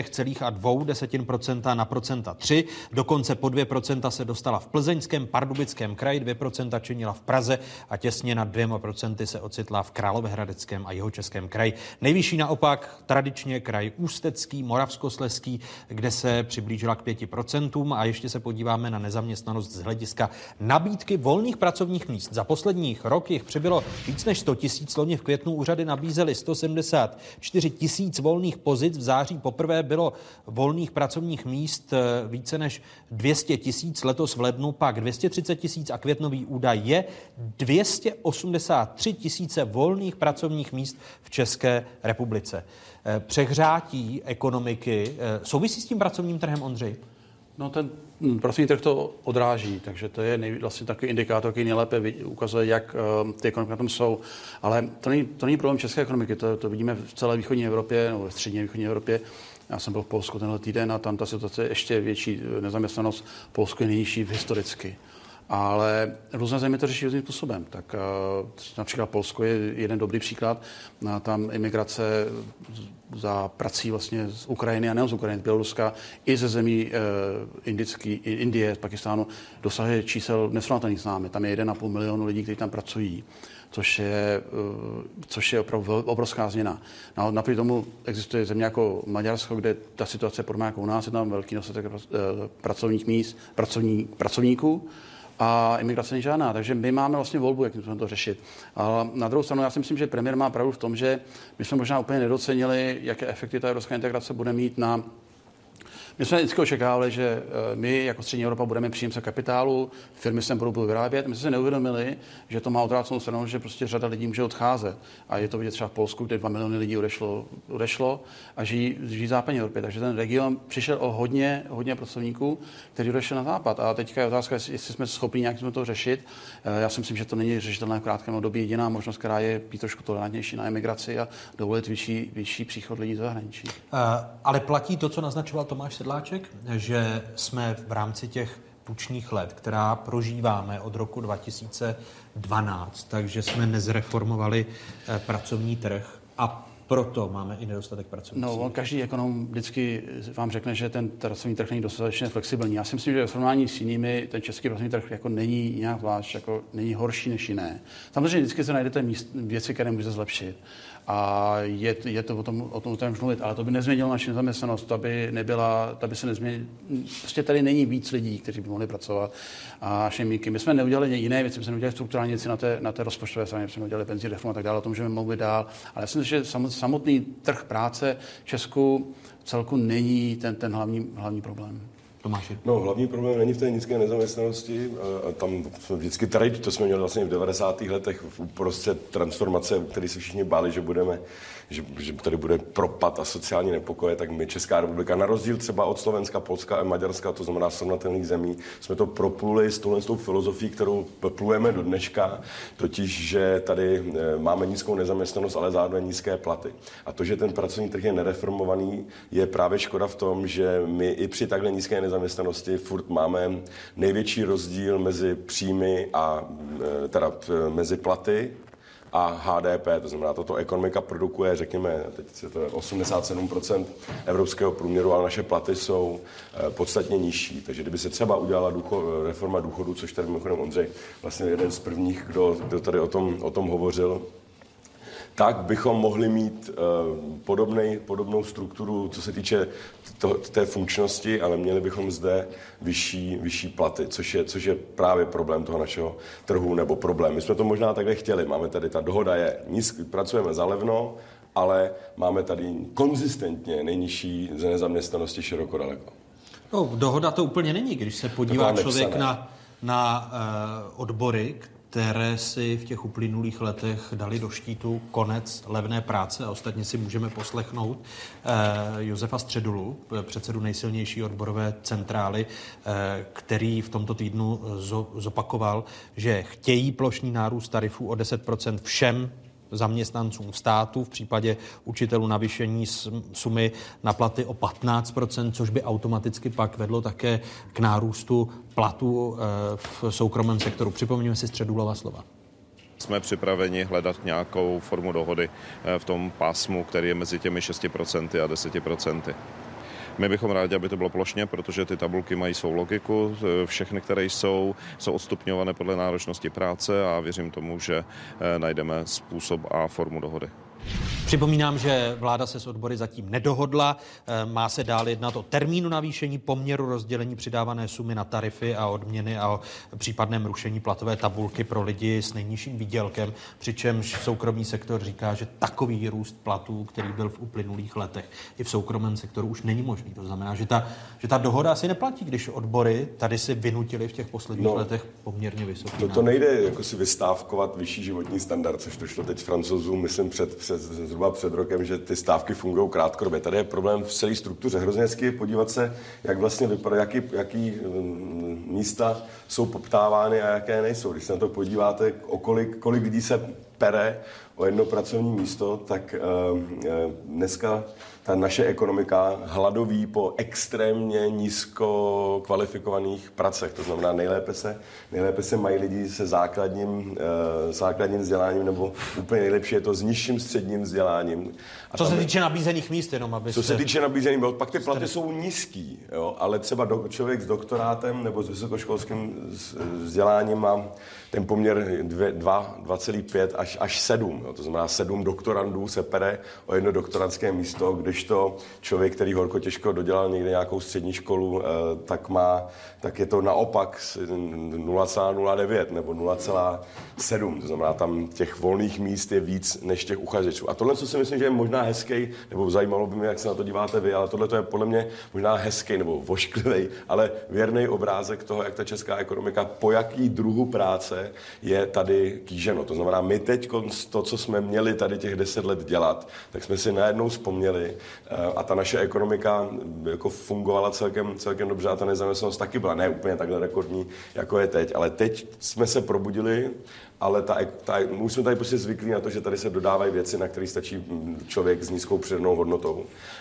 3,2% na 3%. Dokonce po 2% se dostala v Plzeňském, Pardubickém kraji, 2% činila v Praze a těsně nad 2% se ocitla v Královéhradeckém a Jihočeském kraji. Nejvyšší naopak tradičně kraj Ústecký, Moravskoslezský, kde se přiblížila k 5%, a ještě se podíváme na nezaměstnanost z hlediska nabídky volných pracovních míst. Za posledních rok jich přibylo víc než 100 000. Loni v květnu úřady nabízely 174 000 volných pozic. V září poprvé bylo volných pracovních míst více než 200 000. Letos v lednu pak 230 000 a květnový údaj je 283 000 volných pracovních míst v České republice. Přehřátí ekonomiky souvisí s tím pracovním trhem, Ondřej? No, ten pracovní trh to odráží, takže to je vlastně takový indikátor, který nejlépe ukazuje, jak ty ekonomiky na tom jsou. Ale to není problém české ekonomiky, to vidíme v celé východní Evropě, nebo ve střední východní Evropě. Já jsem byl v Polsku tenhle týden a tam ta situace je ještě větší, nezaměstnanost v Polsku je nejnižší historicky. Ale různé země to řeší různým způsobem. Tak například Polsko je jeden dobrý příklad. Tam imigrace za prací vlastně z Ukrajiny a nejen z Ukrajiny, z Běloruska i ze zemí Indie, z Pakistánu dosahuje čísel nesrovnatelných s námi. Tam je 1,5 milionu lidí, kteří tam pracují, což je opravdu obrovská změna. Naproti tomu existuje země jako Maďarsko, kde ta situace je podobná jako u nás, je tam velký dostatek pracovních míst, pracovníků, a imigrace není žádná. Takže my máme vlastně volbu, jak můžeme to řešit. Ale na druhou stranu já si myslím, že premiér má pravdu v tom, že my jsme možná úplně nedocenili, jaké efekty ta evropská integrace bude mít na... My jsme vždycky očekávali, že my jako střední Evropa budeme příjemce kapitálu, firmy sem budou vyrábět. My jsme se neuvědomili, že to má odvrácenou stranu, že prostě řada lidí může odcházet. A je to vidět třeba v Polsku, kde 2 miliony lidí odešlo a žijí v západní Evropě. Takže ten region přišel o hodně pracovníků, kteří odešli na západ. A teďka je otázka, jestli jsme schopni nějak to řešit. Já si myslím, že to není řešitelné v krátkém období. Jediná možnost, která je být trošku tolerantnější na emigraci a dovolit vyšší příchod lidí z zahraničí. Ale platí to, co naznačoval Tomáš Sedláček, že jsme v rámci těch tučných let, která prožíváme od roku 2012, takže jsme nezreformovali pracovní trh a proto máme i nedostatek pracovních sil. No, každý ekonom vždycky vám řekne, že ten pracovní trh není dostatečně flexibilní. Já si myslím, že ve srovnání s jinými ten český pracovní trh jako není nějak zvlášť, jako není horší než jiné. Samozřejmě vždycky se najdete věci, které můžete zlepšit. A je to o tom mluvit, ale to by nezměnilo naši nezaměstnanost, ta by se nezměnila. Prostě tady není víc lidí, kteří by mohli pracovat. A šemíky. My jsme neudělali jiné věci, my jsme neudělali strukturální věci na té rozpočtové straně, my jsme neudělali penzijní reformu a tak dále, o tom můžeme mluvit dál. Ale já si myslím, že samotný trh práce v Česku celku není ten hlavní problém. Tomáši. No, hlavní problém není v té nízké nezaměstnanosti. A tam vždycky tady, to jsme měli vlastně v 90. letech uprostřed transformace, který se všichni báli, že tady bude propad a sociální nepokoje, tak my, Česká republika, na rozdíl třeba od Slovenska, Polska a Maďarska, to znamená srovnatelných zemí, jsme to propluli s tou filozofií, kterou plujeme do dneška, totiž, že tady máme nízkou nezaměstnanost, ale zároveň nízké platy. A to, že ten pracovní trh je nereformovaný, je právě škoda v tom, že my i při takhle nízké nezaměstnanosti furt máme největší rozdíl mezi příjmy a teda mezi platy a HDP, to znamená, toto ekonomika produkuje, řekněme, teď je to 87% evropského průměru, ale naše platy jsou podstatně nižší. Takže kdyby se třeba udělala reforma důchodu, což tady mimochodem Ondřej vlastně jeden z prvních, kdo tady o tom hovořil, tak bychom mohli mít podobnou strukturu, co se týče té funkčnosti, ale měli bychom zde vyšší platy, což je právě problém toho našeho trhu, nebo problém. My jsme to možná takhle chtěli. Máme tady, ta dohoda je nízký, pracujeme za levno, ale máme tady konzistentně nejnižší ze nezaměstnanosti široko daleko. No, dohoda to úplně není, když se podívá člověk na odbory, které si v těch uplynulých letech dali do štítu konec levné práce a ostatně si můžeme poslechnout Josefa Středulu, předsedu nejsilnější odborové centrály, který v tomto týdnu zopakoval, že chtějí plošný nárůst tarifů o 10% všem zaměstnancům státu, v případě učitelů navýšení sumy na platy o 15%, což by automaticky pak vedlo také k nárůstu platů v soukromém sektoru. Připomeňme si Středulova slova. Jsme připraveni hledat nějakou formu dohody v tom pásmu, který je mezi těmi 6% a 10%. My bychom rádi, aby to bylo plošně, protože ty tabulky mají svou logiku. Všechny, které jsou odstupňované podle náročnosti práce a věřím tomu, že najdeme způsob a formu dohody. Připomínám, že vláda se s odbory zatím nedohodla. Má se dál jednat o termínu navýšení, poměru rozdělení přidávané sumy na tarify a odměny a o případném rušení platové tabulky pro lidi s nejnižším výdělkem, přičemž soukromý sektor říká, že takový růst platů, který byl v uplynulých letech i v soukromém sektoru, už není možný. To znamená, že ta dohoda asi neplatí, když odbory tady si vynutili v těch posledních letech poměrně vysoký. To nejde jako si vystávkovat vyšší životní standard, což došlo teď Francouzům, myslím, zhruba před rokem, že ty stávky fungují krátkodobě. Tady je problém v celé struktuře. Hrozně hezky podívat se, jak vlastně vypadá, jaký místa jsou poptávány a jaké nejsou. Když se na to podíváte, kolik lidí se pere o jedno pracovní místo, tak dneska ta naše ekonomika hladoví po extrémně nízko kvalifikovaných pracech. To znamená, nejlépe se mají lidi se základním vzděláním, nebo úplně nejlepší je to s nižším středním vzděláním. A co se týče nabízených míst, jenom aby se týče nabízených míst, pak ty platy jsou nízký, jo? Ale třeba člověk s doktorátem nebo s vysokoškolským vzděláním má ten poměr 2,5 až 7. Jo? To znamená, 7 doktorandů se pere o jedno doktorandské místo, kdežto člověk, který horko těžko dodělal někde nějakou střední školu, tak je to naopak 0,09 nebo 0,7. To znamená, tam těch volných míst je víc než těch uchazečů. A tohle, co si myslím, že je možná hezký, nebo zajímalo by mě, jak se na to díváte vy, ale tohle to je podle mě možná hezký nebo vošklivý, ale věrný obrázek toho, jak ta česká ekonomika po jaký druhu práce je tady kýženo. To znamená, my teď to, co jsme měli tady těch 10 let dělat, tak jsme si najednou vzpomněli a ta naše ekonomika jako fungovala celkem dobře a ta nezaměstnanost taky byla ne úplně takhle rekordní, jako je teď. Ale teď jsme se probudili, ale už jsme tady prostě zvyklí na to, že tady se dodávají věci, na které stačí člověk s nízkou přidanou hodnotou.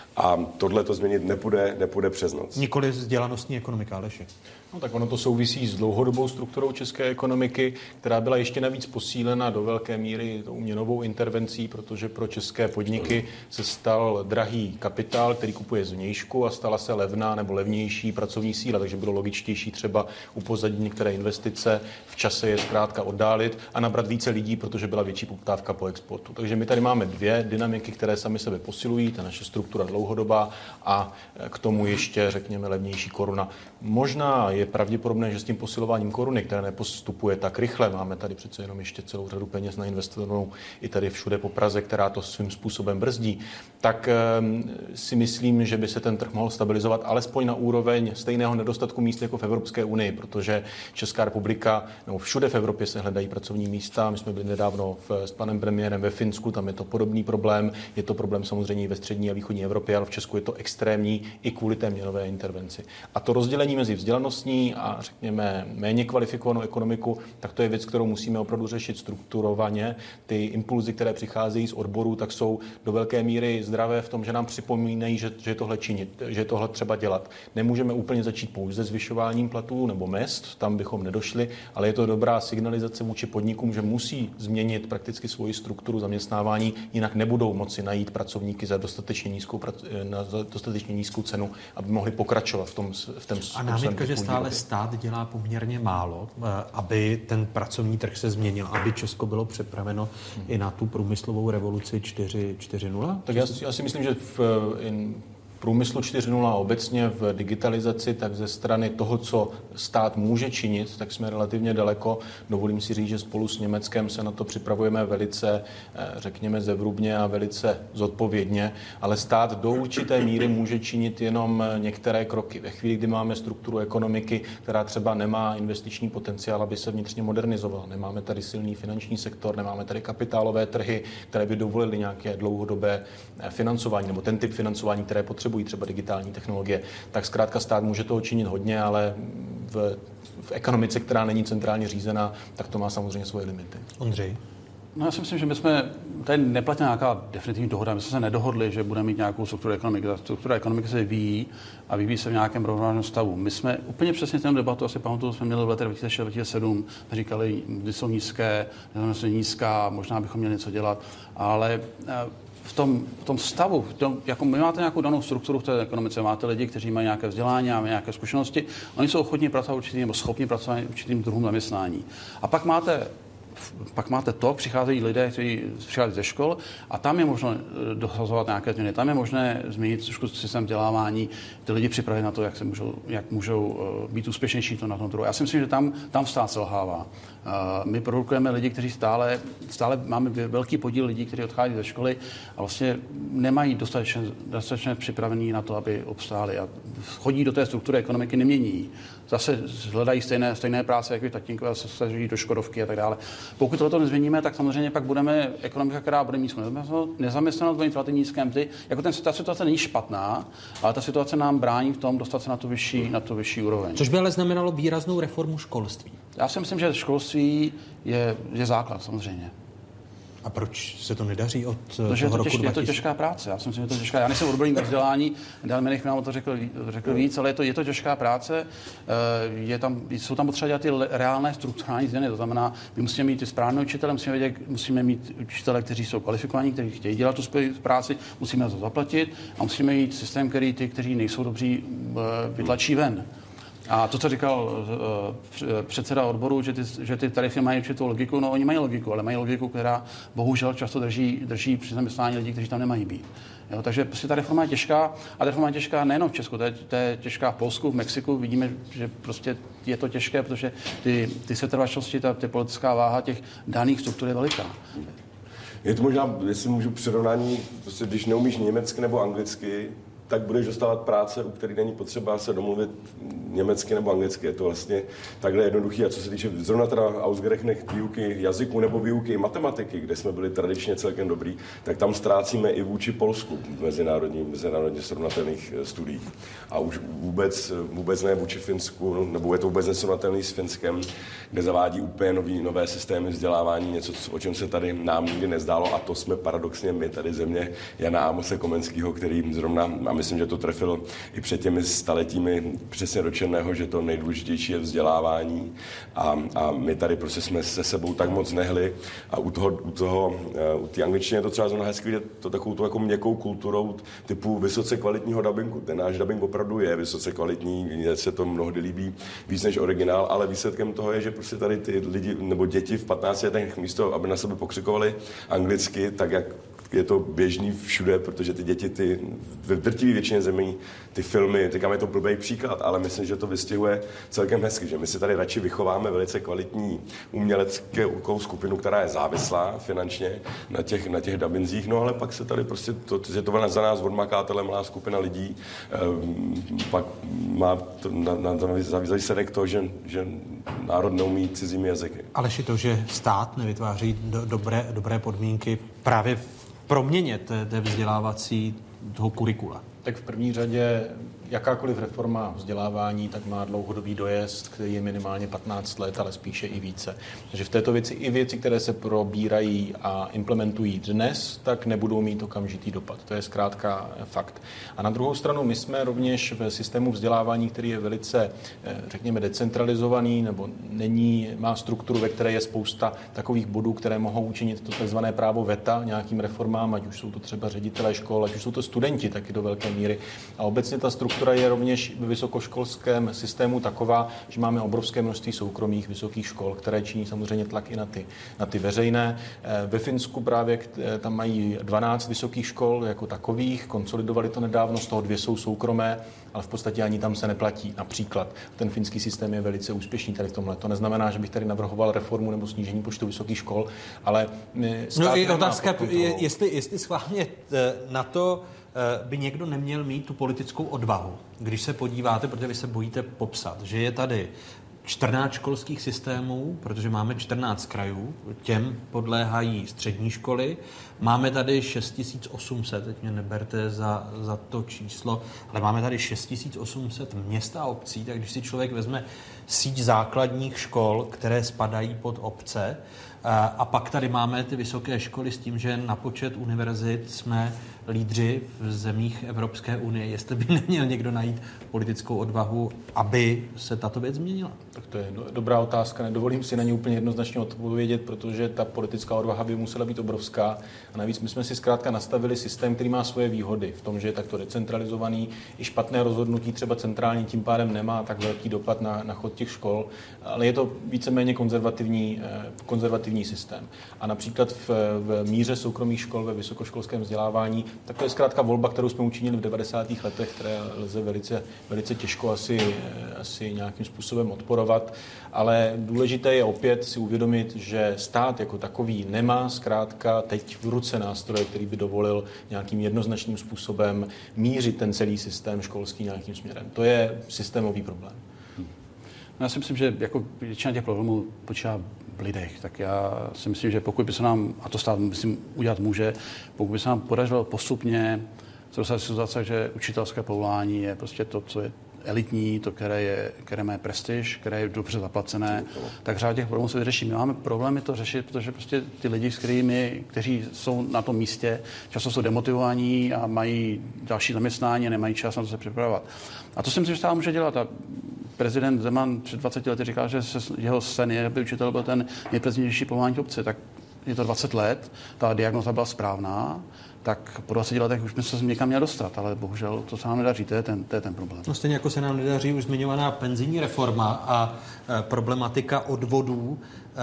A tohle to změnit nepůjde přes noc. Nikoli vzdělanostní ekonomika, Aleši. No tak ono to souvisí s dlouhodobou strukturou české ekonomiky, která byla ještě navíc posílena do velké míry tou měnovou intervencí, protože pro české podniky se stal drahý kapitál, který kupuje zvnějšku a stala se levná nebo levnější pracovní síla, takže bylo logičtější třeba upozadit některé investice, v čase je zkrátka oddálit a nabrat více lidí, protože byla větší poptávka po exportu. Takže my tady máme dvě dynamiky, které sami sebe posilují, ta naše struktura dlouhodobá a k tomu ještě, řekněme, levnější koruna. Možná je pravděpodobné, že s tím posilováním koruny, které nepostupuje tak rychle, máme tady přece jenom ještě celou řadu peněz nainvestovanou i tady všude po Praze, která to svým způsobem brzdí, tak si myslím, že by se ten trh mohl stabilizovat alespoň na úroveň stejného nedostatku míst jako v Evropské unii, protože Česká republika, nebo všude v Evropě se hledají pracovní místa. My jsme byli nedávno s panem premiérem ve Finsku, tam je to podobný problém. Je to problém samozřejmě i ve střední a východní Evropě, ale v Česku je to extrémní i kvůli té měnové intervenci. A to rozdělení mezi vzdělanostní a řekněme méně kvalifikovanou ekonomiku, tak to je věc, kterou musíme opravdu řešit strukturovaně. Ty impulzy, které přicházejí z odborů, tak jsou do velké míry zdravé v tom, že nám připomínají, že je tohle činit, že je tohle třeba dělat. Nemůžeme úplně začít pouze zvyšováním platů nebo mezd, tam bychom nedošli, ale je to dobrá signalizace vůči podnikům, že musí změnit prakticky svoji strukturu zaměstnávání, jinak nebudou moci najít pracovníky za dostatečně nízkou cenu, aby mohli pokračovat v tom. A námitka, že stále stát dělá poměrně málo, aby ten pracovní trh se změnil, aby Česko bylo připraveno i na tu průmyslovou revoluci 4.0? Tak já si myslím, že v průmyslu 4.0 a obecně v digitalizaci, tak ze strany toho, co stát může činit, tak jsme relativně daleko. Dovolím si říct, že spolu s Německem se na to připravujeme velice, řekněme, zevrubně a velice zodpovědně, ale stát do určité míry může činit jenom některé kroky. Ve chvíli, kdy máme strukturu ekonomiky, která třeba nemá investiční potenciál, aby se vnitřně modernizovala. Nemáme tady silný finanční sektor, nemáme tady kapitálové trhy, které by dovolily nějaké dlouhodobé financování nebo ten typ financování, které potřebují třeba digitální technologie, tak zkrátka stát může toho činit hodně, ale v ekonomice, která není centrálně řízená, tak to má samozřejmě svoje limity. Ondřej? No já si myslím, že my jsme, tady neplatila nějaká definitivní dohoda, my jsme se nedohodli, že budeme mít nějakou strukturu ekonomiky. Ta struktura ekonomiky se vyvíjí a vyvíjí se v nějakém rovnovážném stavu. My jsme úplně přesně ten debatu, asi pamatuju, jsme měli v letech 2006-2007, říkali, kdy jsou nízké, nízká, možná bychom měli něco dělat, ale v tom stavu, jako my máte nějakou danou strukturu v té ekonomice, máte lidi, kteří mají nějaké vzdělání a nějaké zkušenosti, oni jsou ochotní pracovat určitým, nebo schopni pracovat určitým druhům zaměstnání. A pak máte přicházejí lidé, kteří přicházejí ze škol a tam je možno dosazovat nějaké změny. Tam je možné změnit trošku systém vzdělávání, ty lidi připravit na to, jak můžou být úspěšnější to na tom trhu. Já si myslím, že tam stát selhává. My produkujeme lidi, kteří stále máme velký podíl lidí, kteří odchází ze školy a vlastně nemají dostatečně připravený na to, aby obstáli. A chodí do té struktury ekonomiky, nemění. Zase hledají stejné práce, jako tatínkové, zase se žijí do Škodovky a tak dále. Pokud tohle nezměníme, tak samozřejmě pak budeme ekonomika, která bude nízkou nezaměstnanost, bude mít nízké mzdy. Jako ta situace není špatná, ale ta situace nám brání v tom dostat se na tu vyšší úroveň. Což by ale znamenalo výraznou reformu školství. Já si myslím, že školství je základ samozřejmě. A proč se to nedaří od toho roku 2000? Je to těžká práce. Já si myslím, že to je těžká. Já nejsem odborník ve vzdělání, Dan Menich nám o to řekl víc, ale je to těžká práce. Jsou tam potřeba dělat ty reálné strukturální změny. To znamená, my musíme mít ty správné učitele, musíme mít učitele, kteří jsou kvalifikovaní, kteří chtějí dělat tu práci, musíme to zaplatit a musíme mít systém, který ty, kteří nejsou dobří, vytlačí ven. A to, co říkal předseda odboru, že ty tarify mají určitou logiku, no oni mají logiku, ale mají logiku, která bohužel často drží při zaměstnání lidí, kteří tam nemají být. Jo, takže prostě ta reforma je těžká a ta reforma je těžká nejenom v Česku, to je těžká v Polsku, v Mexiku, vidíme, že prostě je to těžké, protože ty setrvačnosti, ta politická váha těch daných struktur je veliká. Je to možná, jestli můžu přirovnání, prostě když neumíš německy nebo anglicky, tak budeš dostávat práce, u kterých není potřeba se domluvit německy nebo anglicky. Je to vlastně takhle jednoduchý. A co se týče zrovna teda ausgerechnet výuky jazyku nebo výuky matematiky, kde jsme byli tradičně celkem dobrý, tak tam ztrácíme i vůči Polsku v mezinárodně srovnatelných studiích. A už vůbec ne vůči Finsku, nebo je to vůbec nesrovnatelný s Finskem, kde zavádí úplně nové systémy vzdělávání, něco, o čem se tady nám nikdy nezdálo. A to jsme paradoxně my, tady země Jana Amose Komenského, který zrovna, a myslím, že to trefil i před těmi staletími přesně do černého, že to nejdůležitější je vzdělávání. A my tady prostě jsme se sebou tak moc nehli. A u té angličtiny je to třeba zrovna hezky, že to takovou jako měkkou kulturou typu vysoce kvalitního dabingu. Ten náš dabing opravdu je vysoce kvalitní, mně se to mnohdy líbí víc než originál, ale výsledkem toho je, že prostě tady ty lidi nebo děti v 15 letech místo, aby na sebe pokřikovali anglicky, tak jak je to běžný všude, protože ty děti ve drtivé většině zemí ty filmy, říkám, je to blbý příklad, ale myslím, že to vystihuje celkem hezky, že my si tady radši vychováme velice kvalitní uměleckou skupinu, která je závislá finančně na těch dabinzích, no ale pak se tady prostě, že to za nás odmakáte malá skupina lidí, pak má za výsledek to, že národ neumí cizími jazyky. Aleši, to, že stát nevytváří dobré podmínky právě v proměně té vzdělávací toho kurikula. Tak v první řadě jakákoliv reforma vzdělávání tak má dlouhodobý dojezd, který je minimálně 15 let, ale spíše i více. Takže v této věci i věci, které se probírají a implementují dnes, tak nebudou mít okamžitý dopad. To je zkrátka fakt. A na druhou stranu my jsme rovněž v systému vzdělávání, který je velice, řekněme, decentralizovaný, nebo má strukturu, ve které je spousta takových bodů, které mohou učinit to takzvané právo veta nějakým reformám, ať už jsou to třeba ředitelé škol, ať už jsou to studenti, taky do velké míry. A obecně ta struktura je rovněž ve vysokoškolském systému taková, že máme obrovské množství soukromých vysokých škol, které činí samozřejmě tlak i na ty veřejné. Ve Finsku právě tam mají 12 vysokých škol jako takových, konsolidovali to nedávno, z toho 2 jsou soukromé, ale v podstatě ani tam se neplatí. Například ten finský systém je velice úspěšný tady v tomhle. To neznamená, že bych tady navrhoval reformu nebo snížení počtu vysokých škol, ale no je otázka, jestli schválně na to by někdo neměl mít tu politickou odvahu. Když se podíváte, protože vy se bojíte popsat, že je tady 14 školských systémů, protože máme 14 krajů, těm podléhají střední školy, máme tady 6800, teď mě neberte za to číslo, ale máme tady 6800 měst a obcí, tak když si člověk vezme síť základních škol, které spadají pod obce. A pak tady máme ty vysoké školy s tím, že na počet univerzit jsme lídři v zemích Evropské unie. Jestli by neměl někdo najít politickou odvahu, aby se tato věc změnila? Tak to je dobrá otázka. Nedovolím si na ní úplně jednoznačně odpovědět, protože ta politická odvaha by musela být obrovská. A navíc my jsme si zkrátka nastavili systém, který má svoje výhody v tom, že je takto decentralizovaný. I špatné rozhodnutí třeba centrální tím pádem nemá tak velký dopad na chod těch škol, ale je to víceméně konzervativní systém. A například v míře soukromých škol ve vysokoškolském vzdělávání, tak to je zkrátka volba, kterou jsme učinili v 90. letech, které lze velice těžko asi nějakým způsobem odporovat, ale důležité je opět si uvědomit, že stát jako takový nemá zkrátka teď v ruce nástroje, který by dovolil nějakým jednoznačným způsobem mířit ten celý systém školský nějakým směrem. To je systémový problém. Já si myslím, že jako většina těch problémů počívá v lidech, tak já si myslím, že pokud by se nám, a to stát myslím udělat může, pokud by se nám podařilo postupně se dostat situace, že učitelské povolání je prostě to, co je elitní, to, které má prestiž, které je dobře zaplacené, tak řada těch problémů se vyřeší. My máme problémy to řešit, protože prostě ty lidi, kteří jsou na tom místě, často jsou demotivovaní a mají další zaměstnání a nemají čas na to se připravovat. A to si myslím, že stát může dělat. A prezident Zeman před 20 lety říkal, že jeho sen je, aby učitel byl ten nejprestižnější povolání v obci. Tak je to 20 let, ta diagnóza byla správná, tak po 20 letech už jsme se někam měli dostat, ale bohužel to se nám nedaří, to je ten problém. No stejně jako se nám nedaří už zmiňovaná penzijní reforma a problematika odvodů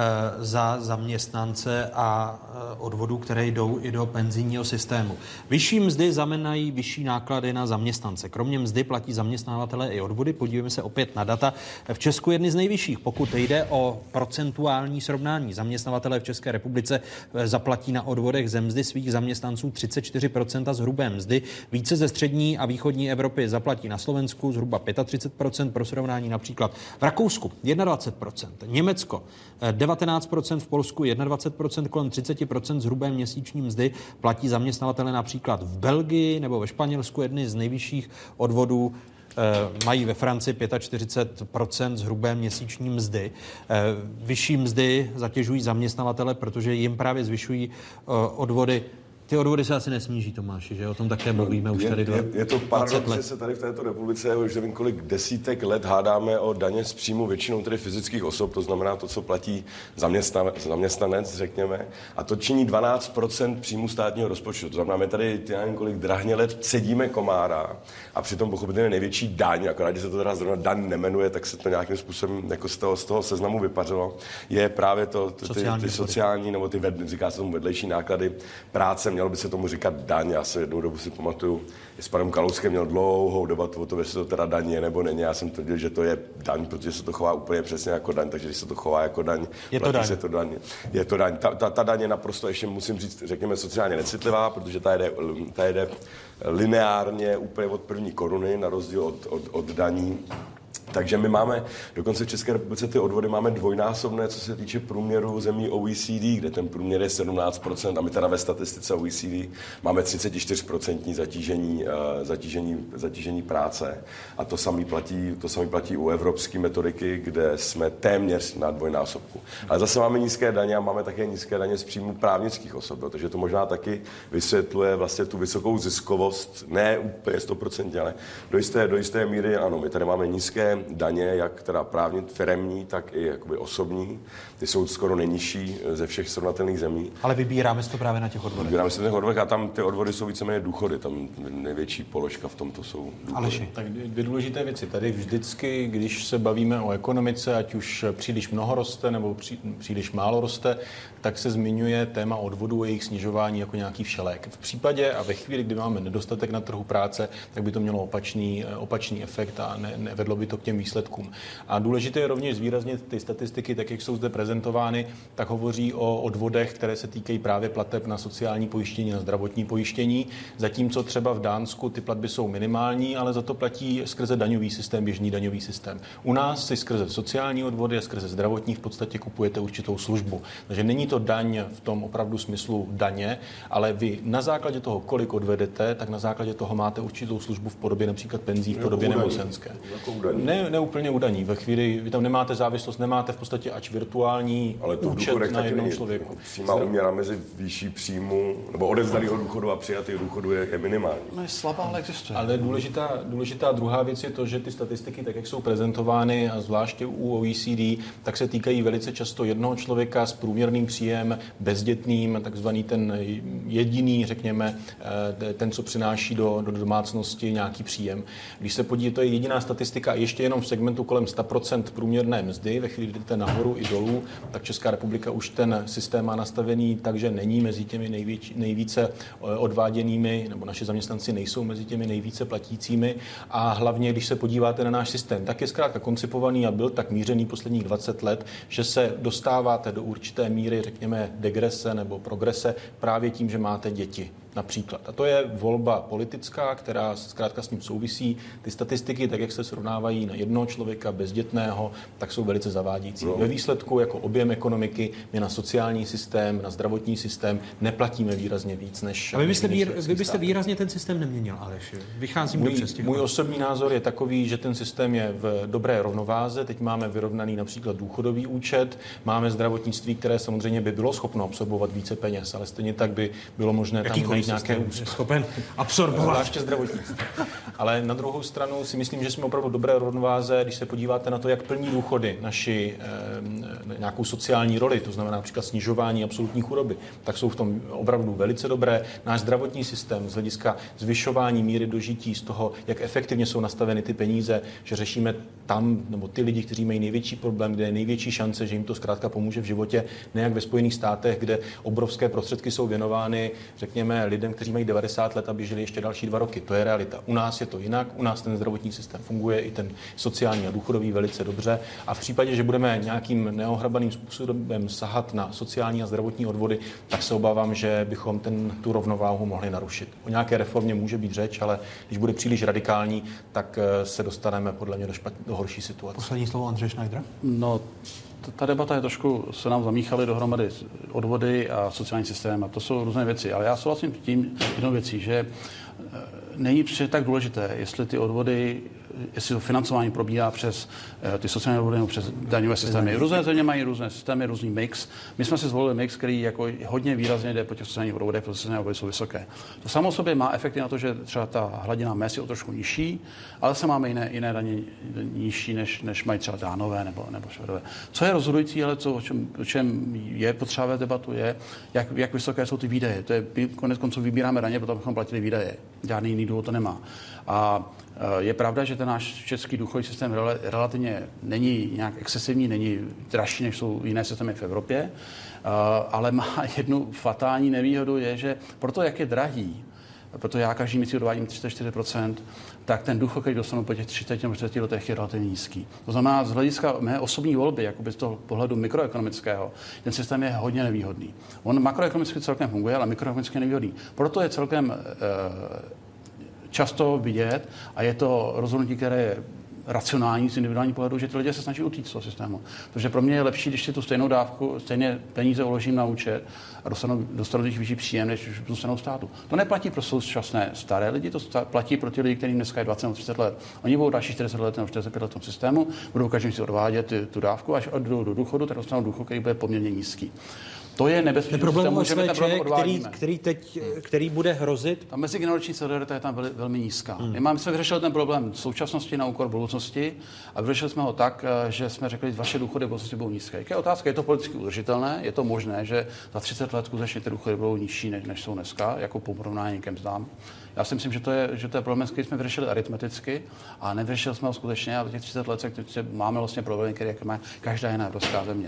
za zaměstnance a odvodů, které jdou i do penzijního systému. Vyšší mzdy znamenají vyšší náklady na zaměstnance. Kromě mzdy platí zaměstnavatelé i odvody. Podívejme se opět na data. V Česku jedny z nejvyšších. Pokud jde o procentuální srovnání, zaměstnavatelé v České republice zaplatí na odvodech ze mzdy svých zaměstnanců 34% z hrubé mzdy. Více ze střední a východní Evropy zaplatí na Slovensku zhruba 35%, pro srovnání například v Rakousku 21%, Německo 19%, v Polsku 21%, kolem 30% z hrubé měsíční mzdy platí zaměstnavatele například v Belgii nebo ve Španělsku. Jedny z nejvyšších odvodů mají ve Francii 45% z hrubé měsíční mzdy. Vyšší mzdy zatěžují zaměstnavatele, protože jim právě zvyšují odvody. Ty odvody se asi nesníží, Tomáši, že o tom také mluvíme už tady 20 let. Je to paradox, že se tady v této republice už nevím kolik desítek let hádáme o daně z příjmu většinou tedy fyzických osob, to znamená to, co platí zaměstnanec, řekněme, a to činí 12% příjmu státního rozpočtu. To znamená, my tady nevím kolik drahně let cedíme komára a přitom pochopitelně největší daň, akorát, když se to teda zrovna daň nemenuje, tak se to nějakým způsobem jako z toho seznamu vypařilo, je právě ty sociální nebo ty říká se tomu vedlejší náklady práce. Mělo by se tomu říkat daň. Já se jednou dobu si pamatuju, s panem Kalouskem měl dlouhou debatu o tom, jestli to teda daň je nebo není. Já jsem tvrdil, že to je daň, protože se to chová úplně přesně jako daň, takže když se to chová jako daň, platí se to daň. Je to daň. Ta daň je naprosto, ještě musím říct, řekněme, sociálně necitlivá, protože ta jde lineárně úplně od první koruny, na rozdíl od daní. Takže my máme, dokonce v České republice ty odvody máme dvojnásobné, co se týče průměru zemí OECD, kde ten průměr je 17%, a my teda ve statistice OECD máme 34% zatížení práce. A to samé platí u evropské metodiky, kde jsme téměř na dvojnásobku. Ale zase máme nízké daně a máme také nízké daně z příjmu právnických osob, protože to možná taky vysvětluje vlastně tu vysokou ziskovost, ne úplně 100%, ale do jisté míry ano, my tady máme nízké daně, jak teda právní, firemní, tak i jakoby osobní. Ty jsou skoro nejnižší ze všech srovnatelných zemí. Ale vybíráme si to právě na těch odvodech. Vybíráme si to na těch odvodech a tam ty odvody jsou víceméně důchody. Tam největší položka v tomto jsou důchody. Aleši. Tak dvě důležité věci. Tady vždycky, když se bavíme o ekonomice, ať už příliš mnoho roste nebo příliš málo roste, tak se zmiňuje téma odvodů a jejich snižování jako nějaký všelék. V případě a ve chvíli, kdy máme nedostatek na trhu práce, tak by to mělo opačný efekt a nevedlo by to k těm výsledkům. A důležité je rovněž zvýraznit ty statistiky, tak jak jsou zde prezentovány, tak hovoří o odvodech, které se týkají právě plateb na sociální pojištění, na zdravotní pojištění, zatímco třeba v Dánsku ty platby jsou minimální, ale za to platí skrze daňový systém, běžný daňový systém. U nás si skrze sociální odvody a skrze zdravotní v podstatě kupujete určitou službu. Takže není to daň v tom opravdu smyslu daně, ale vy na základě toho, kolik odvedete, tak na základě toho máte určitou službu v podobě například penzí, v podobě nemocenské. ne úplně udaní. Ve chvíli, vy tam nemáte závislost, nemáte v podstatě ač virtuální účet na jednom člověku. Přímá úměra mezi výší příjmu nebo odevzdaného důchodu a přijatého důchodu je minimální. No je slabá, ale existuje. Ale důležitá druhá věc je to, že ty statistiky, tak jak jsou prezentovány, a zvláště u OECD, tak se týkají velice často jednoho člověka s průměrným příjem, bezdětným, takzvaný ten jediný, řekněme, ten, co přináší do domácnosti nějaký příjem. Když se podíváte, to je jediná statistika, ještě jenom v segmentu kolem 100% průměrné mzdy, ve chvíli, kdy jdete nahoru i dolů, tak Česká republika už ten systém má nastavený tak, že není mezi těmi nejvíce odváděnými, nebo naši zaměstnanci nejsou mezi těmi nejvíce platícími. A hlavně, když se podíváte na náš systém, tak je zkrátka koncipovaný a byl tak mířený posledních 20 let, že se dostáváte do určité míry, řekněme, degrese nebo progrese právě tím, že máte děti. Například. A to je volba politická, která zkrátka s ním souvisí. Ty statistiky, tak jak se srovnávají na jednoho člověka bezdětného, tak jsou velice zavádějící. Ve výsledku jako objem ekonomiky my na sociální systém, na zdravotní systém neplatíme výrazně víc než... A vy byste výrazně ten systém neměnil, Aleši. Vycházím dobře z těch. Můj osobní názor je takový, že ten systém je v dobré rovnováze. Teď máme vyrovnaný například důchodový účet, máme zdravotnictví, které samozřejmě by bylo schopno absorbovat více peněz, ale stejně tak by bylo možné tam nějaké schopen absorbovat. Zvláště zdravotnictví. Ale na druhou stranu si myslím, že jsme opravdu dobré rovnováze, když se podíváte na to, jak plní důchody naši nějakou sociální roli, to znamená například snižování absolutní chudoby, tak jsou v tom opravdu velice dobré. Náš zdravotní systém z hlediska zvyšování míry dožití, z toho, jak efektivně jsou nastaveny ty peníze, že řešíme tam, nebo ty lidi, kteří mají největší problém, kde je největší šance, že jim to zkrátka pomůže v životě, ne jak ve Spojených státech, kde obrovské prostředky jsou věnovány, řekněme, lidem, kteří mají 90 let, aby žili ještě další 2 roky. To je realita. U nás je to jinak, u nás ten zdravotní systém funguje, i ten sociální a důchodový velice dobře. A v případě, že budeme nějakým neohrabaným způsobem sahat na sociální a zdravotní odvody, tak se obávám, že bychom tu rovnováhu mohli narušit. O nějaké reformě může být řeč, ale když bude příliš radikální, tak se dostaneme podle mě do horší situace. Poslední slovo Ondřej Schneider. No, ta debata je trošku, se nám zamíchaly dohromady odvody a sociální systém a to jsou různé věci. Ale já souhlasím s tím jednou věcí, že není přece tak důležité, jestli ty odvody, jestli to financování probíhá přes ty sociální odvody nebo přes daňové systémy. Různé země mají různé systémy, různý mix. My jsme si zvolili mix, který jako hodně výrazně jde po těch sociálních odvodech, protože sociální odvody jsou vysoké. To samo sobě má efekty na to, že třeba ta hladina mezd je o trošku nižší, ale se máme jiné daně nižší, než mají třeba Dánové nebo Švédové. Co je rozhodující, ale o čem je potřeba vést debatu, je, jak vysoké jsou ty výdaje. To je konec konců vybíráme daně, protože bychom platili výdaje. Žádný jiný důvod to nemá. A je pravda, že ten náš český důchodový systém relativně není nějak excesivní, není dražší, než jsou jiné systémy v Evropě, ale má jednu fatální nevýhodu, je, že proto, jak je drahý, proto já každý měsíc odvádím 34%, tak ten důchod, který dostanu po těch 30 nebo 40 letech, je relativně nízký. To znamená, z hlediska mé osobní volby, jakoby z toho pohledu mikroekonomického, ten systém je hodně nevýhodný. On makroekonomicky celkem funguje, ale mikroekonomicky je nevýhodný. Proto je celkem často vidět a je to rozhodnutí, které je racionální z individuální pohledu, že ty lidé se snaží utíct z toho systému. Protože pro mě je lepší, když si tu stejnou dávku, stejně peníze uložím na účet a dostanu jich vyšší příjem, než dostanou státu. To neplatí pro současné staré lidi, to platí pro ty lidi, kterým dneska je 20 nebo 30 let. Oni budou další 40 let nebo 45 let v tom systému, budou každý si odvádět tu dávku, až jdou do důchodu, tak dostanou důchod, který bude poměrně nízký. To je nebezpečný problém, který bude hrozit. Ta mezigenerační solidarita je tam velmi nízká. My jsme vyřešili ten problém v současnosti na úkor budoucnosti a vyřešili jsme ho tak, že jsme řekli, že vaše důchody budoucnosti budou nízké. Jaká je otázka? Je to politicky udržitelné? Je to možné, že za 30 let skutečně ty důchody budou nižší, než jsou dneska, jako po porovnání někým zdám? Já si myslím, že to je problém, který jsme vyřešili aritmeticky a nevyřešili jsme ho skutečně a v těch 30 let máme vlastně problémy, které má každá jiná evropská země.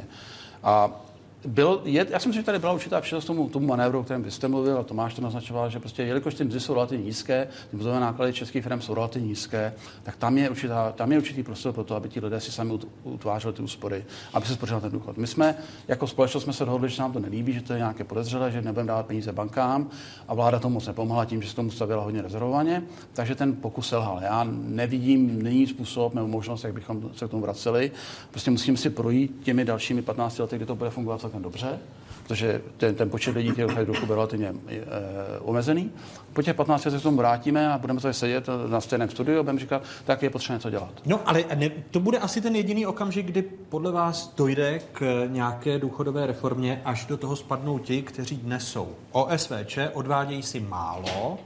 Já si myslím, že tady byla určitá příležitost tomu manévru, o kterém vy jste mluvil, a Tomáš to naznačoval, že prostě jelikož ty mzdy jsou relativně nízké, ty mzdové náklady českých firm jsou relativně nízké, tak tam je určitý prostor pro to, aby ti lidé si sami utvářeli ty úspory, aby se spořil ten důchod. My jsme jako společnost jsme se dohodli, že se nám to nelíbí, že to je nějaké podezřelé, že nebudeme dávat peníze bankám a vláda tomu moc nepomohla tím, že se tomu stavila hodně rezervovaně, takže ten pokus selhal. Já nevidím není způsob nebo možnost, jak bychom se k tomu vraceli. Prostě musíme si projít těmi dalšími 15 lety, kdy to bude fungovat celkem dobře, protože ten počet lidí, kteří odcházejí do důchodu, je relativně omezený. Po těch 15 letech se k tomu vrátíme a budeme tady sedět na stejném studiu a budeme říkat, tak je potřeba něco dělat. No, ale to bude asi ten jediný okamžik, kdy podle vás dojde k nějaké důchodové reformě, až do toho spadnou ti, kteří dnes jsou OSVČ, odvádějí si málo,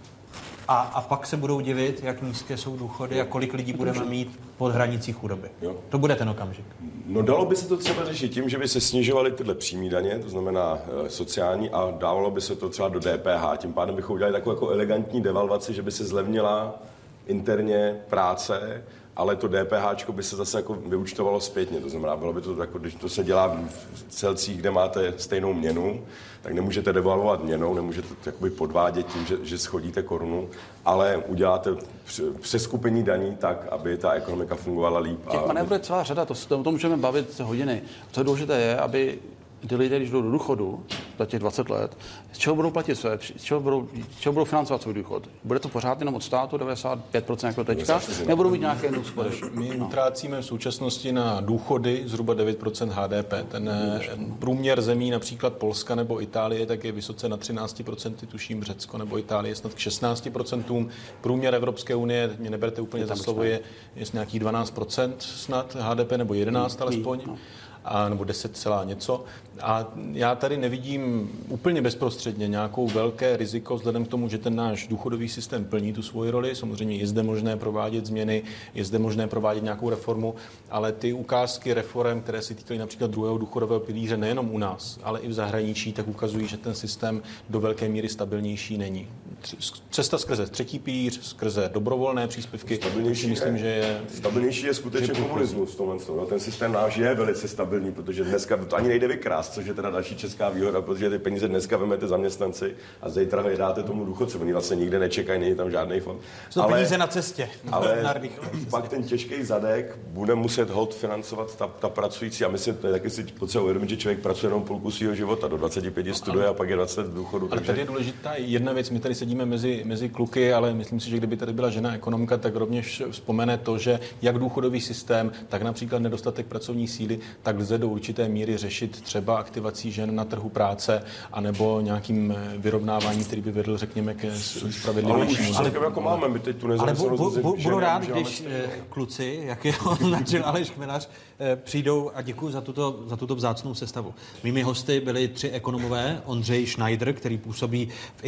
a pak se budou divit, jak nízké jsou důchody a kolik lidí budeme mít pod hranicí chudoby. Jo. To bude ten okamžik. No dalo by se to třeba řešit tím, že by se snižovaly tyhle přímé daně, to znamená sociální, a dávalo by se to třeba do DPH. Tím pádem bychom udělali takovou jako elegantní devalvaci, že by se zlevnila interně práce, ale to DPH by se zase jako vyúčtovalo zpětně. To znamená, bylo by to jako, když to se dělá v celcích, kde máte stejnou měnu, tak nemůžete devalvovat měnou, nemůžete jakoby podvádět tím, že schodíte korunu, ale uděláte přeskupení daní tak, aby ta ekonomika fungovala líp. Těch manévrů je celá řada, to můžeme bavit hodiny. Co je důležité je, aby ty lidé, když jdou do důchodu za těch 20 let, z čeho budou platit z čeho budou financovat svůj důchod? Bude to pořád jenom od státu 95% jako teďka, nebo budou mít nějaké úspory? My utrácíme v současnosti na důchody zhruba 9% HDP. Ten průměr zemí, například Polska nebo Itálie, tak je vysoce na 13%, tuším Řecko nebo Itálie snad k 16%. Průměr Evropské unie, teď mě neberte úplně za slovo, je nějakých 12% snad HDP, nebo 11 alespoň. Nebo 10 něco. A já tady nevidím úplně bezprostředně nějakou velké riziko vzhledem k tomu, že ten náš důchodový systém plní tu svoji roli. Samozřejmě je zde možné provádět změny, je zde možné provádět nějakou reformu, ale ty ukázky reform, které se týkají například druhého důchodového pilíře nejenom u nás, ale i v zahraničí, tak ukazují, že ten systém do velké míry stabilnější není. Cesta skrze třetí pilíř, skrze dobrovolné příspěvky, myslím, že je... Stabilnější je skutečně komunismus. Ten systém náš je velice stabilní, protože dneska to ani nejde vykrást, což je teda další česká výhoda, protože ty peníze dneska vemete zaměstnanci a zítra je dáte tomu důchodci. Oni vlastně nikde nečekají, není tam žádný fond. Jsou peníze na cestě. Ale pak ten těžký zadek bude muset hod financovat ta pracující, a myslím, že taky si potřeba uvědomit, že člověk pracuje jenom půlku svého života, do 25 studuje a pak je 20 v důchodu. Ale tady je důležitá jedna věc, my tady sedíme mezi kluky, ale myslím si, že kdyby tady byla žena ekonomka, tak rovněž vzpomene to, že jak důchodový systém, tak například nedostatek pracovní síly, tak lze do určité míry řešit třeba aktivací žen na trhu práce, anebo nějakým vyrovnáváním, který by vedl, řekněme, ke spravedlivějšímu. Ale jako máme, my teď tu nezávislost. Budu rád, když kluci, jak je označil Aleš Chmelař, přijdou, a děkuji za tuto vzácnou sestavu. Mými hosty byli 3 ekonomové, Ondřej Schneider, který působí v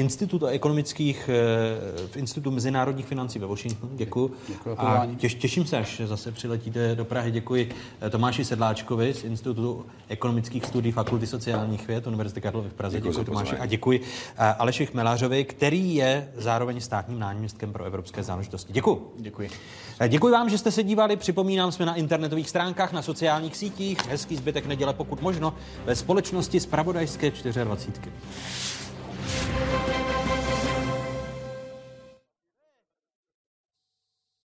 Institutu mezinárodních financí ve Washingtonu. Děkuji. A těším se, až zase přiletíte do Prahy. Děkuji Tomáši Sedláčkovi z Institutu ekonomických studií Fakulty sociálních věd Univerzity Karlovy v Praze. Děkuji Tomáši. A děkuji Aleši Chmelařovi, který je zároveň státním náměstkem pro evropské záležitosti. Děkuji. Děkuji vám, že jste se dívali. Připomínám, jsme na internetových stránkách, na sociálních sítích. Hezký zbytek neděle, pokud možno, ve společnosti Zpravodajské 24.